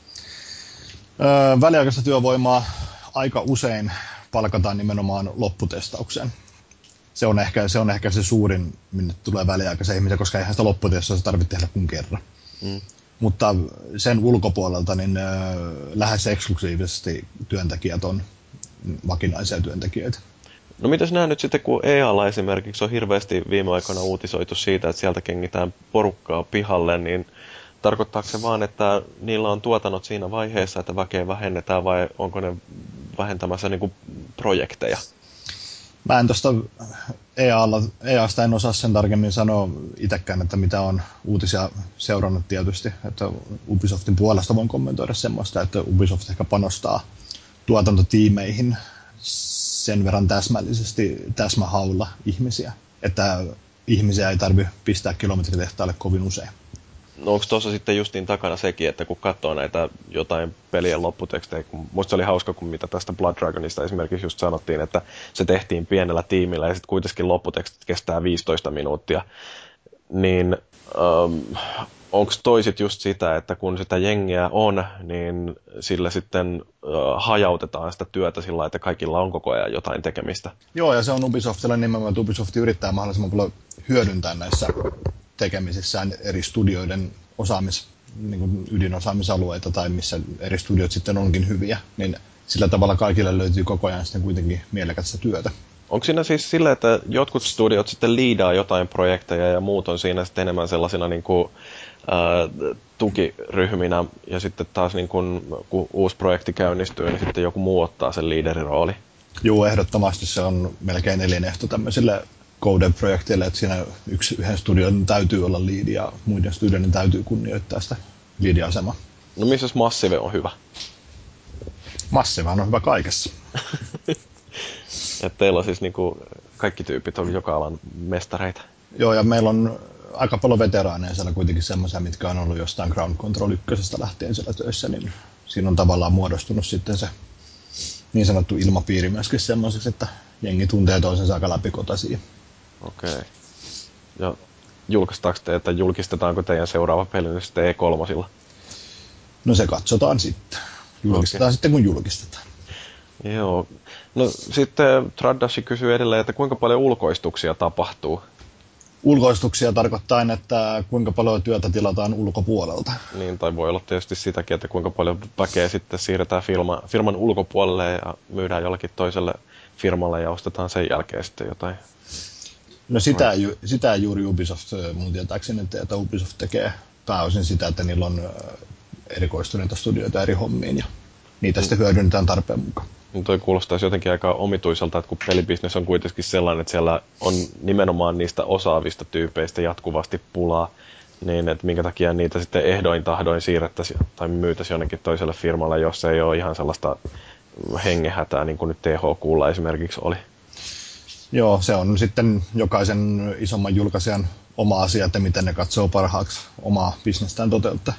Öö, väliaikaista työvoimaa aika usein palkataan nimenomaan lopputestaukseen. Se on ehkä se, on ehkä se suurin, minne tulee väliaikaisen ihmisen, koska eihän sitä lopputestausta tarvitse tehdä kuin kerran. Mm. Mutta sen ulkopuolelta niin öö, lähes eksklusiivisesti työntekijät on vakinaisia työntekijöitä. No mitäs nää nyt sitten, kun E A:lla esimerkiksi on hirveästi viime aikoina uutisoitu siitä, että sieltä kengitään porukkaa pihalle, niin tarkoittaako se vaan, että niillä on tuotannot siinä vaiheessa, että väkeä vähennetään, vai onko ne vähentämässä niin kuin projekteja? Mä en tuosta E A:lla, E A:sta en osaa sen tarkemmin sanoa itsekään, että mitä on uutisia seurannut tietysti, että Ubisoftin puolesta voin kommentoida semmoista, että Ubisoft ehkä panostaa tuotantotiimeihin sen verran täsmällisesti täsmähaulla ihmisiä, että ihmisiä ei tarvitse pistää kilometritehtaalle kovin usein. No onko tuossa sitten justiin takana sekin, että kun katsoo näitä jotain pelien lopputekstejä, kun musta se oli hauska, kun mitä tästä Blood Dragonista esimerkiksi just sanottiin, että se tehtiin pienellä tiimillä ja sitten kuitenkin lopputekstit kestää viisitoista minuuttia, niin um, onko toisit just sitä, että kun sitä jengiä on, niin sillä sitten uh, hajautetaan sitä työtä sillä, että kaikilla on koko ajan jotain tekemistä? Joo, ja se on Ubisoftilla nimenomaan, että Ubisoft yrittää mahdollisimman paljon hyödyntää näissä tekemisissään eri studioiden osaamis, niin kuin ydinosaamisalueita tai missä eri studiot sitten onkin hyviä, niin sillä tavalla kaikille löytyy koko ajan sitten kuitenkin mielekästä työtä. Onko siinä siis silleen, että jotkut studiot sitten liidaa jotain projekteja ja muut on siinä sitten enemmän sellaisina niin kuin, ää, tukiryhminä ja sitten taas niin kuin, kun uusi projekti käynnistyy, niin sitten joku muu ottaa sen liiderirooli? Joo, ehdottomasti se on melkein elinehto tämmöisille Code-projekteille, että siinä yksi, yhden studion täytyy olla liidi ja muiden studioiden täytyy kunnioittaa sitä liidiasemaa. No missä Massive on hyvä? Massive on hyvä kaikessa. Että teillä on siis niinku, kaikki tyypit on joka alan mestareita. Joo, ja meillä on aika paljon veteraaneja siellä kuitenkin semmoisia, mitkä on ollut jostain Ground Control ykkösestä lähtien siellä töissä, niin siinä on tavallaan muodostunut sitten se niin sanottu ilmapiiri myöskin semmoiseksi, että jengi tuntee toisensa aika läpikotaisia. Okei. Ja julkaistaanko te, että julkistetaanko teidän seuraava peli nyt sitten E kolme? No se katsotaan sitten. Julkistetaan okay. sitten, kun julkistetaan. Joo. No sitten Traddashi kysyy edelleen, että kuinka paljon ulkoistuksia tapahtuu? Ulkoistuksia tarkoittaa, että kuinka paljon työtä tilataan ulkopuolelta. Niin, tai voi olla tietysti sitäkin, että kuinka paljon väkeä sitten siirretään firma, firman ulkopuolelle ja myydään jollakin toiselle firmalle ja ostetaan sen jälkeen sitten jotain. No sitä, ju, sitä juuri Ubisoft mun tietääkseni, että Ubisoft tekee pääosin sitä, että niillä on erikoistuneita studioita eri hommiin ja niitä mm. sitten hyödynnetään tarpeen mukaan. No toi kuulostaisi jotenkin aika omituiselta, että kun pelibisnes on kuitenkin sellainen, että siellä on nimenomaan niistä osaavista tyypeistä jatkuvasti pulaa, niin että minkä takia niitä sitten ehdoin tahdoin siirrettäisiin tai myytäisiin jonnekin toiselle firmalle, jos ei ole ihan sellaista hengehätää, niin kuin nyt T H Q:lla esimerkiksi oli. Joo, se on sitten jokaisen isomman julkaisijan oma asia, että miten ne katsoo parhaaksi omaa bisnestään toteuttaa.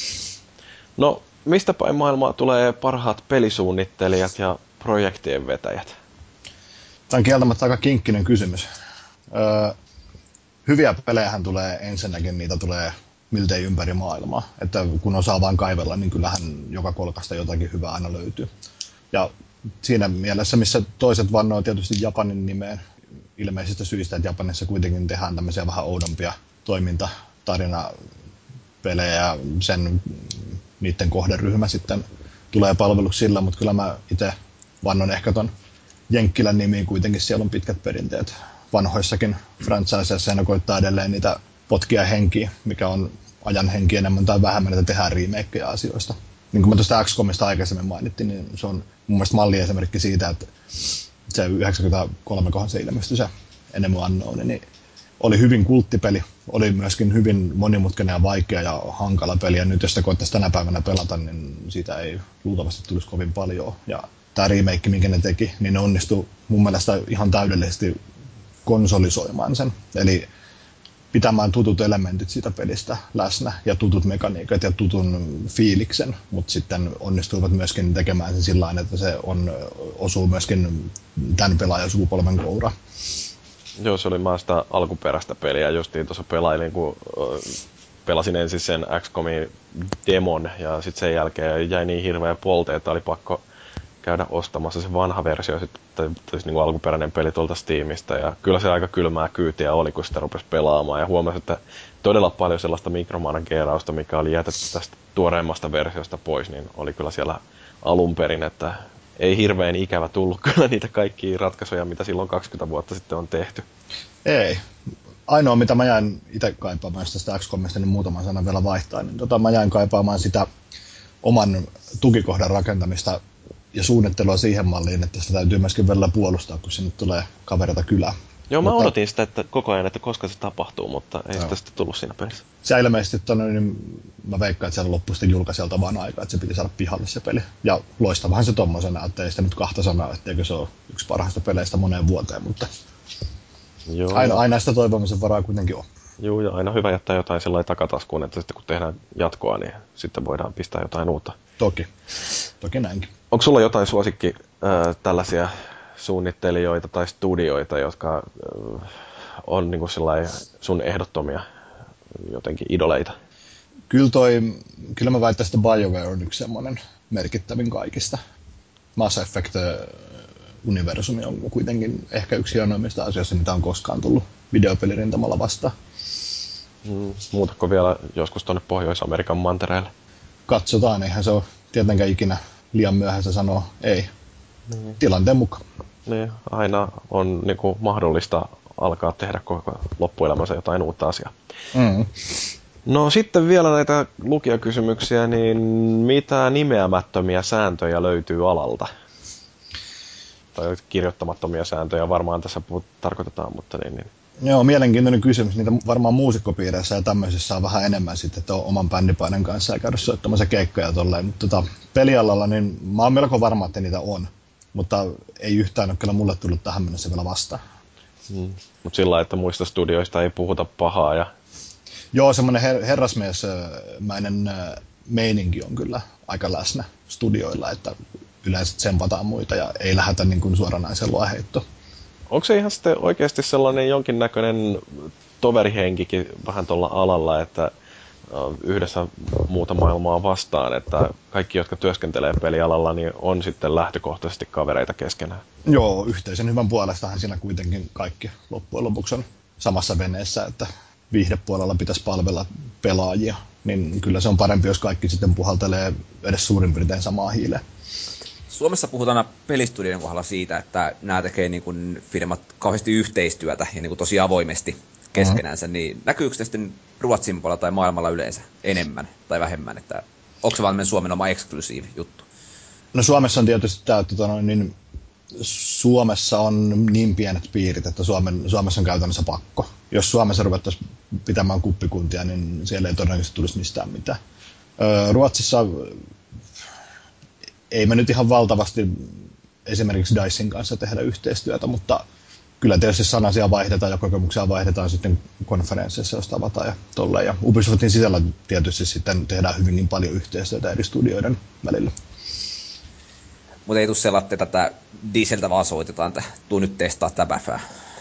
No, mistä päin maailmaa tulee parhaat pelisuunnittelijat ja projektien vetäjät? Tämä on kieltämättä aika kinkkinen kysymys. Öö, hyviä pelejähän tulee ensinnäkin, niitä tulee miltei ympäri maailmaa. Että kun osaa vain kaivella, niin kyllähän joka kolkasta jotakin hyvää aina löytyy. Ja siinä mielessä, missä toiset vannoo tietysti Japanin nimeen ilmeisistä syistä, että Japanissa kuitenkin tehdään tämmöisiä vähän oudompia toimintatarinapelejä ja sen niiden kohderyhmä sitten tulee palveluksi sillä, mutta kyllä mä itse vannon ehkä ton Jenkkilän nimiin kuitenkin, siellä on pitkät perinteet. Vanhoissakin franchiseissa ne koittaa edelleen niitä potkia henkiä, mikä on ajan henki enemmän tai vähemmän, että tehdään remakeja asioista. Niin kuin mä tuosta X COMista aikaisemmin mainittiin, niin se on mun mielestä malliesimerkki siitä, että se yhdeksänkymmentäkolme, kohan se ilmestyi se Enemy Unknown, niin oli hyvin kulttipeli, oli myöskin hyvin monimutkainen ja vaikea ja hankala peli, ja nyt jos sitä koettaisiin tänä päivänä pelata, niin siitä ei luultavasti tulisi kovin paljon. Ja tämä remake, minkä ne teki, niin ne onnistui mun mielestä ihan täydellisesti konsolisoimaan sen. Eli pitämään tutut elementit siitä pelistä läsnä ja tutut mekaniikat ja tutun fiiliksen, mutta sitten onnistuivat myöskin tekemään sen sillä tavalla, että se on, osuu myöskin tämän pelaajasukupolven kouraan. Joo, se oli mä sitä alkuperäistä peliä justiin tuossa pelailin, kun pelasin ensin sen X COMin demon ja sitten sen jälkeen jäi niin hirveä polte, että oli pakko käydä ostamassa se vanha versio, sitten siis niin kuin alkuperäinen peli tuolta Steamista, ja kyllä se aika kylmää kyytiä oli, kun sitä rupesi pelaamaan, ja huomasi, että todella paljon sellaista mikromanageerausta, mikä oli jätetty tästä tuoreimmasta versiosta pois, niin oli kyllä siellä alun perin, että ei hirveän ikävä tullut kyllä niitä kaikkia ratkaisuja, mitä silloin kaksikymmentä vuotta sitten on tehty. Ei. Ainoa, mitä mä jäin itse kaipaamaan tästä X COMista, niin muutaman sanan vielä vaihtaa, niin tota, mä jäin kaipaamaan sitä oman tukikohdan rakentamista ja suunnittelua siihen malliin, että sitä täytyy myöskin välillä puolustaa, kun sinne tulee kavereita kylään. Joo, mä mutta odotin sitä että koko ajan, että koska se tapahtuu, mutta ei joo. sitä sitten tullut siinä pelissä. Se ilmeisesti, tonne, niin mä veikkaan, että siellä loppui sitten julkaisijalta vaan aikaa, että se piti saada pihalle se peli. Ja loistavahan se tommosena, että ei sitä nyt kahta sanaa, etteikö se ole yksi parhaista peleistä moneen vuoteen, mutta joo. Aina, aina sitä toivomisen varaa kuitenkin on. Joo, ja aina hyvä jättää jotain sellainen takataskuun, että sitten kun tehdään jatkoa, niin sitten voidaan pistää jotain uutta. Toki, toki näinkin. Onko sulla jotain suosikki äh, tällaisia suunnittelijoita tai studioita, jotka äh, on niin kuin sun ehdottomia jotenkin idoleita? Kyllä, toi, kyllä mä väittäisin, että BioWare on yksi semmoinen merkittävin kaikista. Mass Effect-universumi on kuitenkin ehkä yksi hienoimmista asioista, mitä on koskaan tullut videopelirintamalla vastaan. Mm, muutako vielä joskus tuonne Pohjois-Amerikan mantereelle? Katsotaan, eihän se ole tietenkään ikinä liian myöhäistä sanoa ei. Mm. Tilanteen mukaan. Niin, aina on niin kuin, mahdollista alkaa tehdä koko loppuelämänsä jotain uutta asiaa. Mm. No sitten vielä näitä lukijakysymyksiä, niin mitä nimeämättömiä sääntöjä löytyy alalta? Tai kirjoittamattomia sääntöjä varmaan tässä puhut, tarkoitetaan, mutta niin, niin. Joo, mielenkiintoinen kysymys. Niitä varmaan muusikkopiireissä ja tämmöisissä on vähän enemmän sitten, että on oman bändipainen kanssa ja käydä soittamassa keikkoja tolleen. Mutta tota, pelialalla, niin mä oon melko varma, että niitä on. Mutta ei yhtään ole kyllä mulle tullut tähän mennessä vielä vastaan. Hmm. Mutta sillä lailla, että muista studioista ei puhuta pahaa ja... Joo, semmoinen her- herrasmiesmäinen meininki on kyllä aika läsnä studioilla, että yleensä tsempataan muita ja ei lähdetä niin kuin suoranaiseen luoheittoon. Onko se ihan sitten oikeasti sellainen jonkinnäköinen toverihenkikin vähän tuolla alalla, että yhdessä muuta maailmaa vastaan, että kaikki, jotka työskentelee pelialalla, niin on sitten lähtökohtaisesti kavereita keskenään? Joo, yhteisen hyvän puolestahan siinä kuitenkin kaikki loppujen lopuksi on samassa veneessä, että viihdepuolella pitäisi palvella pelaajia, niin kyllä se on parempi, jos kaikki sitten puhaltelee edes suurin piirtein samaa hiileä. Suomessa puhutaan pelistudioiden kohdalla siitä, että nämä tekee niin kuin firmat kauheasti yhteistyötä ja niin kuin tosi avoimesti keskenänsä, mm-hmm. niin näkyykö sitten Ruotsin puolella tai maailmalla yleensä enemmän tai vähemmän, että onko se vaan Suomen oma eksklusiivi juttu? No Suomessa on tietysti tämä, että tota, niin Suomessa on niin pienet piirit, että Suomen, Suomessa on käytännössä pakko. Jos Suomessa ruvettaisiin pitämään kuppikuntia, niin siellä ei todennäköisesti tulisi mistään mitään. Öö, Ruotsissa ei me nyt ihan valtavasti esimerkiksi Dicen kanssa tehdä yhteistyötä, mutta kyllä tietysti sanasia vaihdetaan ja kokemuksia vaihdetaan sitten konferensseissa, jos tavataan ja tolleen. Ja Ubisoftin sisällä tietysti sitten tehdään hyvinkin paljon yhteistyötä eri studioiden välillä. Mutta ei tule sellainen, tätä Dieseltä vaan soitetaan, että tuu nyt testaa täpäfää.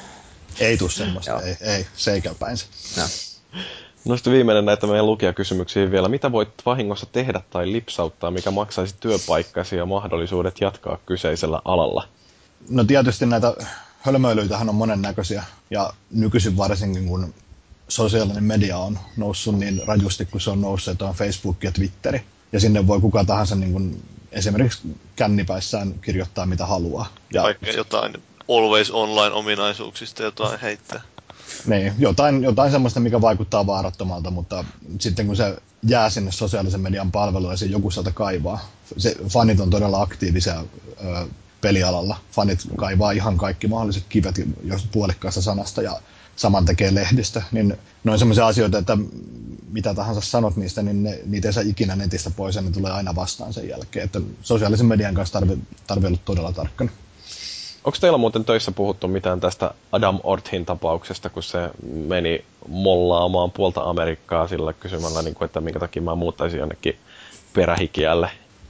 Ei tule semmoista, ei, ei, se ei käy päinsä. No. No sitten viimeinen näitä meidän lukijakysymyksiä vielä. Mitä voit vahingossa tehdä tai lipsauttaa, mikä maksaisi työpaikkasi ja mahdollisuudet jatkaa kyseisellä alalla? No tietysti näitä hölmöilyitähän on monennäköisiä, ja nykyisin varsinkin kun sosiaalinen media on noussut niin rajusti, kun se on noussut, että on Facebook ja Twitteri, ja sinne voi kuka tahansa niin kuin esimerkiksi kännipäissään kirjoittaa mitä haluaa. Ja vaikka jotain always online-ominaisuuksista jotain heittää. Niin, jotain, jotain semmoista, mikä vaikuttaa vaarattomalta, mutta sitten kun se jää sinne sosiaalisen median palveluun ja se joku sieltä kaivaa, se, fanit on todella aktiivisia ö, pelialalla. Fanit kaivaa ihan kaikki mahdolliset kivet jos puolikkaasta sanasta ja saman tekee lehdistä, niin ne on semmoisia asioita, että mitä tahansa sanot niistä, niin ne, niitä ei saa ikinä netistä pois ja ne tulee aina vastaan sen jälkeen. Että sosiaalisen median kanssa tarvii tarvi olla todella tarkkana. Onko teillä muuten töissä puhuttu mitään tästä Adam Orthin tapauksesta, kun se meni mollaamaan puolta Amerikkaa sillä kysymällä, että minkä takia mä muuttaisin jonnekin perähikiälle?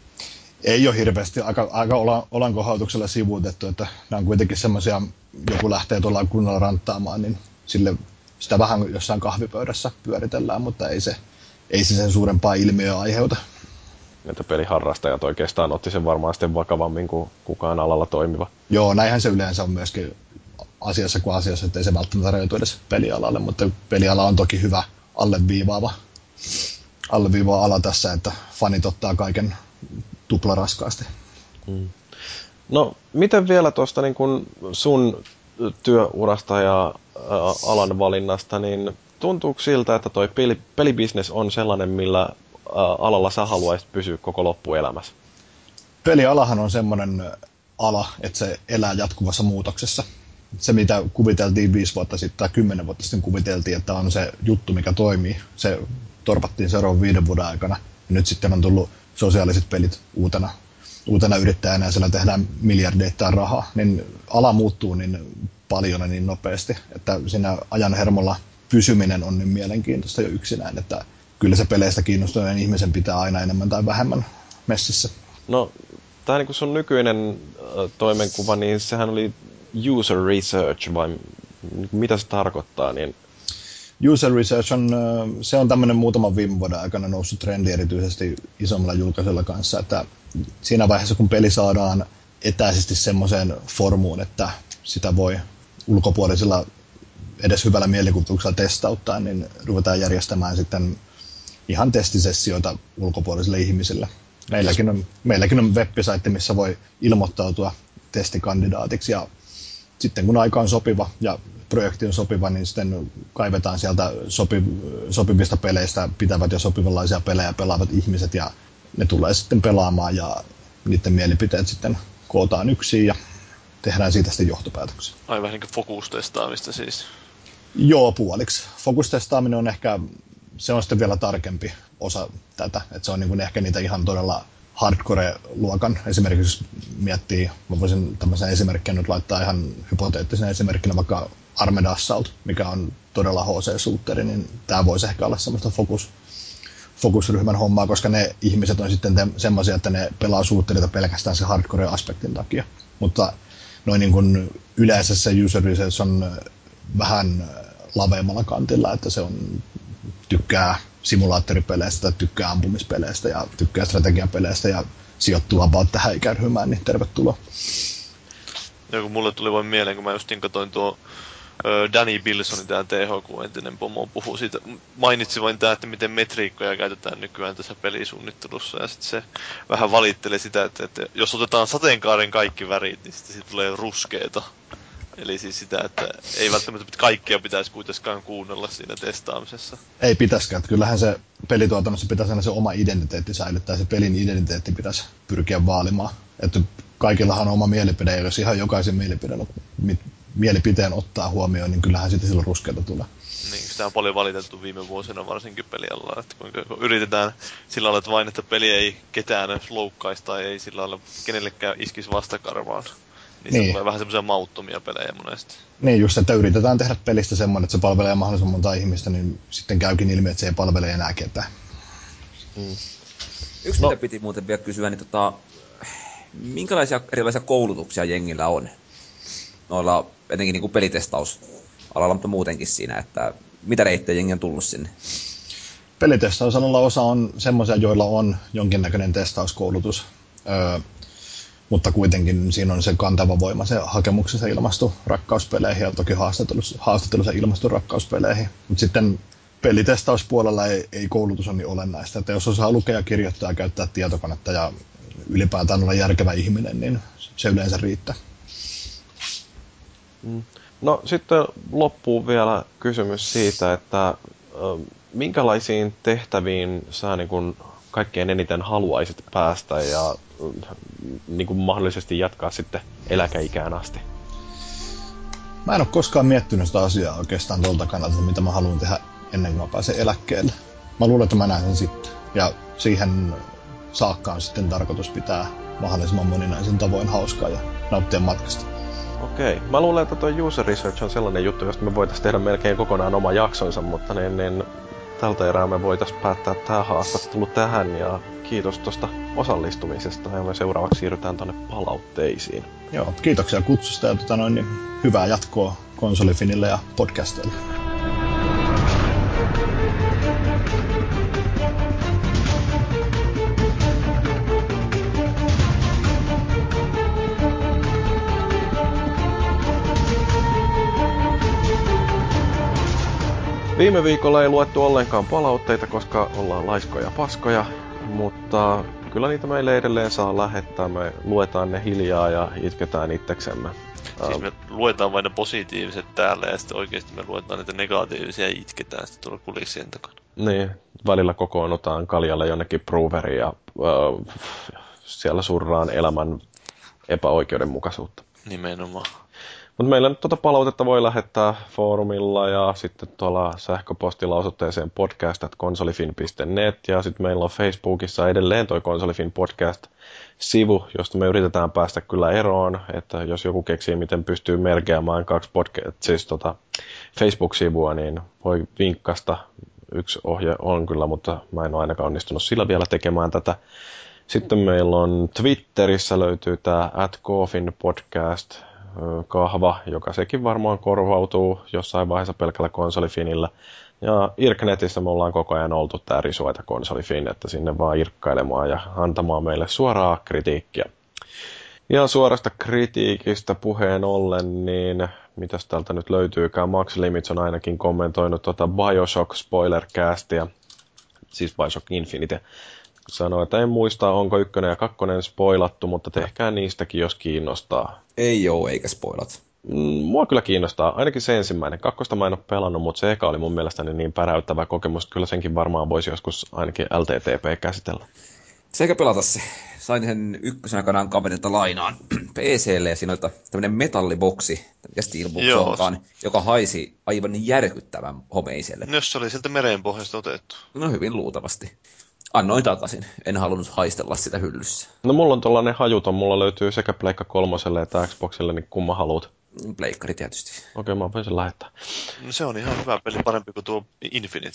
Ei ole hirveästi, aika, aika olankohautuksella sivuutettu, että nämä on kuitenkin semmoisia, joku lähtee tuolla kunnolla ranttaamaan, niin sille sitä vähän jossain kahvipöydässä pyöritellään, mutta ei se, ei se sen suurempaa ilmiöä aiheuta. Että peliharrastajat oikeastaan otti sen varmaan sitten vakavammin kuin kukaan alalla toimiva. Joo, näinhän se yleensä on myöskin asiassa kuin asiassa, että ei se välttämättä rajoitu edes pelialalle, mutta peliala on toki hyvä alleviivaava, alleviivaava ala tässä, että fanit ottaa kaiken tuplaraskaasti. Hmm. No, miten vielä tuosta niin kun sun työurasta ja ä, alan valinnasta, niin tuntuuko siltä, että toi peli, pelibisnes on sellainen, millä ä, alalla sä haluaisit pysyä koko loppuelämässä? Pelialahan on semmoinen ala, että se elää jatkuvassa muutoksessa. Se, mitä kuviteltiin viisi vuotta sitten tai kymmenen vuotta sitten kuviteltiin, että on se juttu, mikä toimii, se torpattiin seuraavan viiden vuoden aikana. Ja nyt sitten on tullut sosiaaliset pelit uutena, uutena yrittäjänä ja siellä tehdään miljardeittain rahaa, niin ala muuttuu niin paljon ja niin nopeasti, että siinä ajan hermolla pysyminen on niin mielenkiintoista jo yksinään, että kyllä se peleistä kiinnostuneen ihmisen pitää aina enemmän tai vähemmän messissä. No, tämä niin sun nykyinen äh, toimenkuva, niin sehän oli user research, vai mitä se tarkoittaa? Niin... User research on, se on tämmöinen muutaman viime vuoden aikana noussut trendi erityisesti isommalla julkaisulla kanssa, että siinä vaiheessa kun peli saadaan etäisesti semmoiseen formuun, että sitä voi ulkopuolisilla edes hyvällä mielikuvituksella testauttaa, niin ruvetaan järjestämään sitten ihan testisessioita ulkopuolisille ihmisille. Meilläkin on, meilläkin on web-saitti, missä voi ilmoittautua testikandidaatiksi ja sitten kun aika on sopiva ja projekti on sopiva, niin sitten kaivetaan sieltä sopi, sopivista peleistä pitävät ja sopivanlaisia pelejä pelaavat ihmiset ja ne tulee sitten pelaamaan ja niiden mielipiteet sitten kootaan yksin ja tehdään siitä sitten johtopäätöksiä. Ai vähän niin kuin fokustestaamista siis. Joo, puoliksi. Fokustestaaminen on ehkä, se on sitten vielä tarkempi osa tätä, että se on niin kuin ehkä niitä ihan todella hardcore-luokan. Esimerkiksi miettii, mä voisin tämmöisen esimerkkiä nyt laittaa ihan hypoteettisen esimerkkinä vaikka Armed Assault, mikä on todella H C-suutteri, niin tämä voisi ehkä olla semmoista fokus, fokusryhmän hommaa, koska ne ihmiset on sitten te- semmoisia, että ne pelaa suutterita pelkästään se hardcore-aspektin takia. Mutta noin niin kuin yleensä se user research on vähän laveammalla kantilla, että se on tykkää simulaattoripeleistä tai tykkää ampumispeleistä ja tykkää strategiapeleistä ja sijoittuu about tähän ikärhymään, niin tervetuloa. Joku mulle tuli vain mieleen, kun mä justiin katsoin tuo ö, Danny Bilsonin, tää T H Q entinen pomo, puhuu siitä, mainitsi vain tää, että miten metriikkoja käytetään nykyään tässä pelisuunnittelussa, ja sitten se vähän valitteli sitä, että, että jos otetaan sateenkaaren kaikki värit, niin sitten siitä tulee ruskeeta. Eli siis sitä, että ei välttämättä kaikkea pitäisi kuitenkaan kuunnella siinä testaamisessa. Ei pitäskään, että kyllähän se pelituotannossa pitäisi aina se oma identiteetti säilyttää, se pelin identiteetti pitäisi pyrkiä vaalimaan. Että kaikillahan on oma mielipide, ja jos ihan jokaisen mielipiteen, mielipiteen ottaa huomioon, niin kyllähän siitä silloin ruskeita tulee. Niin, sitä on paljon valitettu viime vuosina varsinkin pelialalla, että kun yritetään sillä lailla, että vain, että peli ei ketään loukkaisi tai ei sillä lailla kenellekään iskisi vastakarvaan. Niin, niin. Se tulee vähän semmoisia mauttomia pelejä monesti. Niin, just että yritetään tehdä pelistä semmoinen, että se palvelee mahdollisimman monta ihmistä, niin sitten käykin ilmi, että se ei palvele enää ketään. Mm. Yksi no. mitä piti muuten vielä kysyä, niin tota, minkälaisia erilaisia koulutuksia jengillä on? Noilla etenkin niin kuin pelitestausalalla, mutta muutenkin siinä, että mitä reittejä jengi on tullut sinne? Pelitestausalalla osa on semmoisia, joilla on jonkinnäköinen testauskoulutus. Öö, Mutta kuitenkin siinä on se kantava voima, se hakemuksensa ilmastu rakkauspeleihin ja toki haastattelu se ilmastu rakkauspeleihin. Mutta sitten pelitestauspuolella ei, ei koulutus ole niin olennaista. Että jos osaa lukea ja kirjoittaa ja käyttää tietokonetta ja ylipäätään olla järkevä ihminen, niin se yleensä riittää. No sitten loppuu vielä kysymys siitä, että minkälaisiin tehtäviin sä niin kun kaikkein eniten haluaisit päästä ja niin kuin mahdollisesti jatkaa sitten eläkeikään asti? Mä en ole koskaan miettinyt sitä asiaa oikeastaan tuolta kannalta, mitä mä haluan tehdä ennen kuin mä pääsen eläkkeelle. Mä luulen, että mä näen sen sitten. Ja siihen saakka on sitten tarkoitus pitää mahdollisimman moninaisen tavoin hauskaa ja nauttia matkasta. Okei. Mä luulen, että tuo user research on sellainen juttu, josta me voitaisiin tehdä melkein kokonaan oma jaksonsa, mutta niin, niin tältä erää me voitaisiin päättää tämä haastattelu tähän ja kiitos tuosta osallistumisesta ja me seuraavaksi siirrytään tuonne palautteisiin. Joo, kiitoksia kutsusta ja tota noin, niin hyvää jatkoa Konsolifinille ja podcasteille. Viime viikolla ei luettu ollenkaan palautteita, koska ollaan laiskoja paskoja, mutta kyllä niitä meille edelleen saa lähettää. Me luetaan ne hiljaa ja itketään itseksemme. Siis me luetaan vain ne positiiviset täällä ja sitten oikeasti me luetaan niitä negatiivisia ja itketään sitten tuolla kulissien takana. Niin, välillä kokoonnutaan kaljalle jonnekin Breweriin ja äh, siellä surraan elämän epäoikeudenmukaisuutta. Nimenomaan. Mutta meillä nyt tuota palautetta voi lähettää foorumilla ja sitten tuolla sähköpostilla osoitteeseen podcast at konsolifin piste net ja sitten meillä on Facebookissa edelleen toi Konsolifin podcast-sivu, josta me yritetään päästä kyllä eroon, että jos joku keksii, miten pystyy merkeämään kaksi podcast, siis tota Facebook-sivua, niin voi vinkkasta. Yksi ohje on kyllä, mutta mä en ole ainakaan onnistunut sillä vielä tekemään tätä. Sitten meillä on Twitterissä löytyy tää at kofin podcast kahva, joka sekin varmaan korvautuu jossain vaiheessa pelkällä Konsolifinillä. Ja Irknetissä me ollaan koko ajan oltu tää risuaita Konsolifin, että sinne vaan irkkailemaan ja antamaan meille suoraa kritiikkiä. Ihan suorasta kritiikistä puheen ollen, niin mitäs täältä nyt löytyykään? Max Limits on ainakin kommentoinut tuota Bioshock spoilercastia, siis Bioshock Infinite. Sanoi, että en muista, onko ykkönen ja kakkonen spoilattu, mutta tehkää niistäkin, jos kiinnostaa. Ei oo, eikä spoilat. Mm, mua kyllä kiinnostaa, ainakin se ensimmäinen. Kakkosta mä en ole pelannut, mutta se eka oli mun mielestäni niin päräyttävä kokemus, että kyllä senkin varmaan voisi joskus ainakin L T T P käsitellä. Sekä pelata se. Sain sen ykkösen aikanaan kaverilta lainaan P C:lle ja siinä oli tämmönen metalliboksi, mikä Steelbook onkaan, joka haisi aivan järkyttävän homeiselle. Jos se oli sieltä merenpohjasta otettu. No hyvin luultavasti. Annoin takaisin. En halunnut haistella sitä hyllyssä. No mulla on tollanen hajuton, mulla löytyy sekä Pleikka kolmoselle että Xboxille, niin kumma haluut. Pleikkari tietysti. Okei, mä voin sen lähettää. No se on ihan hyvä peli, parempi kuin tuo Infinite.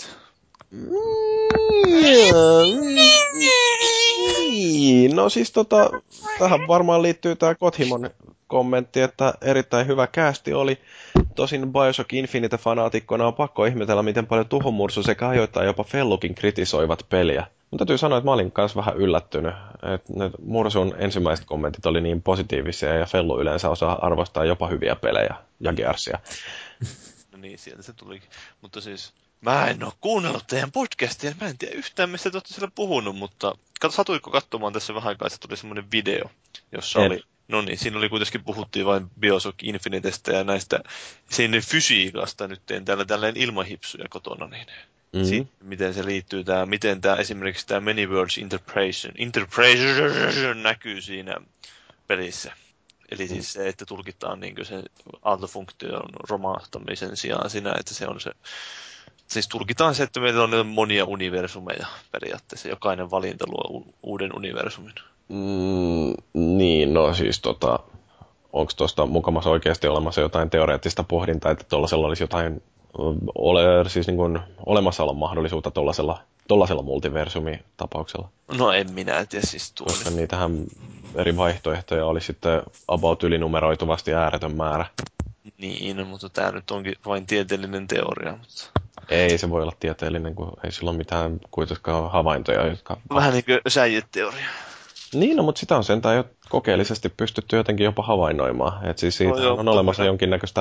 Niin, no siis tota, tähän varmaan liittyy tää Kothimon kommentti, että erittäin hyvä casti oli. Tosin Bioshock Infinite-fanaatikkona on pakko ihmetellä, miten paljon tuhomursu sekä ajoittain jopa Fellukin kritisoivat peliä. Mun täytyy sanoa, että mä olin kanssa vähän yllättynyt, että ne Mursun ensimmäiset kommentit oli niin positiivisia ja Fellu yleensä osaa arvostaa jopa hyviä pelejä ja Gearsia. No niin, sieltä se tulikin. Mutta siis, mä en oo kuunnellut teidän podcastia, mä en tiedä yhtään, mistä te ootte siellä puhunut, mutta satuitko katsomaan tässä vähän aikaa, että tuli semmoinen video, jossa en. oli... No niin, siinä oli kuitenkin puhuttiin vain Bioshock Infinitestä ja näistä siinä fysiikasta nyt teen täällä tälleen ilmahipsuja kotona, niin mm-hmm. Siitä, miten se liittyy tää, miten tää esimerkiksi tää Many Worlds Interpretation, interpretation näkyy siinä pelissä. Eli mm. siis se, että tulkitaan niin se aaltofunktion romahtamisen sijaan siinä, että se on se, siis tulkitaan se, että meillä on monia universumeja periaatteessa, jokainen valinta luo u- uuden universumin. Mm, niin, no siis tota, onko tuosta mukamassa oikeasti olemassa jotain teoreettista pohdintaa, että tuollaisella olisi jotain ole, siis niin kuin olemassaolon mahdollisuutta tuollaisella, tuollaisella multiversumi-tapauksella? No en minä tiedä siis tuon. Koska niitähän eri vaihtoehtoja oli sitten about ylinumeroituvasti ääretön määrä. Niin, mutta tämä nyt onkin vain tieteellinen teoria. Mutta... Ei se voi olla tieteellinen, kun ei sillä ole mitään kuitenkaan havaintoja, jotka... Vähän niin kuin säijeteoria. Niin, no, mutta sitä on sentään jo kokeellisesti pystytty jotenkin jopa havainnoimaan. Että siis siitä no, joo, on olemassa totta. jonkinnäköistä,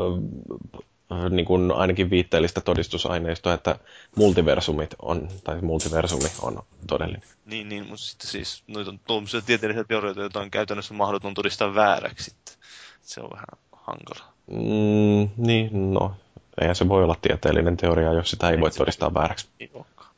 äh, niin kuin ainakin viitteellistä todistusaineistoa, että multiversumit on, tai multiversumi on todellinen. Niin, niin mutta sitten siis noita on tuollaisia tieteellisiä teorioita, joita on käytännössä mahdoton todistaa vääräksi. Se on vähän hankala. Mm, niin, no, eihän se voi olla tieteellinen teoria, jos sitä ei, ei voi todistaa vääräksi. Ei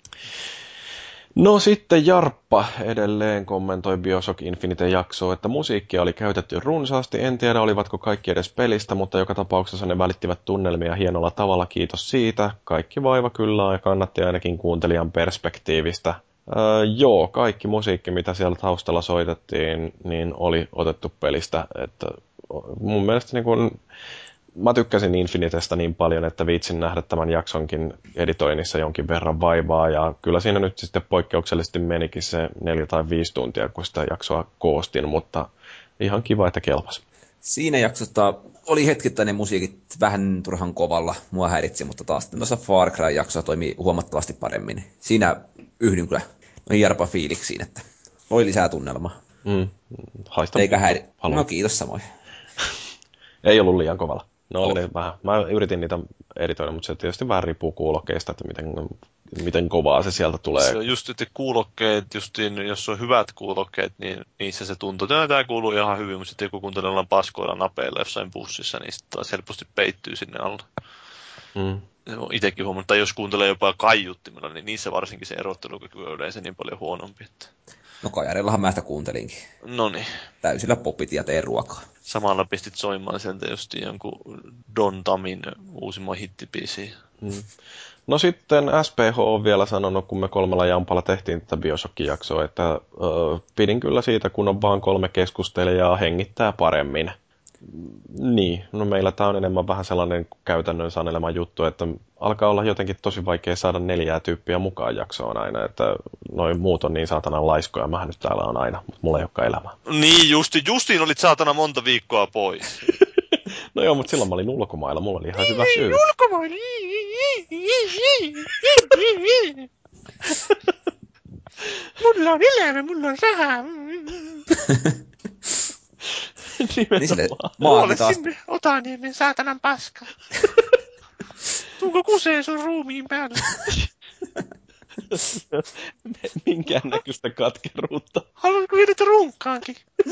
No sitten Jarppa edelleen kommentoi Bioshock Infinite-jaksoa, että musiikkia oli käytetty runsaasti. En tiedä, olivatko kaikki edes pelistä, mutta joka tapauksessa ne välittivät tunnelmia hienolla tavalla. Kiitos siitä. Kaikki vaiva kyllä ja kannatti ainakin kuuntelijan perspektiivistä. Öö, joo, kaikki musiikki, mitä siellä taustalla soitettiin, niin oli otettu pelistä. Että mun mielestä niin kun... Mä tykkäsin Infinitestä niin paljon, että viitsin nähdä tämän jaksonkin editoinnissa jonkin verran vaivaa, ja kyllä siinä nyt sitten poikkeuksellisesti menikin se neljä tai viisi tuntia, kun sitä jaksoa koostin, mutta ihan kiva, että kelpas. Siinä jaksossa oli hetkittäinen musiikit vähän turhan kovalla, mua häiritsi, mutta taas sitten tuossa Far Cry-jaksoa toimii huomattavasti paremmin. Siinä yhdyn kyllä noihin Jarpa-fiiliksiin, että oli lisää tunnelmaa. Mm, haista. Eikä häiri... No kiitos samoin. Ei ollut liian kovalla. No oli oh. vähän. Mä yritin niitä editoida, mutta se tietysti vähän riippuu kuulokkeista, että miten, miten kovaa se sieltä tulee. Se on just, että kuulokkeet, justiin, jos on hyvät kuulokkeet, niin niissä se tuntuu, että tämä kuuluu ihan hyvin, mutta sitten joku kuuntelellaan paskoilla napeilla jossain bussissa, niin sitten taas helposti peittyy sinne alle. Mm. Itsekin huomannut, tai jos kuuntelee jopa kaiuttimella, niin niissä varsinkin se erottelukyky on yleensä niin paljon huonompi. Että... No Kajarellahan mä sitä kuuntelinkin. Noniin. Täysillä popit ja teen ruokaa. Samalla pistit soimaan sieltä just jonkun Don Tamin uusimman hittibiisiin. Mm. No sitten S P H on vielä sanonut, kun me kolmella jampalla tehtiin tätä Bioshock-jaksoa, että ö, pidin kyllä siitä, kun on vaan kolme keskustelijaa, hengittää paremmin. Niin, no meillä tämä on enemmän vähän sellainen käytännön sanelema juttu, että alkaa olla jotenkin tosi vaikea saada neljää tyyppiä mukaan jaksoon aina, että noin muut on niin saatanan laiskoja, mähän nyt täällä on aina, mutta mulla ei olekaan elämää. Niin, justi, justiin olit saatana monta viikkoa pois. No joo, mutta silloin mä olin ulkomailla, mulla oli ihan hyvä syy. Ulkomailla! Mulla on elämä, mulla on rahaa. Niin silleen, Ole maagi taas. sinne, Otaniemen saatanan paska. Tuuko kusee sun ruumiin päälle? Minkään näköistä katkeruutta. Haluatko viedä runkkaankin?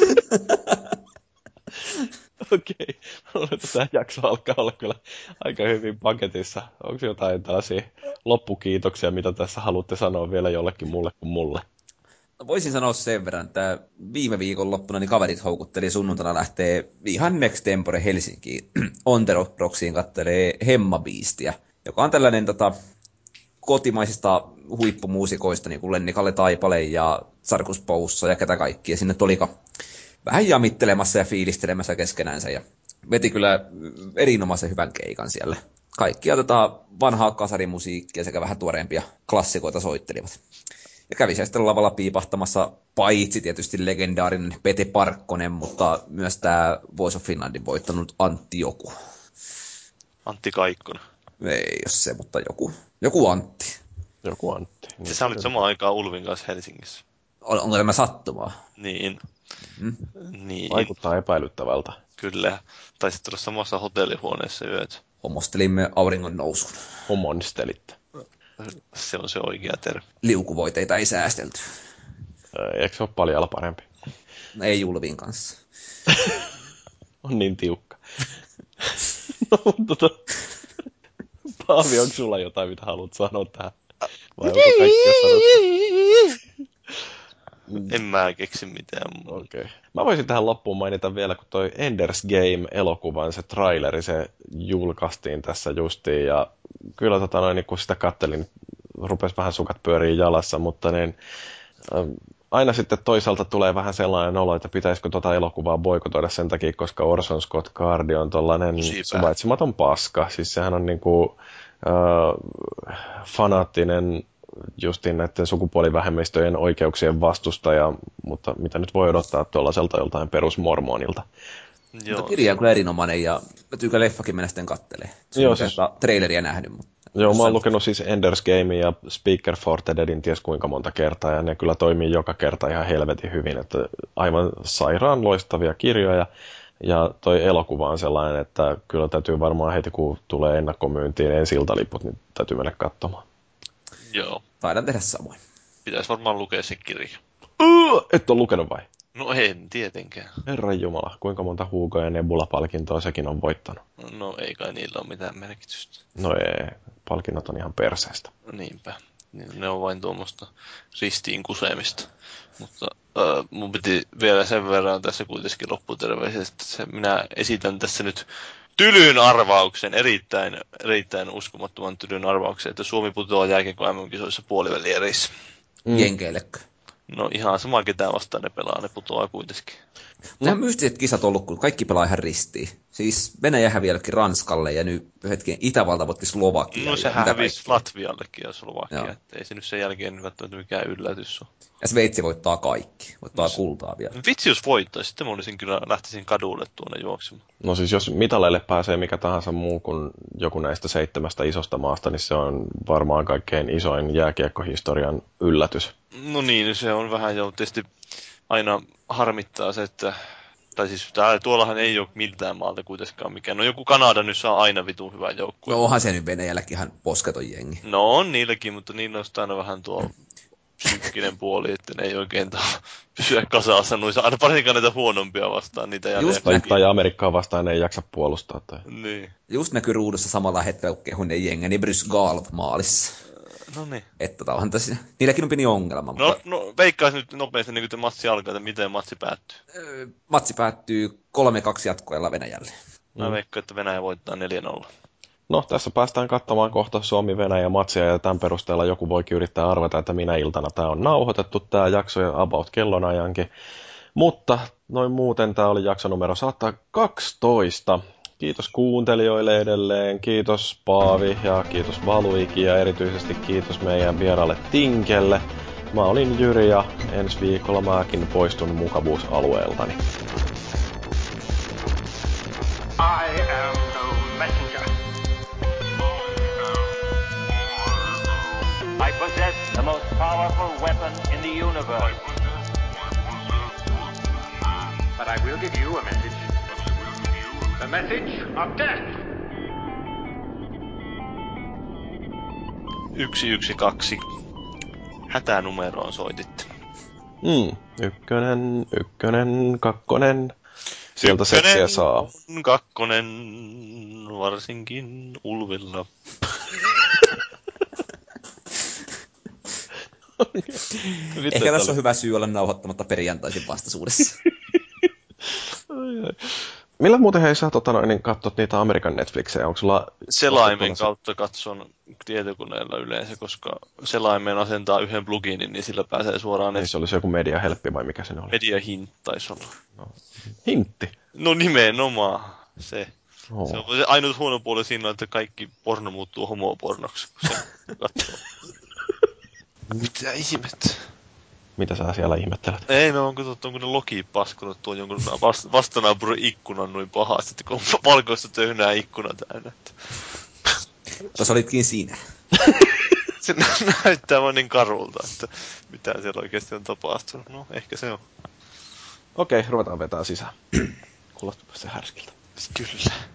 Okei, luulen, että tämä jakso alkaa olla kyllä aika hyvin paketissa. Onko jotain tällaisia loppukiitoksia, mitä tässä haluatte sanoa vielä jollekin mulle kuin mulle? No, voisin sanoa sen verran, että viime viikon loppuna niin kaverit houkutteli sunnuntaina lähtee ihan next tempore Helsinkiin. On the Rocksiin kattelee Hemma Beastia, joka on tällainen tota, kotimaisista huippumuusikoista, niin kuin Lenni Kalle Taipale ja Sarkus Poussa ja ketä kaikkia sinne tolika vähän jamittelemassa ja fiilistelemässä keskenänsä. Ja veti kyllä erinomaisen hyvän keikan siellä. Kaikki otetaan vanhaa kasarimusiikkia sekä vähän tuoreempia klassikoita soittelivat. Ja kävi siellä sitten lavalla piipahtamassa paitsi tietysti legendaarinen Pete Parkkonen, mutta myös tämä Voice of Finlandin voittanut Antti joku. Antti Kaikkonen. Ei jos se, mutta joku, joku Antti. Joku Antti. Niin. Sä olit samaan aikaan Ulvin kanssa Helsingissä. On, onko tämä sattumaa? Niin. Hmm? Niin. Vaikuttaa epäilyttävältä. Kyllä. Taisit tulla samassa hotellihuoneessa yöt. Homostelimme auringon nousuun. Homonstelitte. Se on se oikea termi. Liukuvoiteita ei säästelty. Eikö se ole paljalla parempi? No, ei Ulvin kanssa. On niin tiukka. No, mutta Paavi, onko sulla jotain, mitä haluat sanoa tähän? Vai onko kaikki jo sanottu? En mä keksi mitään. Okei. Okay. Mä voisin tähän loppuun mainita vielä, kun toi Ender's Game-elokuvan se traileri, se julkaistiin tässä justiin, ja kyllä tota noin, kun sitä kattelin, rupesi vähän sukat pyöriin jalassa, mutta niin, äh, aina sitten toisaalta tulee vähän sellainen olo, että pitäisikö tota elokuvaa boikotoida sen takia, koska Orson Scott Card on tollainen suvaitsematon paska. Siis sehän on niinku äh, fanaattinen justiin näiden sukupuolivähemmistöjen oikeuksien vastustaja, mutta mitä nyt voi odottaa tuollaiselta joltain perusmormonilta. Joo. Mutta kirja on kyllä erinomainen ja mä tyykään leffakin mennä sitten kattelee. Joo, siis traileria nähnyt. Mutta joo, mä oon lukenut siis Ender's Game ja Speaker for the Deadin ties kuinka monta kertaa, ja ne kyllä toimii joka kerta ihan helvetin hyvin, että aivan sairaan loistavia kirjoja, ja toi elokuva on sellainen, että kyllä täytyy varmaan heti kun tulee ennakkomyyntiin ensi iltaliput, niin täytyy mennä katsomaan. Joo. Taidan tehdä samoin. Pitäisi varmaan lukea se kirja. Uh, et ole lukenut vai? No en tietenkään. Herran jumala, kuinka monta Hugo ja Nebula-palkintoa sekin on voittanut? No ei kai niillä ole mitään merkitystä. No ei, palkinnot on ihan perseestä. Niinpä. Ne on vain tuommoista ristiin kuseemista. Mutta äh, mun piti vielä sen verran tässä kuitenkin lopputerveisesti, että se, minä esitän tässä nyt tylyn arvauksen, erittäin, erittäin uskomattoman tylyn arvauksen, että Suomi putoaa jääkiekko M M-kisoissa puolivälierissä. Mm. Jenkeillekö? No ihan sama ketään vastaan ne pelaa, ne putoaa kuitenkin. Nehän mystiset kisat ollut, kun kaikki pelaa ihan ristiin. Siis Venäjä häviällekin Ranskalle ja nyt hetken Itävalta voitti Slovakia. No sehän hävisi Latviallekin ja Slovakia, että ei se nyt sen jälkeen välttämättä mikään yllätys ole. Ja Sveitsi voittaa kaikki, voittaa no, kultaa vielä. Vitsi jos voittaisi, sitten mä olisin kyllä lähtisin kadulle tuonne juoksemaan. No siis jos mitaleille pääsee mikä tahansa muu kuin joku näistä seitsemästä isosta maasta, niin se on varmaan kaikkein isoin jääkiekkohistorian yllätys. No niin, se on vähän jo tietysti aina harmittaa se, että tai siis täällä, tuollahan ei ole miltään maalta kuitenkaan mikään. No joku Kanada nyt saa aina vitun hyvän joukkueen. No onhan se nyt Venäjälläkin ihan posketon jengi. No on niilläkin, mutta niin on aina vähän tuo synkkinen puoli, että ne ei oikein taa pysyä kasassa noissa. Aina varsinkaan näitä huonompia vastaan. Niitä tai, tai Amerikkaa vastaan ei jaksa puolustaa. Tai. Niin. Just näkyy ruudussa samalla hetkellä kehunen jengi, niin Bruce Galv maalissa. No niin. Että onhan tässä, niilläkin on pieni ongelma. No, mutta... no veikkaisi nyt nopeasti, niin kun matsi alkaa, että miten matsi päättyy. Öö, matsi päättyy kolme kaksi jatkoajalla Venäjälle. Mä mm. veikkaan, että Venäjä voittaa neljä nolla. No, tässä päästään katsomaan kohta Suomi-Venäjä-matsia, ja tämän perusteella joku voikin yrittää arvata, että minä iltana tämä on nauhoitettu, tämä jakso ja about kellonajankin. Mutta noin muuten tämä oli jakso numero sata kaksitoista. Kiitos kuuntelijoille edelleen, kiitos Paavi ja kiitos Valuiki ja erityisesti kiitos meidän vieraalle Tinkelle. Mä olin Jyri ja ensi viikolla mäkin poistun mukavuusalueeltani. I am no messenger. I possess the most powerful weapon in the universe. But I will give you a message. Message of death. Yksi, yksi, kaksi. Hätänumeroon soititte. Mm, ykkönen, ykkönen, kakkonen. Sieltä seksiä saa. Kakkonen, varsinkin Ulvilla. Ehkä tässä on hyvä syy olla nauhoittamatta perjantaisin vastaisuudessa. Millä muuten hei sä tota noin, niin katsot niitä Amerikan Netflixejä? Onko sulla... Selaimen kautta katson tietokoneella yleensä, koska selaimen asentaa yhden pluginin, niin sillä pääsee suoraan... Niin se olisi joku Media Helppi vai mikä se oli? Media Hint taisi olla. No. Hintti? No nimenomaan se. Oh. Se on se ainut huono puoli siinä, että kaikki porno muuttuu homopornoksi, kun se katsoo. Mitä ihmettä? Mitä sä siellä ihmettelet? Ei, no onko, totta, onko ne Loki paskunut tuon jonkun vast, vastanaapurin ikkunan noin pahasti, että kun on valkoista töhnää ikkuna täynnä. Tuossa olitkin siinä. Se näyttää vaan niin karulta, että mitä siellä oikeasti on tapahtunut. No, ehkä se on. Okei, ruvetaan vetää sisään. Kuulostapas se härskiltä. Kyllä.